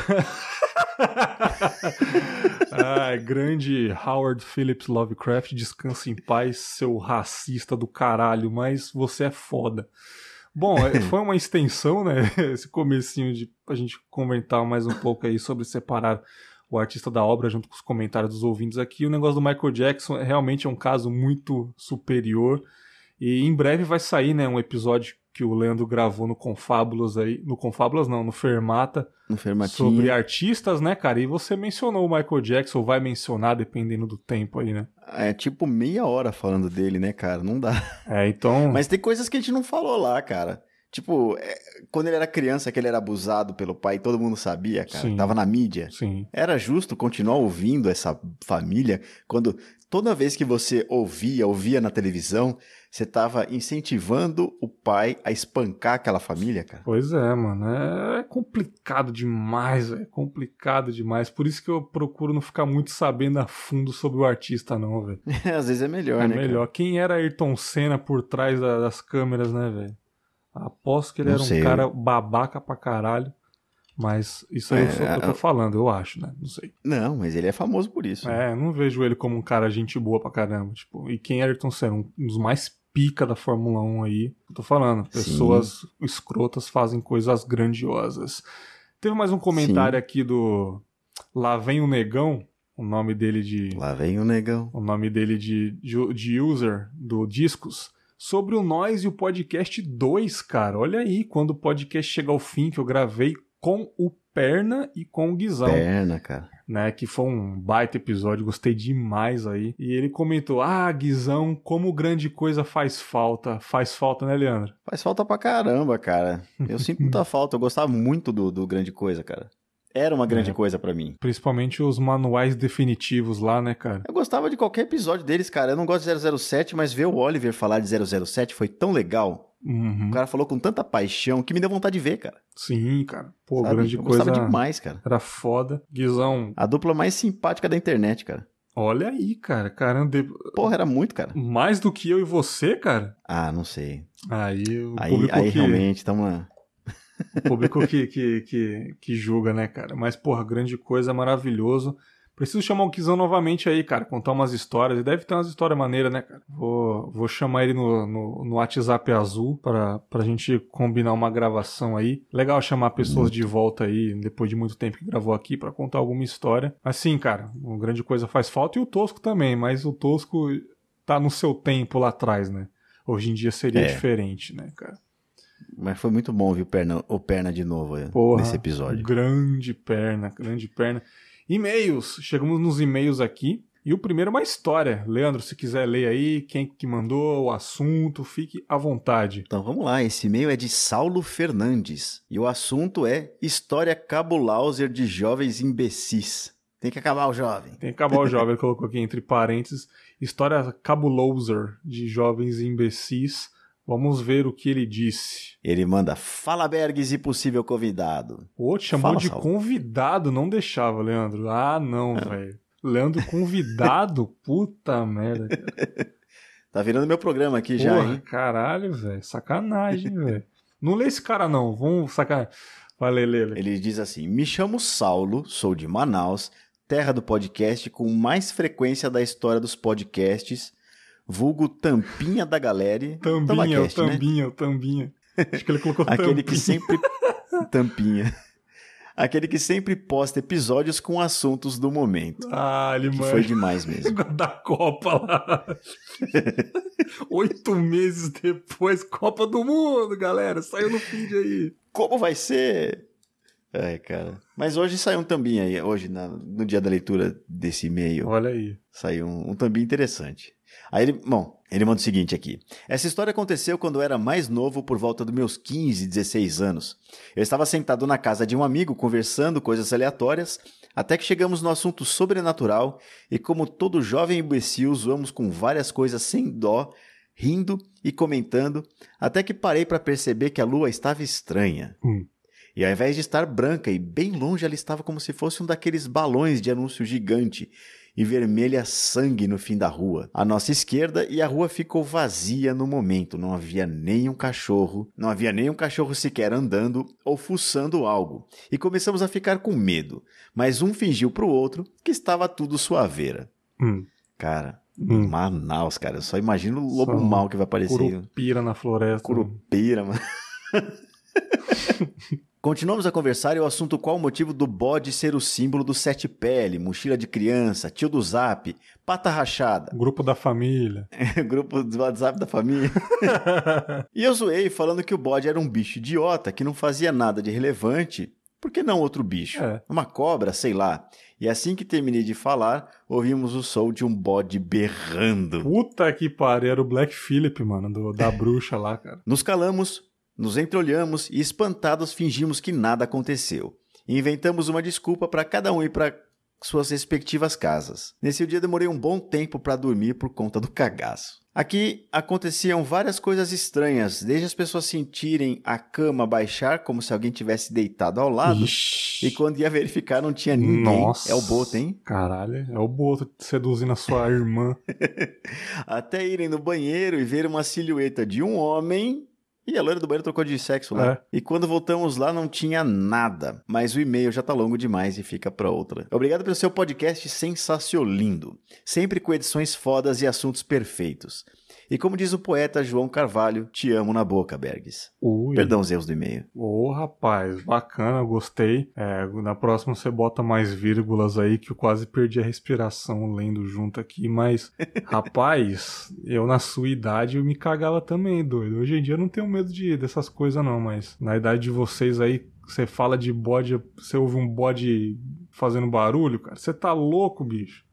Grande Howard Phillips Lovecraft, descansa em paz, seu racista do caralho, mas você é foda. Bom, foi uma extensão, né, esse comecinho de a gente comentar mais um pouco aí sobre separar o artista da obra junto com os comentários dos ouvintes aqui. O negócio do Michael Jackson realmente é um caso muito superior, e em breve vai sair, né, um episódio que o Leandro gravou no Confábulas aí, no Fermata, sobre artistas, né, cara? E você mencionou o Michael Jackson, ou vai mencionar, dependendo do tempo aí, né? É tipo meia hora falando dele, né, cara? Não dá. Então... Mas tem coisas que a gente não falou lá, cara. Tipo, quando ele era criança, que ele era abusado pelo pai, todo mundo sabia, cara. Sim. Tava na mídia. Sim. Era justo continuar ouvindo essa família quando toda vez que você ouvia na televisão, você tava incentivando o pai a espancar aquela família, cara. Pois é, mano. É complicado demais, é complicado demais. Por isso que eu procuro não ficar muito sabendo a fundo sobre o artista, não, velho. Às vezes é melhor, né, É melhor. cara? Quem era Ayrton Senna por trás das câmeras, né, velho? Aposto que ele era um cara babaca pra caralho. Mas isso aí eu tô falando, eu acho, né? Não sei. Não, mas ele é famoso por isso. Eu não vejo ele como um cara gente boa pra caramba. Tipo, e quem é Ayrton Senna? Um dos mais pica da Fórmula 1 aí. Eu tô falando, pessoas escrotas fazem coisas grandiosas. Teve mais um comentário aqui do Lá Vem o Negão. O nome dele Lá vem o Negão. O nome dele de user do Discos. sobre o Nós e o Podcast 2, cara. Olha aí, quando o podcast chega ao fim, que eu gravei com o Perna e com o Guizão. Perna, cara. Né, que foi um baita episódio, gostei demais aí. E ele comentou, Guizão, como grande coisa faz falta. Faz falta, né, Leandro? Faz falta pra caramba, cara. Eu sinto muita falta, eu gostava muito do grande coisa, cara. Era uma grande coisa pra mim. Principalmente os manuais definitivos lá, né, cara? Eu gostava de qualquer episódio deles, cara. Eu não gosto de 007, mas ver o Oliver falar de 007 foi tão legal. Uhum. O cara falou com tanta paixão que me deu vontade de ver, cara. Sim, cara. Pô, sabe? Grande eu coisa. Gostava demais, cara. Era foda. Guizão. A dupla mais simpática da internet, cara. Olha aí, cara. Caramba. Porra, era muito, cara. Mais do que eu e você, cara? Não sei. Aí o aí público realmente, estamos lá. O público que julga, né, cara? Mas, porra, grande coisa, maravilhoso. Preciso chamar o Guizão novamente aí, cara, contar umas histórias. Ele deve ter umas histórias maneiras, né, cara? Vou chamar ele no WhatsApp azul pra gente combinar uma gravação aí. Legal chamar pessoas de volta aí, depois de muito tempo que gravou aqui, pra contar alguma história. Mas sim, cara, uma grande coisa faz falta. E o Tosco também, mas o Tosco tá no seu tempo lá atrás, né? Hoje em dia seria diferente, né, cara? Mas foi muito bom ver o Perna de novo nesse episódio. Grande perna. E-mails, chegamos nos e-mails aqui. E o primeiro é uma história. Leandro, se quiser ler aí, quem que mandou, o assunto, fique à vontade. Então vamos lá, esse e-mail é de Saulo Fernandes. E o assunto é História Cabulauser de Jovens Imbecis. Tem que acabar o jovem. Tem que acabar o jovem, ele colocou aqui entre parênteses. História Cabuloser de Jovens Imbecis. Vamos ver o que ele disse. Ele manda, fala Bergs e possível convidado. Chamou de convidado, não deixava, Leandro. Não, velho. Leandro convidado? Puta merda. Cara. Tá virando meu programa aqui já, hein? Caralho, velho. Sacanagem, velho. Não lê esse cara, não. Vamos sacanagem. Vai ler. Ele diz assim, me chamo Saulo, sou de Manaus, terra do podcast com mais frequência da história dos podcasts, vulgo Tampinha da Galera. Tampinha. Acho que ele colocou Aquele que sempre... Tampinha. Aquele que sempre posta episódios com assuntos do momento. Ele que foi demais mesmo. Da Copa lá. 8 meses depois, Copa do Mundo, galera. Saiu no feed aí. Como vai ser? Cara. Mas hoje saiu um também aí. Hoje, no dia da leitura desse e-mail. Olha aí. Saiu um também interessante. Aí ele manda o seguinte aqui. Essa história aconteceu quando eu era mais novo, por volta dos meus 15, 16 anos. Eu estava sentado na casa de um amigo, conversando coisas aleatórias, até que chegamos no assunto sobrenatural e, como todo jovem imbecil, zoamos com várias coisas sem dó, rindo e comentando, até que parei para perceber que a lua estava estranha. E ao invés de estar branca e bem longe, ela estava como se fosse um daqueles balões de anúncio gigante e vermelha sangue no fim da rua, à nossa esquerda, e a rua ficou vazia no momento. Não havia nem um cachorro sequer andando ou fuçando algo. E começamos a ficar com medo, mas um fingiu pro outro que estava tudo suaveira. Cara, Manaus, cara, eu só imagino o lobo mau que vai aparecer. Curupira na floresta. Curupira, mano. Continuamos a conversar e o assunto qual o motivo do bode ser o símbolo do 7PL, mochila de criança, tio do Zap, pata rachada. Grupo da família. Grupo do WhatsApp da família. E eu zoei falando que o bode era um bicho idiota que não fazia nada de relevante. Por que não outro bicho? Uma cobra, sei lá. E assim que terminei de falar, ouvimos o som de um bode berrando. Puta que pariu, era o Black Phillip, mano, da bruxa lá, cara. Nos calamos, nos entreolhamos e espantados fingimos que nada aconteceu. E inventamos uma desculpa para cada um ir para suas respectivas casas. Nesse dia demorei um bom tempo para dormir por conta do cagaço. Aqui aconteciam várias coisas estranhas, desde as pessoas sentirem a cama baixar como se alguém tivesse deitado ao lado. Ixi. E quando ia verificar não tinha ninguém. Nossa. É o Boto, hein? Caralho, é o Boto seduzindo a sua irmã. Até irem no banheiro e ver uma silhueta de um homem... E a loira do banheiro trocou de sexo lá. E quando voltamos lá não tinha nada. Mas o e-mail já tá longo demais e fica pra outra. Obrigado pelo seu podcast sensaciolindo. Sempre com edições fodas e assuntos perfeitos. E como diz o poeta João Carvalho, te amo na boca, Bergs. Ui. Perdão os erros do e-mail. Ô, rapaz, bacana, gostei. Na próxima você bota mais vírgulas aí, que eu quase perdi a respiração lendo junto aqui, mas, rapaz, eu na sua idade eu me cagava também, doido. Hoje em dia eu não tenho medo dessas coisas não, mas na idade de vocês aí, você fala de bode, você ouve um bode fazendo barulho, cara, você tá louco, bicho.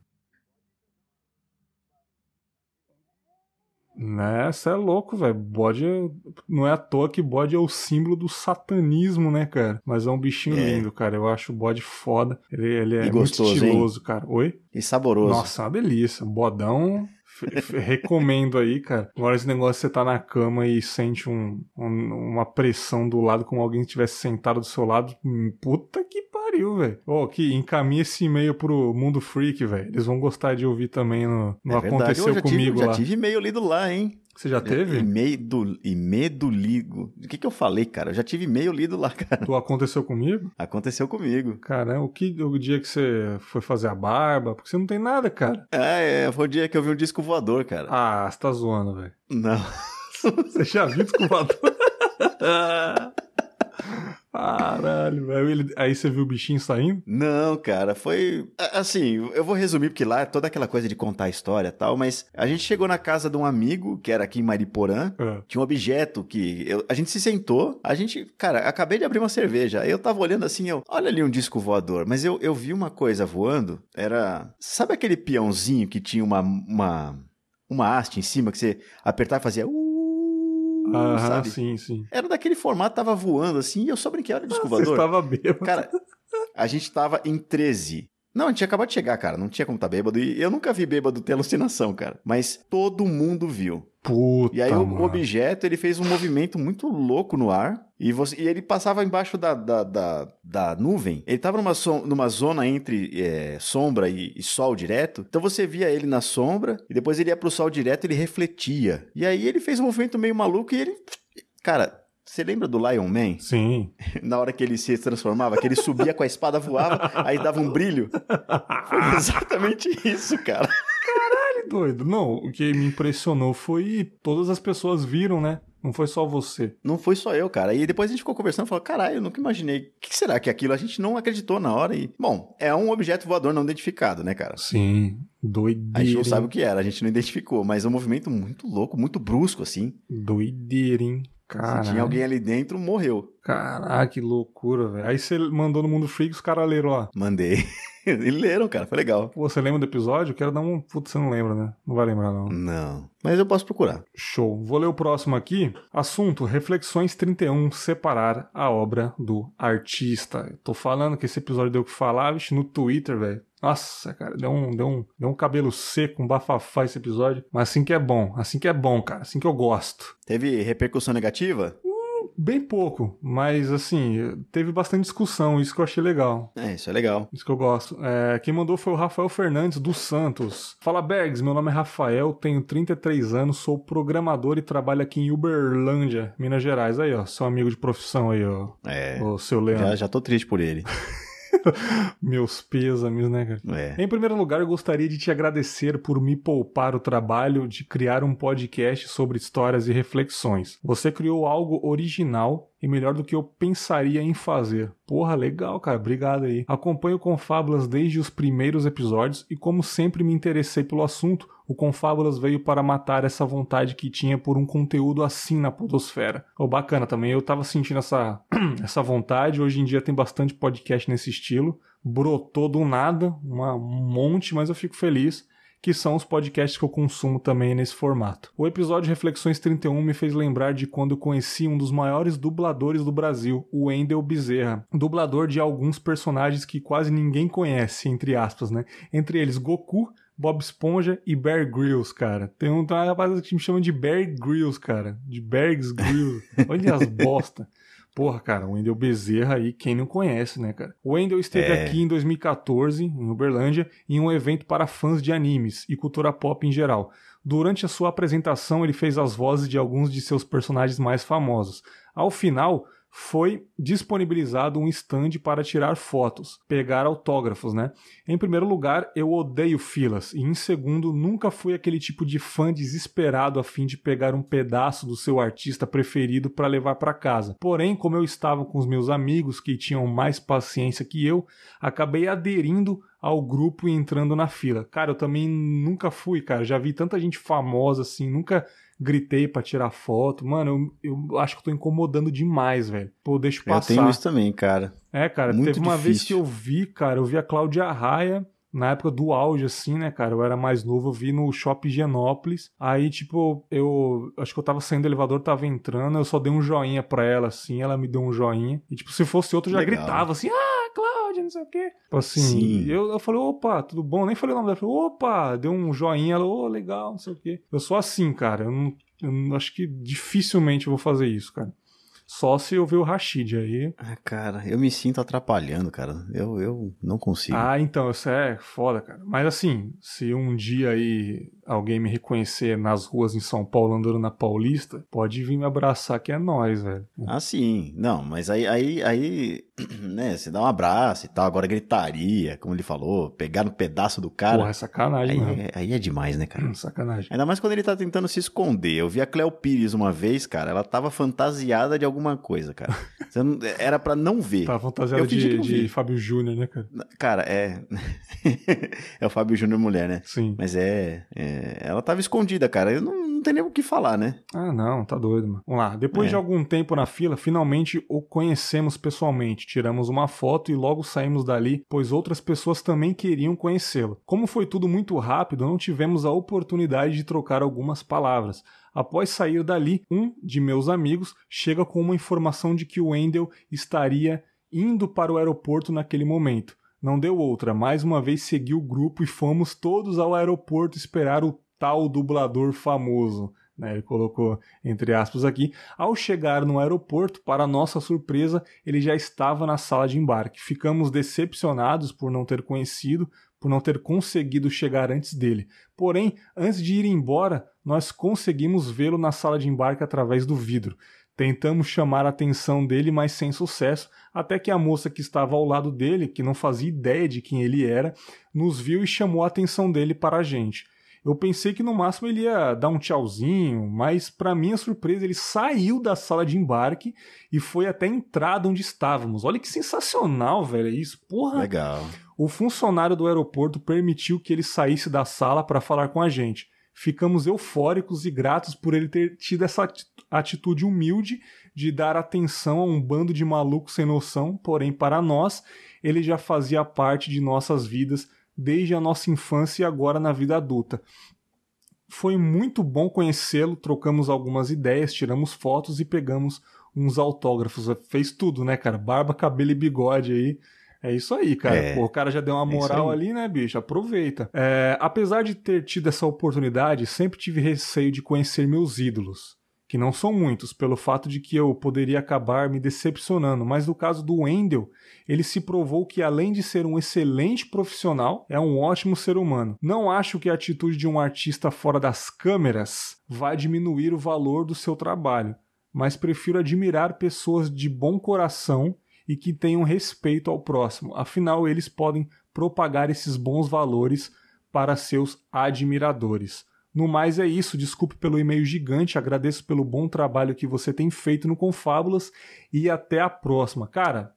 Né, você é louco, velho. Bode não é à toa que bode é o símbolo do satanismo, né, cara? Mas é um bichinho lindo, cara. Eu acho o bode foda. Ele é gostoso, muito estiloso, hein? Cara. Oi? E saboroso. Nossa, é uma delícia. Bodão. Recomendo aí, cara. Agora esse negócio de você tá na cama e sente uma pressão do lado, como alguém estivesse sentado do seu lado. Puta que pariu, velho. Que encaminha esse e-mail pro Mundo Freak, velho. Eles vão gostar de ouvir também no Aconteceu Comigo lá. Já tive e-mail lido lá, hein? Você já teve? E-mail do ligo. O que eu falei, cara? Eu já tive e-mail lido lá, cara. Tu Aconteceu Comigo? Aconteceu comigo. Caramba, o dia que você foi fazer a barba? Porque você não tem nada, cara. Foi o dia que eu vi um disco voador, cara. Ah, você tá zoando, velho. Não. Você já viu disco voador? Caralho, velho. Aí você viu o bichinho saindo? Não, cara, foi... Assim, eu vou resumir, porque lá é toda aquela coisa de contar a história e tal, mas a gente chegou na casa de um amigo, que era aqui em Mariporã, tinha um objeto que... a gente se sentou, cara, acabei de abrir uma cerveja, aí eu tava olhando assim, olha ali um disco voador, mas eu vi uma coisa voando, sabe aquele peãozinho que tinha uma haste em cima, que você apertava e fazia... sabe? Sim. Era daquele formato, tava voando assim, e eu só brinquei, olha o disco voador. Você estava bêbado. Cara, a gente tava em 13. Não, a gente tinha acabado de chegar, cara, não tinha como tá bêbado, e eu nunca vi bêbado ter alucinação, cara. Mas todo mundo viu. Puta, e aí o objeto, ele fez um movimento muito louco no ar, e ele passava embaixo da nuvem. Ele tava numa zona entre sombra e sol direto, então você via ele na sombra, e depois ele ia pro sol direto, ele refletia. E aí ele fez um movimento meio maluco, e ele... Cara... Você lembra do Lion Man? Sim. Na hora que ele se transformava, que ele subia com a espada, voava, aí dava um brilho. Foi exatamente isso, cara. Caralho, doido. Não, o que me impressionou foi todas as pessoas viram, né? Não foi só você. Não foi só eu, cara. E depois a gente ficou conversando e falou, caralho, eu nunca imaginei. O que será que é aquilo? A gente não acreditou na hora e... Bom, é um objeto voador não identificado, né, cara? Sim, doideira. A gente não sabe o que era, a gente não identificou, mas é um movimento muito louco, muito brusco, assim. Doideira, hein? Caralho. Se tinha alguém ali dentro, morreu. Caraca, que loucura, velho. Aí você mandou no Mundo Freak, os caras leram lá. Mandei. Eles leram, cara, foi legal. Pô, você lembra do episódio? Eu quero dar um... Putz, você não lembra, né? Não vai lembrar, não. Não, mas eu posso procurar. Show. Vou ler o próximo aqui. Assunto, Reflexões 31, separar a obra do artista. Eu tô falando que esse episódio deu o que falar, vixe, no Twitter, velho. Nossa, cara, deu um cabelo seco, um bafafá esse episódio. Mas assim que é bom, cara, assim que eu gosto. Teve repercussão negativa? Bem pouco, mas assim, teve bastante discussão, isso que eu achei legal. Isso é legal. Isso que eu gosto. Quem mandou foi o Rafael Fernandes dos Santos. Fala, Bergs, meu nome é Rafael, tenho 33 anos, sou programador e trabalho aqui em Uberlândia, Minas Gerais. Aí, ó, seu amigo de profissão aí, ó. O seu Leandro. Já tô triste por ele. Meus pêsames, né, cara? Em primeiro lugar, eu gostaria de te agradecer por me poupar o trabalho de criar um podcast sobre histórias e reflexões. Você criou algo original e melhor do que eu pensaria em fazer. Porra, legal, cara. Obrigado aí. Acompanho o Confábulas desde os primeiros episódios e como sempre me interessei pelo assunto, o Confábulas veio para matar essa vontade que tinha por um conteúdo assim na podosfera. Bacana também. Eu tava sentindo essa vontade. Hoje em dia tem bastante podcast nesse estilo. Brotou do nada, um monte, mas eu fico feliz. Que são os podcasts que eu consumo também nesse formato. O episódio Reflexões 31 me fez lembrar de quando eu conheci um dos maiores dubladores do Brasil, o Wendel Bezerra, dublador de alguns personagens que quase ninguém conhece, entre aspas, né? Entre eles Goku, Bob Esponja e Bear Grylls, cara. Tem uma rapaz que me chama de Bear Grylls, cara. De Bears Grylls. Olha as bosta. Porra, cara, o Wendel Bezerra aí, quem não conhece, né, cara? O Wendel esteve aqui em 2014, em Uberlândia, em um evento para fãs de animes e cultura pop em geral. Durante a sua apresentação, ele fez as vozes de alguns de seus personagens mais famosos. Ao final, foi disponibilizado um stand para tirar fotos, pegar autógrafos, né? Em primeiro lugar, eu odeio filas, e em segundo, nunca fui aquele tipo de fã desesperado a fim de pegar um pedaço do seu artista preferido para levar para casa. Porém, como eu estava com os meus amigos que tinham mais paciência que eu, acabei aderindo ao grupo e entrando na fila. Cara, eu também nunca fui, cara, já vi tanta gente famosa assim, nunca gritei pra tirar foto. Mano, eu acho que eu tô incomodando demais, velho. Pô, deixa eu passar. Eu tenho isso também, cara. É, cara, muito teve uma difícil. vez que eu vi, cara, eu vi a Cláudia Raia, na época do auge, assim, né, cara, eu era mais novo, eu vi no Shopping Higienópolis, aí, tipo, eu acho que eu tava saindo do elevador, tava entrando, eu só dei um joinha pra ela, assim, ela me deu um joinha, e, tipo, se fosse outro, eu já Legal. gritava, assim, Cláudia, não sei o quê. Tipo assim, Sim. eu falei, opa, tudo bom? Nem falei o nome dela, falei, opa, deu um joinha, ela, legal, não sei o quê. Eu sou assim, cara, eu acho que dificilmente eu vou fazer isso, cara. Só se eu ver o Rashid aí. Cara, eu me sinto atrapalhando, cara. Eu não consigo. Então, isso é foda, cara. Mas assim, se um dia aí alguém me reconhecer nas ruas em São Paulo, andando na Paulista, pode vir me abraçar que é nóis, velho. Sim. Não, mas aí, né, você dá um abraço e tal, agora gritaria, como ele falou, pegar no pedaço do cara. Porra, é sacanagem, aí é demais, né, cara? Sacanagem. Ainda mais quando ele tá tentando se esconder. Eu vi a Cleo Pires uma vez, cara, ela tava fantasiada de alguma coisa, cara. Era pra não ver. Tava fantasiada de Fábio Júnior, né, cara? Cara, é o Fábio Júnior mulher, né? Sim. Mas ela tava escondida, cara. Eu não tenho nem o que falar, né? Não, tá doido, mano. Vamos lá. Depois de algum tempo na fila, finalmente o conhecemos pessoalmente. Tiramos uma foto e logo saímos dali, pois outras pessoas também queriam conhecê-lo. Como foi tudo muito rápido, não tivemos a oportunidade de trocar algumas palavras. Após sair dali, um de meus amigos chega com uma informação de que o Wendel estaria indo para o aeroporto naquele momento. Não deu outra, mais uma vez segui o grupo e fomos todos ao aeroporto esperar o tal dublador famoso. Ele colocou entre aspas aqui. Ao chegar no aeroporto, para nossa surpresa, ele já estava na sala de embarque. Ficamos decepcionados por não ter conhecido, por não ter conseguido chegar antes dele. Porém, antes de ir embora, nós conseguimos vê-lo na sala de embarque através do vidro. Tentamos chamar a atenção dele, mas sem sucesso, até que a moça que estava ao lado dele, que não fazia ideia de quem ele era, nos viu e chamou a atenção dele para a gente. Eu pensei que no máximo ele ia dar um tchauzinho, mas para minha surpresa ele saiu da sala de embarque e foi até a entrada onde estávamos. Olha que sensacional, velho, isso. Porra. Legal. O funcionário do aeroporto permitiu que ele saísse da sala para falar com a gente. Ficamos eufóricos e gratos por ele ter tido essa atitude humilde de dar atenção a um bando de malucos sem noção, porém para nós, ele já fazia parte de nossas vidas desde a nossa infância e agora na vida adulta. Foi muito bom conhecê-lo, trocamos algumas ideias, tiramos fotos e pegamos uns autógrafos. Fez tudo, né, cara? Barba, cabelo e bigode aí. É isso aí, cara. Pô, o cara já deu uma moral ali, né, bicho? Aproveita. Apesar de ter tido essa oportunidade, sempre tive receio de conhecer meus ídolos, que não são muitos, pelo fato de que eu poderia acabar me decepcionando. Mas no caso do Wendel, ele se provou que além de ser um excelente profissional, é um ótimo ser humano. Não acho que a atitude de um artista fora das câmeras vai diminuir o valor do seu trabalho, mas prefiro admirar pessoas de bom coração e que tenham respeito ao próximo. Afinal, eles podem propagar esses bons valores para seus admiradores. No mais é isso, desculpe pelo e-mail gigante, agradeço pelo bom trabalho que você tem feito no Confábulas e até a próxima. Cara,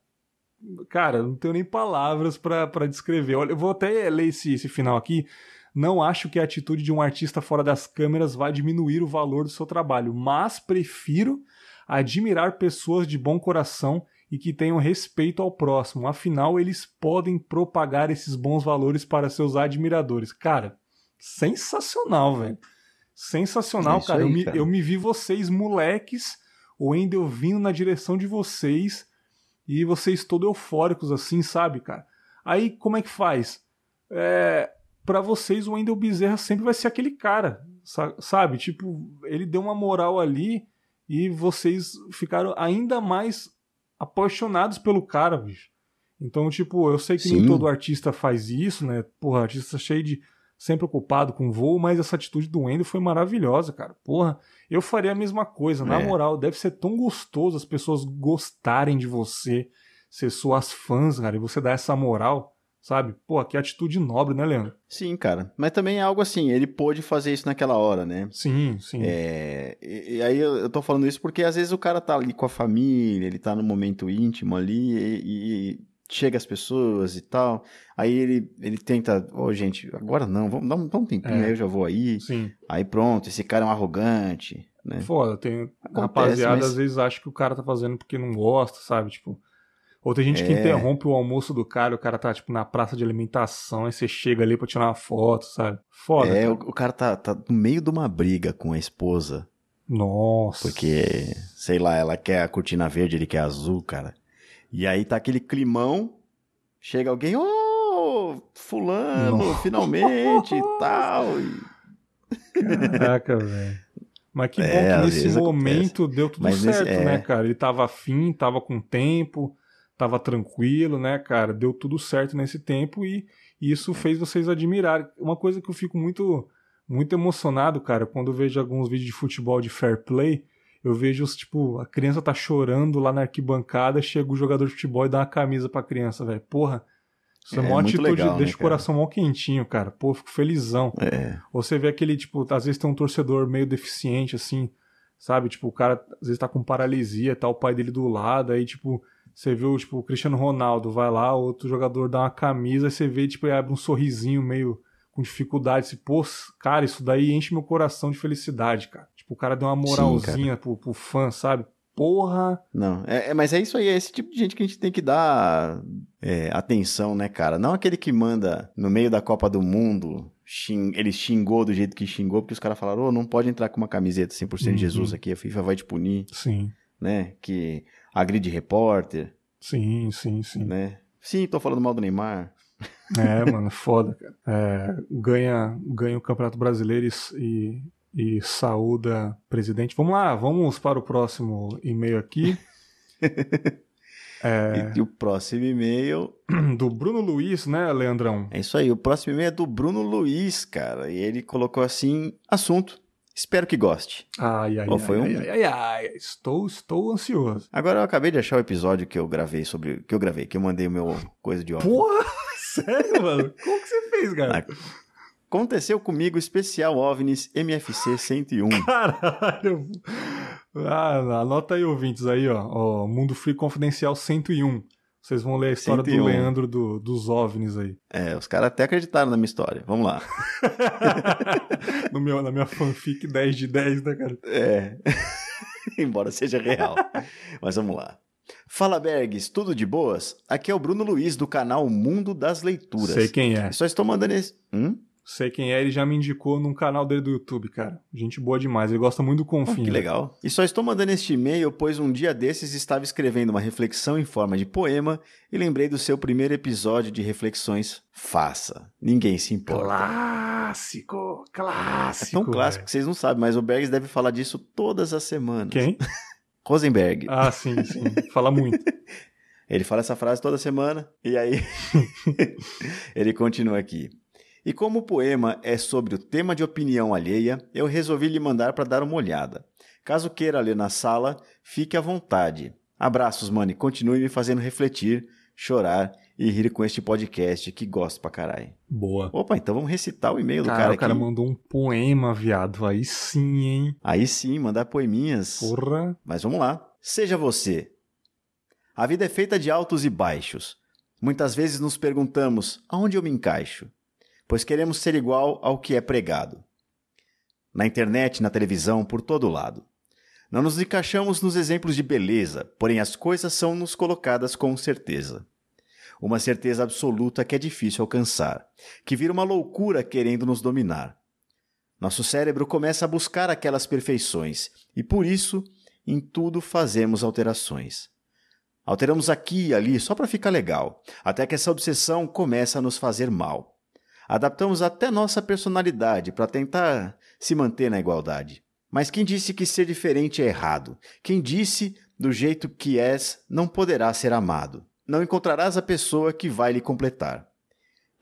não tenho nem palavras para descrever. Olha, eu vou até ler esse final aqui. Não acho que a atitude de um artista fora das câmeras vai diminuir o valor do seu trabalho, mas prefiro admirar pessoas de bom coração e que tenham respeito ao próximo. Afinal, eles podem propagar esses bons valores para seus admiradores. Cara, sensacional, velho. Sensacional, cara. Eu me vi vocês, moleques, o Wendel vindo na direção de vocês e vocês todos eufóricos assim, sabe, cara? Aí, como é que faz? Pra vocês, o Wendel Bezerra sempre vai ser aquele cara, sabe? Tipo, ele deu uma moral ali e vocês ficaram ainda mais apaixonados pelo cara, bicho. Então, tipo, eu sei que nem todo artista faz isso, né? Porra, artista cheio de sempre ocupado com voo, mas essa atitude do Wendel foi maravilhosa, cara. Porra, eu faria a mesma coisa, na moral. Deve ser tão gostoso as pessoas gostarem de você, ser suas fãs, cara, e você dar essa moral, sabe? Pô, que atitude nobre, né, Leandro? Sim, cara. Mas também é algo assim, ele pôde fazer isso naquela hora, né? Sim, sim. E aí eu tô falando isso porque às vezes o cara tá ali com a família, ele tá no momento íntimo ali e chega as pessoas e tal, aí ele tenta, gente, agora não, vamos dar um tempinho, aí eu já vou aí. Sim. Aí pronto, esse cara é um arrogante, né? Foda, rapaziada às vezes acha que o cara tá fazendo porque não gosta, sabe, tipo... Ou tem gente que interrompe o almoço do cara, o cara tá, tipo, na praça de alimentação, aí você chega ali pra tirar uma foto, sabe? Foda, cara. O cara tá no meio de uma briga com a esposa. Nossa. Porque, sei lá, ela quer a cortina verde, ele quer azul, cara. E aí tá aquele climão, chega alguém, fulano, Nossa. Finalmente, e tal. Caraca, velho. Mas que bom que nesse momento deu tudo certo, né, cara? Ele tava afim, tava com tempo... Tava tranquilo, né, cara? Deu tudo certo nesse tempo e isso fez vocês admirarem. Uma coisa que eu fico muito, muito emocionado, cara, quando eu vejo alguns vídeos de futebol de fair play, eu vejo, tipo, a criança tá chorando lá na arquibancada, chega o jogador de futebol e dá uma camisa pra criança, velho. Porra, isso é uma atitude, legal, deixa o coração mó quentinho, cara. Pô, fico felizão. Ou você vê aquele, tipo, às vezes tem um torcedor meio deficiente, assim, sabe? Tipo, o cara às vezes tá com paralisia, tá o pai dele do lado, aí, tipo... Você viu, tipo, o Cristiano Ronaldo vai lá, outro jogador dá uma camisa, aí você vê, tipo, ele abre um sorrisinho meio com dificuldade. Assim, pô, cara, isso daí enche meu coração de felicidade, cara. Tipo, o cara deu uma moralzinha pro fã, sabe? Porra! Não, mas é isso aí, é esse tipo de gente que a gente tem que dar atenção, né, cara? Não aquele que manda no meio da Copa do Mundo, ele xingou do jeito que xingou, porque os caras falaram, não pode entrar com uma camiseta 100% de Jesus aqui, a FIFA vai te punir. Sim. Né, que agride repórter. Sim. Né? Sim, tô falando mal do Neymar. Mano, foda, cara. Ganha o Campeonato Brasileiro e saúda presidente. Vamos lá, vamos para o próximo e-mail aqui. E o próximo e-mail... Do Bruno Luiz, né, Leandrão? É isso aí, o próximo e-mail é do Bruno Luiz, cara. E ele colocou assim, assunto... Espero que goste. Ai, estou ansioso. Agora eu acabei de achar o episódio que eu gravei que eu mandei o meu coisa de OVNI. Porra, sério, mano? Como que você fez, cara? Aconteceu comigo especial OVNIs MFC 101. Caralho. Anota aí, ouvintes, aí, ó. Mundo Free Confidencial 101. Vocês vão ler a história 101. Do Leandro dos OVNIs aí. Os caras até acreditaram na minha história. Vamos lá. Na minha fanfic 10 de 10, né, cara? Embora seja real. Mas vamos lá. Fala, Bergs, tudo de boas? Aqui é o Bruno Luiz, do canal Mundo das Leituras. Sei quem é. Só estou mandando esse... Sei quem é, ele já me indicou num canal dele do YouTube, cara. Gente boa demais, ele gosta muito do Confim. Que legal. E só estou mandando este e-mail, pois um dia desses estava escrevendo uma reflexão em forma de poema e lembrei do seu primeiro episódio de reflexões. Faça. Ninguém se importa. Clássico. É tão clássico que vocês não sabem, mas o Bergs deve falar disso todas as semanas. Quem? Rosenberg. Sim. Fala muito. Ele fala essa frase toda semana e aí ele continua aqui. E como o poema é sobre o tema de opinião alheia, eu resolvi lhe mandar para dar uma olhada. Caso queira ler na sala, fique à vontade. Abraços, mano, e continue me fazendo refletir, chorar e rir com este podcast que gosto pra caralho. Boa. Opa, então vamos recitar o e-mail do cara aqui. O cara mandou um poema, viado. Aí sim, hein? Aí sim, mandar poeminhas. Porra. Mas vamos lá. Seja você. A vida é feita de altos e baixos. Muitas vezes nos perguntamos, aonde eu me encaixo? Pois queremos ser igual ao que é pregado. Na internet, na televisão, por todo lado. Não nos encaixamos nos exemplos de beleza, porém as coisas são nos colocadas com certeza. Uma certeza absoluta que é difícil alcançar, que vira uma loucura querendo nos dominar. Nosso cérebro começa a buscar aquelas perfeições e, por isso, em tudo fazemos alterações. Alteramos aqui e ali só para ficar legal, até que essa obsessão começa a nos fazer mal. Adaptamos até nossa personalidade para tentar se manter na igualdade. Mas quem disse que ser diferente é errado? Quem disse, do jeito que és, não poderá ser amado? Não encontrarás a pessoa que vai lhe completar.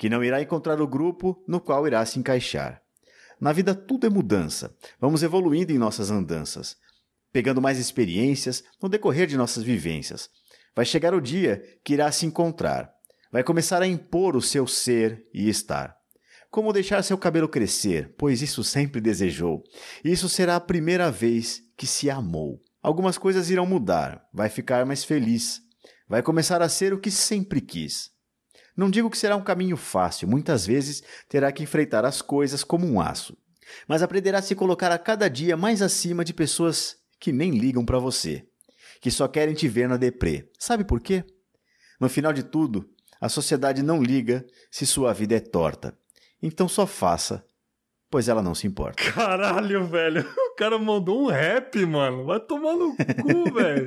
que não irá encontrar o grupo no qual irá se encaixar. Na vida tudo é mudança. Vamos evoluindo em nossas andanças, pegando mais experiências no decorrer de nossas vivências. Vai chegar o dia que irá se encontrar. Vai começar a impor o seu ser e estar. Como deixar seu cabelo crescer, pois isso sempre desejou. Isso será a primeira vez que se amou. Algumas coisas irão mudar, vai ficar mais feliz. Vai começar a ser o que sempre quis. Não digo que será um caminho fácil, muitas vezes terá que enfrentar as coisas como um aço. Mas aprenderá a se colocar a cada dia mais acima de pessoas que nem ligam para você, que só querem te ver na deprê. Sabe por quê? No final de tudo, a sociedade não liga se sua vida é torta. Então só faça, pois ela não se importa. Caralho, velho. O cara mandou um rap, mano. Vai tomar no cu, velho.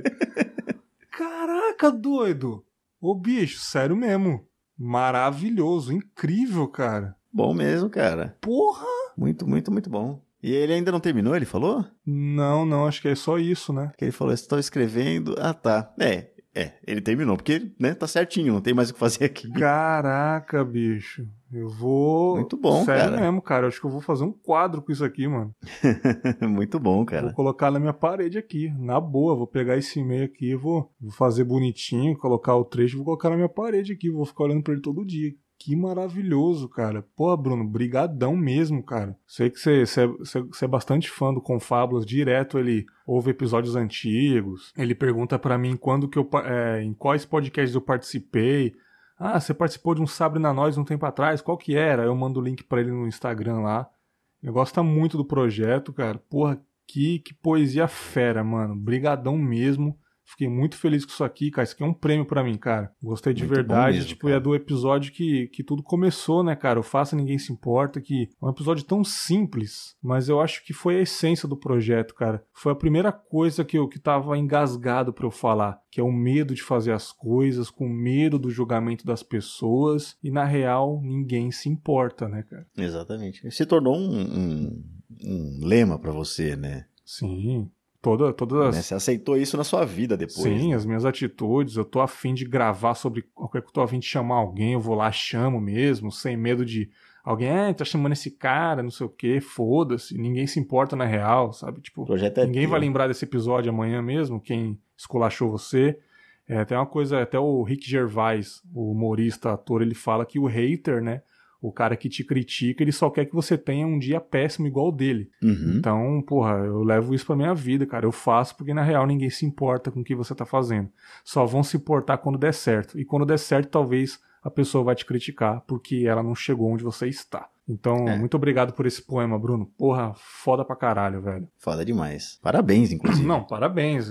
Caraca, doido. Ô, bicho, sério mesmo. Maravilhoso, incrível, cara. Bom mesmo, cara. Porra! Muito, muito, muito bom. E ele ainda não terminou, ele falou? Não, acho que é só isso, né? Que ele falou, estou escrevendo... Ah, tá. Ele terminou, porque, né, tá certinho, não tem mais o que fazer aqui. Caraca, bicho. Eu vou... Muito bom, sério cara. mesmo, cara. Eu acho que eu vou fazer um quadro com isso aqui, mano. Muito bom, cara. Vou colocar na minha parede aqui, na boa. Vou pegar esse e-mail aqui, vou fazer bonitinho, colocar o trecho e vou colocar na minha parede aqui. Vou ficar olhando pra ele todo dia. Que maravilhoso, cara. Pô, Bruno, brigadão mesmo, cara. Sei que você é bastante fã do Confábulas. Direto ele ouve episódios antigos. Ele pergunta pra mim em quais podcasts eu participei. Ah, você participou de um Sabre na Nós um tempo atrás? Qual que era? Eu mando o link pra ele no Instagram lá. Ele gosta muito do projeto, cara. Porra, que poesia fera, mano. Brigadão mesmo. Fiquei muito feliz com isso aqui, cara. Isso aqui é um prêmio pra mim, cara. Gostei de muito verdade. Mesmo, tipo, é do episódio que tudo começou, né, cara? O Faça Ninguém Se Importa, que é um episódio tão simples, mas eu acho que foi a essência do projeto, cara. Foi a primeira coisa que tava engasgado pra eu falar, que é o medo de fazer as coisas, com medo do julgamento das pessoas, e na real, ninguém se importa, né, cara? Exatamente. Se tornou um lema pra você, né? Sim. Todas as... Você aceitou isso na sua vida depois. Sim, né? as minhas atitudes. Eu tô afim de gravar sobre qualquer que eu tô afim de chamar alguém, eu vou lá, chamo mesmo, sem medo de alguém, tá chamando esse cara, não sei o quê, foda-se, ninguém se importa na real, sabe? Tipo, o projeto é ninguém teu. vai lembrar desse episódio amanhã mesmo, quem esculachou você. Tem uma coisa, até o Rick Gervais, o humorista, ator, ele fala que o hater, né? O cara que te critica, ele só quer que você tenha um dia péssimo igual o dele. Uhum. Então, porra, eu levo isso pra minha vida, cara. Eu faço porque, na real, ninguém se importa com o que você tá fazendo. Só vão se importar quando der certo. E quando der certo, talvez a pessoa vai te criticar porque ela não chegou onde você está. Então, muito obrigado por esse poema, Bruno. Porra, foda pra caralho, velho. Foda demais. Parabéns, inclusive. Não, parabéns.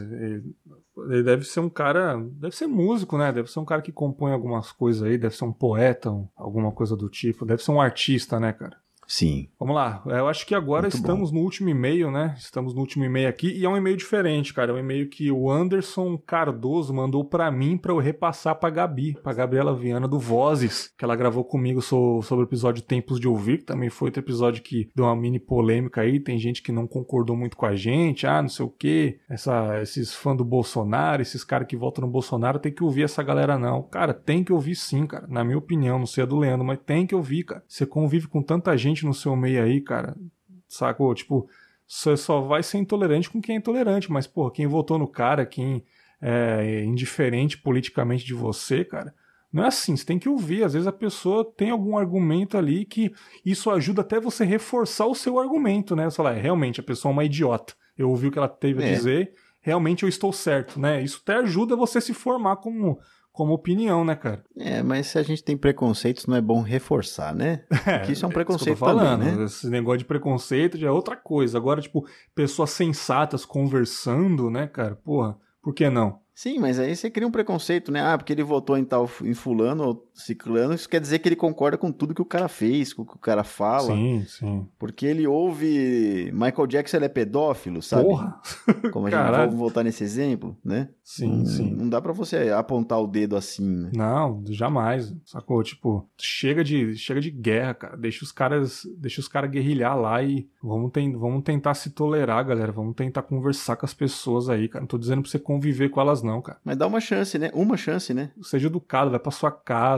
Ele deve ser um cara... Deve ser músico, né? Deve ser um cara que compõe algumas coisas aí. Deve ser um poeta, alguma coisa do tipo. Deve ser um artista, né, cara? Sim. Vamos lá. Eu acho que agora estamos no último e-mail, né? Estamos no último e-mail aqui. E é um e-mail diferente, cara. É um e-mail que o Anderson Cardoso mandou pra mim pra eu repassar pra Gabi. Pra Gabriela Viana do Vozes. Que ela gravou comigo sobre o episódio Tempos de Ouvir. Que também foi outro episódio que deu uma mini polêmica aí. Tem gente que não concordou muito com a gente. Ah, não sei o quê. Esses fãs do Bolsonaro, esses caras que votam no Bolsonaro, tem que ouvir essa galera não. Cara, tem que ouvir sim, cara. Na minha opinião, não sei a do Leandro, mas tem que ouvir, cara. Você convive com tanta gente no seu meio aí, cara, sacou? Tipo, você só vai ser intolerante com quem é intolerante, mas, pô, quem votou no cara, quem é indiferente politicamente de você, cara, não é assim, você tem que ouvir. Às vezes a pessoa tem algum argumento ali que isso ajuda até você reforçar o seu argumento, né? Você fala, realmente, a pessoa é uma idiota. Eu ouvi o que ela teve a dizer, realmente eu estou certo, né? Isso até ajuda você a se formar como opinião, né, cara? Mas se a gente tem preconceitos, não é bom reforçar, né? Porque isso é um preconceito falando, também, né? Esse negócio de preconceito já é outra coisa. Agora, tipo, pessoas sensatas conversando, né, cara? Porra, por que não? Sim, mas aí você cria um preconceito, né? Ah, porque ele votou em fulano ou ciclano, isso quer dizer que ele concorda com tudo que o cara fez, com o que o cara fala. Sim, sim. Porque ele ouve Michael Jackson, ele é pedófilo, sabe? Porra! Como a gente vai voltar nesse exemplo, né? Sim, sim. Não dá pra você apontar o dedo assim, né? Não, jamais. Sacou? Tipo, chega de guerra, cara. Deixa os caras guerrilhar lá e vamos tentar se tolerar, galera. Vamos tentar conversar com as pessoas aí, cara. Não tô dizendo pra você conviver com elas não, cara. Mas dá uma chance, né? Uma chance, né? Seja educado, vai pra sua casa,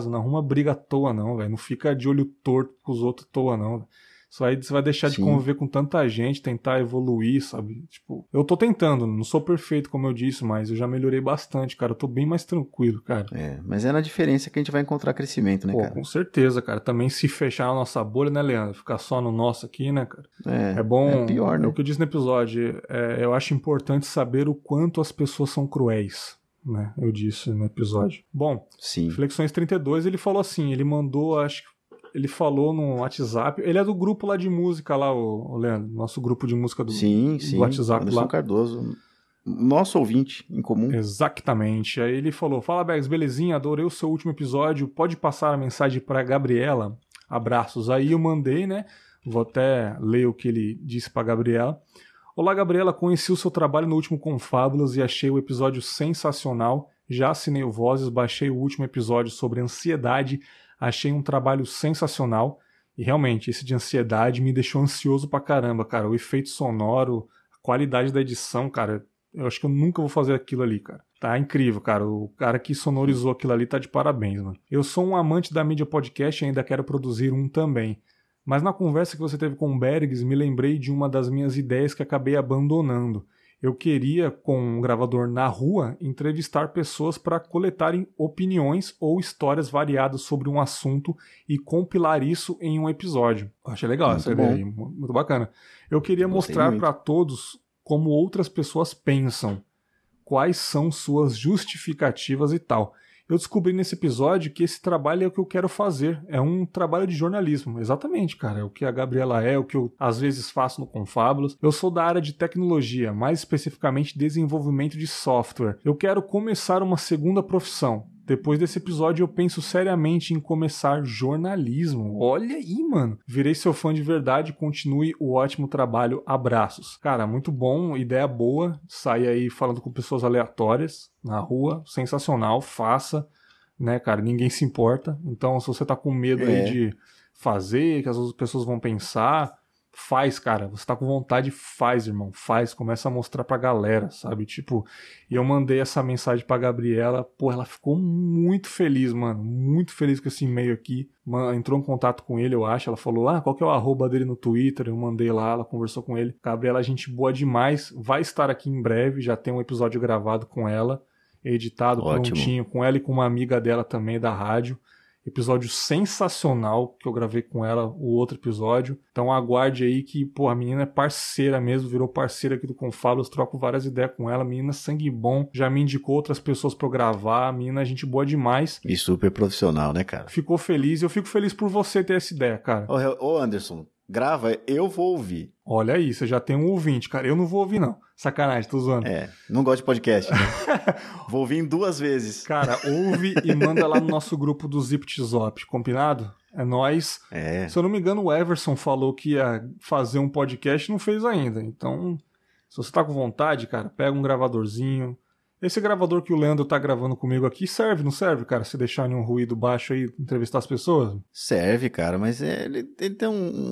casa, não arruma briga à toa não, velho. Não fica de olho torto com os outros à toa não, velho. Isso aí você vai deixar de conviver com tanta gente, tentar evoluir, sabe? Tipo, eu tô tentando, não sou perfeito, como eu disse, mas eu já melhorei bastante, cara. Eu tô bem mais tranquilo, cara. Mas é na diferença que a gente vai encontrar crescimento, né, cara? Com certeza, cara. Também se fechar na nossa bolha, né, Leandro? Ficar só no nosso aqui, né, cara? É bom. É pior, né? É o que eu disse no episódio. Eu acho importante saber o quanto as pessoas são cruéis. Né? Eu disse no episódio. Bom, Reflexões 32, ele falou assim, ele mandou, acho que ele falou no WhatsApp, ele é do grupo lá de música lá, o Leandro, nosso grupo de música do WhatsApp Anderson lá. Cardoso, nosso ouvinte em comum. Exatamente. Aí ele falou, fala Bergs, belezinha, adorei o seu último episódio, pode passar a mensagem pra Gabriela? Abraços. Aí eu mandei, né, vou até ler o que ele disse pra Gabriela. Olá, Gabriela, conheci o seu trabalho no último Confábulas e achei o episódio sensacional. Já assinei o Vozes, baixei o último episódio sobre ansiedade, achei um trabalho sensacional. E realmente, esse de ansiedade me deixou ansioso pra caramba, cara. O efeito sonoro, a qualidade da edição, cara, eu acho que eu nunca vou fazer aquilo ali, cara. Tá incrível, cara. O cara que sonorizou aquilo ali tá de parabéns, mano. Eu sou um amante da mídia podcast e ainda quero produzir um também. Mas na conversa que você teve com o Bergs, me lembrei de uma das minhas ideias que acabei abandonando. Eu queria, com um gravador na rua, entrevistar pessoas para coletarem opiniões ou histórias variadas sobre um assunto e compilar isso em um episódio. Eu achei legal essa ideia aí, muito bacana. Eu queria mostrar para todos como outras pessoas pensam, quais são suas justificativas e tal. Eu descobri nesse episódio que esse trabalho é o que eu quero fazer. É um trabalho de jornalismo. Exatamente, cara. É o que a Gabriela é, o que eu às vezes faço no Confábulas. Eu sou da área de tecnologia, mais especificamente desenvolvimento de software. Eu quero começar uma segunda profissão. Depois desse episódio eu penso seriamente em começar jornalismo. Olha aí, mano. Virei seu fã de verdade, continue o ótimo trabalho. Abraços. Cara, muito bom, ideia boa. Sai aí falando com pessoas aleatórias na rua. Sensacional, faça. Né, cara, ninguém se importa. Então, se você tá com medo aí de fazer, que as outras pessoas vão pensar... Faz, cara. Você tá com vontade, faz, irmão. Faz, começa a mostrar pra galera, sabe? Tipo, e eu mandei essa mensagem pra Gabriela. Pô, ela ficou muito feliz, mano. Muito feliz com esse e-mail aqui. Entrou em contato com ele, eu acho. Ela falou, qual que é o arroba dele no Twitter? Eu mandei lá, ela conversou com ele. Gabriela, gente boa demais. Vai estar aqui em breve. Já tem um episódio gravado com ela. Editado, prontinho. Com ela e com uma amiga dela também da rádio. Episódio sensacional que eu gravei com ela, o outro episódio. Então aguarde aí que, pô, a menina é parceira mesmo, virou parceira aqui do Confábulas, troco várias ideias com ela. Menina sangue bom, já me indicou outras pessoas pra eu gravar. Menina gente boa demais. E super profissional, né, cara? Ficou feliz, eu fico feliz por você ter essa ideia, cara. Ô Anderson, grava, eu vou ouvir. Olha aí, você já tem um ouvinte, cara. Eu não vou ouvir, não. Sacanagem, tô zoando. Não gosto de podcast, né? Vou ouvir em 2 vezes. Cara, ouve e manda lá no nosso grupo do ZipTzop, combinado? É nóis. Se eu não me engano, o Everson falou que ia fazer um podcast e não fez ainda. Então, se você tá com vontade, cara, pega um gravadorzinho. Esse gravador que o Leandro tá gravando comigo aqui serve, não serve, cara? Se deixar em um ruído baixo aí, entrevistar as pessoas? Serve, cara, mas ele tem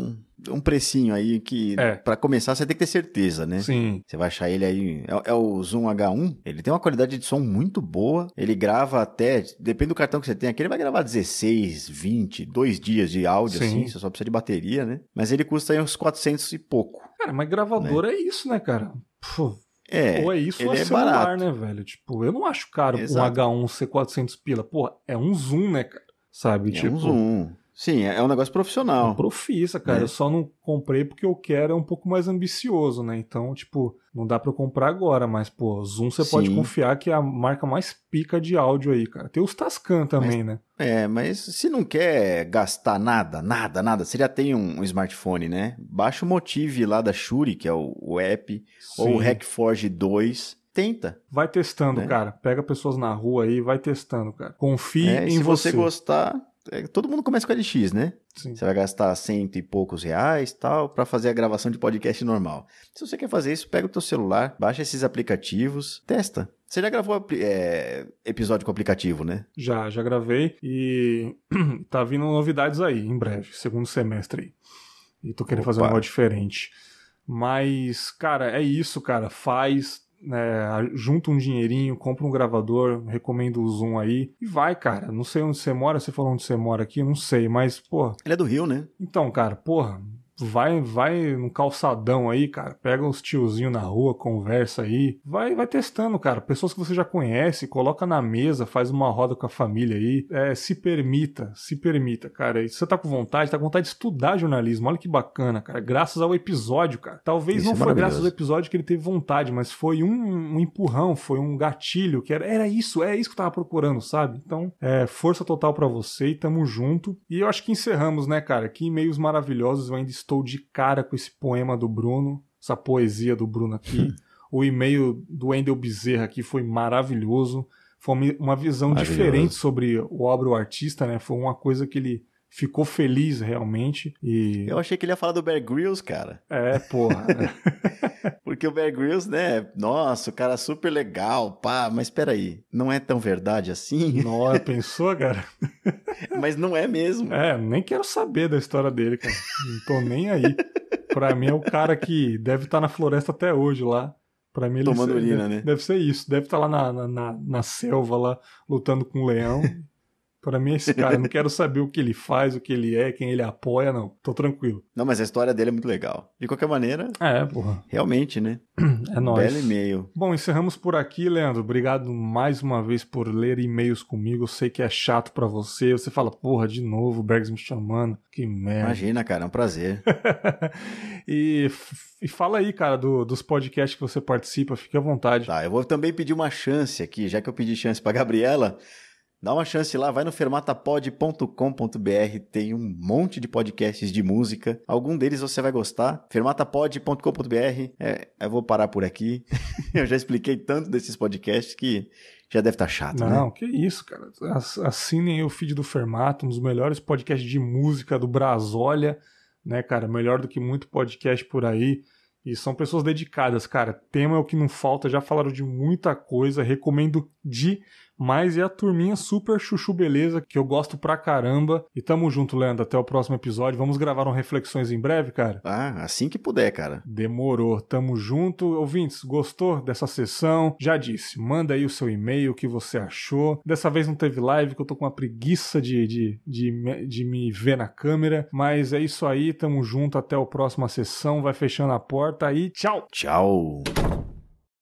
um precinho aí que, pra começar, você tem que ter certeza, né? Sim. Você vai achar ele aí, é o Zoom H1, ele tem uma qualidade de som muito boa, ele grava até, depende do cartão que você tem aqui, ele vai gravar 16, 20, 2 dias de áudio, assim, você só precisa de bateria, né? Mas ele custa aí uns 400 e pouco. Cara, mas gravador é isso, né, cara? Pô. Ou é isso ou é barato, celular, né, velho? Tipo, eu não acho caro um H1 ser 400 pila. Pô, é um Zoom, né, cara? Sabe? Um Zoom. Sim, é um negócio profissional. É profissa, cara. Eu só não comprei porque eu quero é um pouco mais ambicioso, né? Então, tipo, não dá pra eu comprar agora, mas, pô, Zoom você pode confiar que é a marca mais pica de áudio aí, cara. Tem os Tascam também, né? Mas se não quer gastar nada, você já tem um smartphone, né? Baixa o Motive lá da Shure, que é o app, ou o Hackforge 2. Tenta. Vai testando, cara. Pega pessoas na rua aí, vai testando, cara. Confie em você. Se você gostar... todo mundo começa com LX, né? Sim. Você vai gastar 100 e poucos reais tal, pra fazer a gravação de podcast normal. Se você quer fazer isso, pega o teu celular, baixa esses aplicativos, testa. Você já gravou episódio com aplicativo, né? Já gravei e tá vindo novidades aí, em breve, segundo semestre aí. E tô querendo fazer um negócio diferente. Mas, cara, é isso, cara. Faz... junta um dinheirinho, compra um gravador, recomendo o Zoom aí, e vai, cara. Não sei onde você mora, você falou onde você mora aqui, eu não sei, mas, pô... Ele é do Rio, né? Então, cara, porra... Vai no calçadão aí, cara. Pega uns tiozinhos na rua, conversa aí. Vai testando, cara. Pessoas que você já conhece, coloca na mesa, faz uma roda com a família aí. Se permita, cara. E se você tá com vontade de estudar jornalismo. Olha que bacana, cara. Graças ao episódio, cara. Talvez Isso não é foi graças ao episódio que ele teve vontade, mas foi um empurrão, foi um gatilho, que era isso, é isso que eu tava procurando, sabe? Então, força total pra você e tamo junto. E eu acho que encerramos, né, cara? Que e-mails maravilhosos. Eu ainda estou de cara com esse poema do Bruno, essa poesia do Bruno aqui. O e-mail do Wendel Bezerra aqui foi maravilhoso. Foi uma visão diferente sobre o obra o artista, né? Foi uma coisa que ele ficou feliz realmente. E... eu achei que ele ia falar do Bear Grylls, cara. Porra. Porque o Bear Grylls, né? Nossa, o cara super legal, pá. Mas peraí, não é tão verdade assim? Nossa, pensou, cara? Mas não é mesmo. Nem quero saber da história dele, cara. Não tô nem aí. Pra mim é o cara que deve estar na floresta até hoje lá. Pra mim, tomando urina, né? Deve ser isso. Deve estar lá na selva, lá, lutando com um leão. Pra mim é esse cara. Eu não quero saber o que ele faz, o que ele é, quem ele apoia, não. Tô tranquilo. Não, mas a história dele é muito legal. De qualquer maneira... porra. Realmente, né? É nóis. Belo e-mail. Bom, encerramos por aqui, Leandro. Obrigado mais uma vez por ler e-mails comigo. Eu sei que é chato pra você. Você fala, porra, de novo, o Bergs me chamando. Que merda. Imagina, cara, é um prazer. E fala aí, cara, dos podcasts que você participa. Fique à vontade. Tá, eu vou também pedir uma chance aqui. Já que eu pedi chance pra Gabriela... dá uma chance lá, vai no fermatapod.com.br, tem um monte de podcasts de música, algum deles você vai gostar, fermatapod.com.br, eu vou parar por aqui, eu já expliquei tanto desses podcasts que já deve estar chato, né? Não, que isso, cara, assinem o feed do Fermata, um dos melhores podcasts de música do Brasólia, né, cara, melhor do que muito podcast por aí. E são pessoas dedicadas, cara. Tema é o que não falta, já falaram de muita coisa, recomendo demais. E a turminha super chuchu beleza, que eu gosto pra caramba. E tamo junto, Leandro, até o próximo episódio. Vamos gravar um Reflexões em breve, cara? Assim que puder, cara. Demorou, tamo junto. Ouvintes, gostou dessa sessão? Já disse, manda aí o seu e-mail, o que você achou. Dessa vez não teve live, que eu tô com uma preguiça de me ver na câmera. Mas é isso aí, tamo junto, até a próxima sessão. Vai fechando a porta e tchau! Tchau!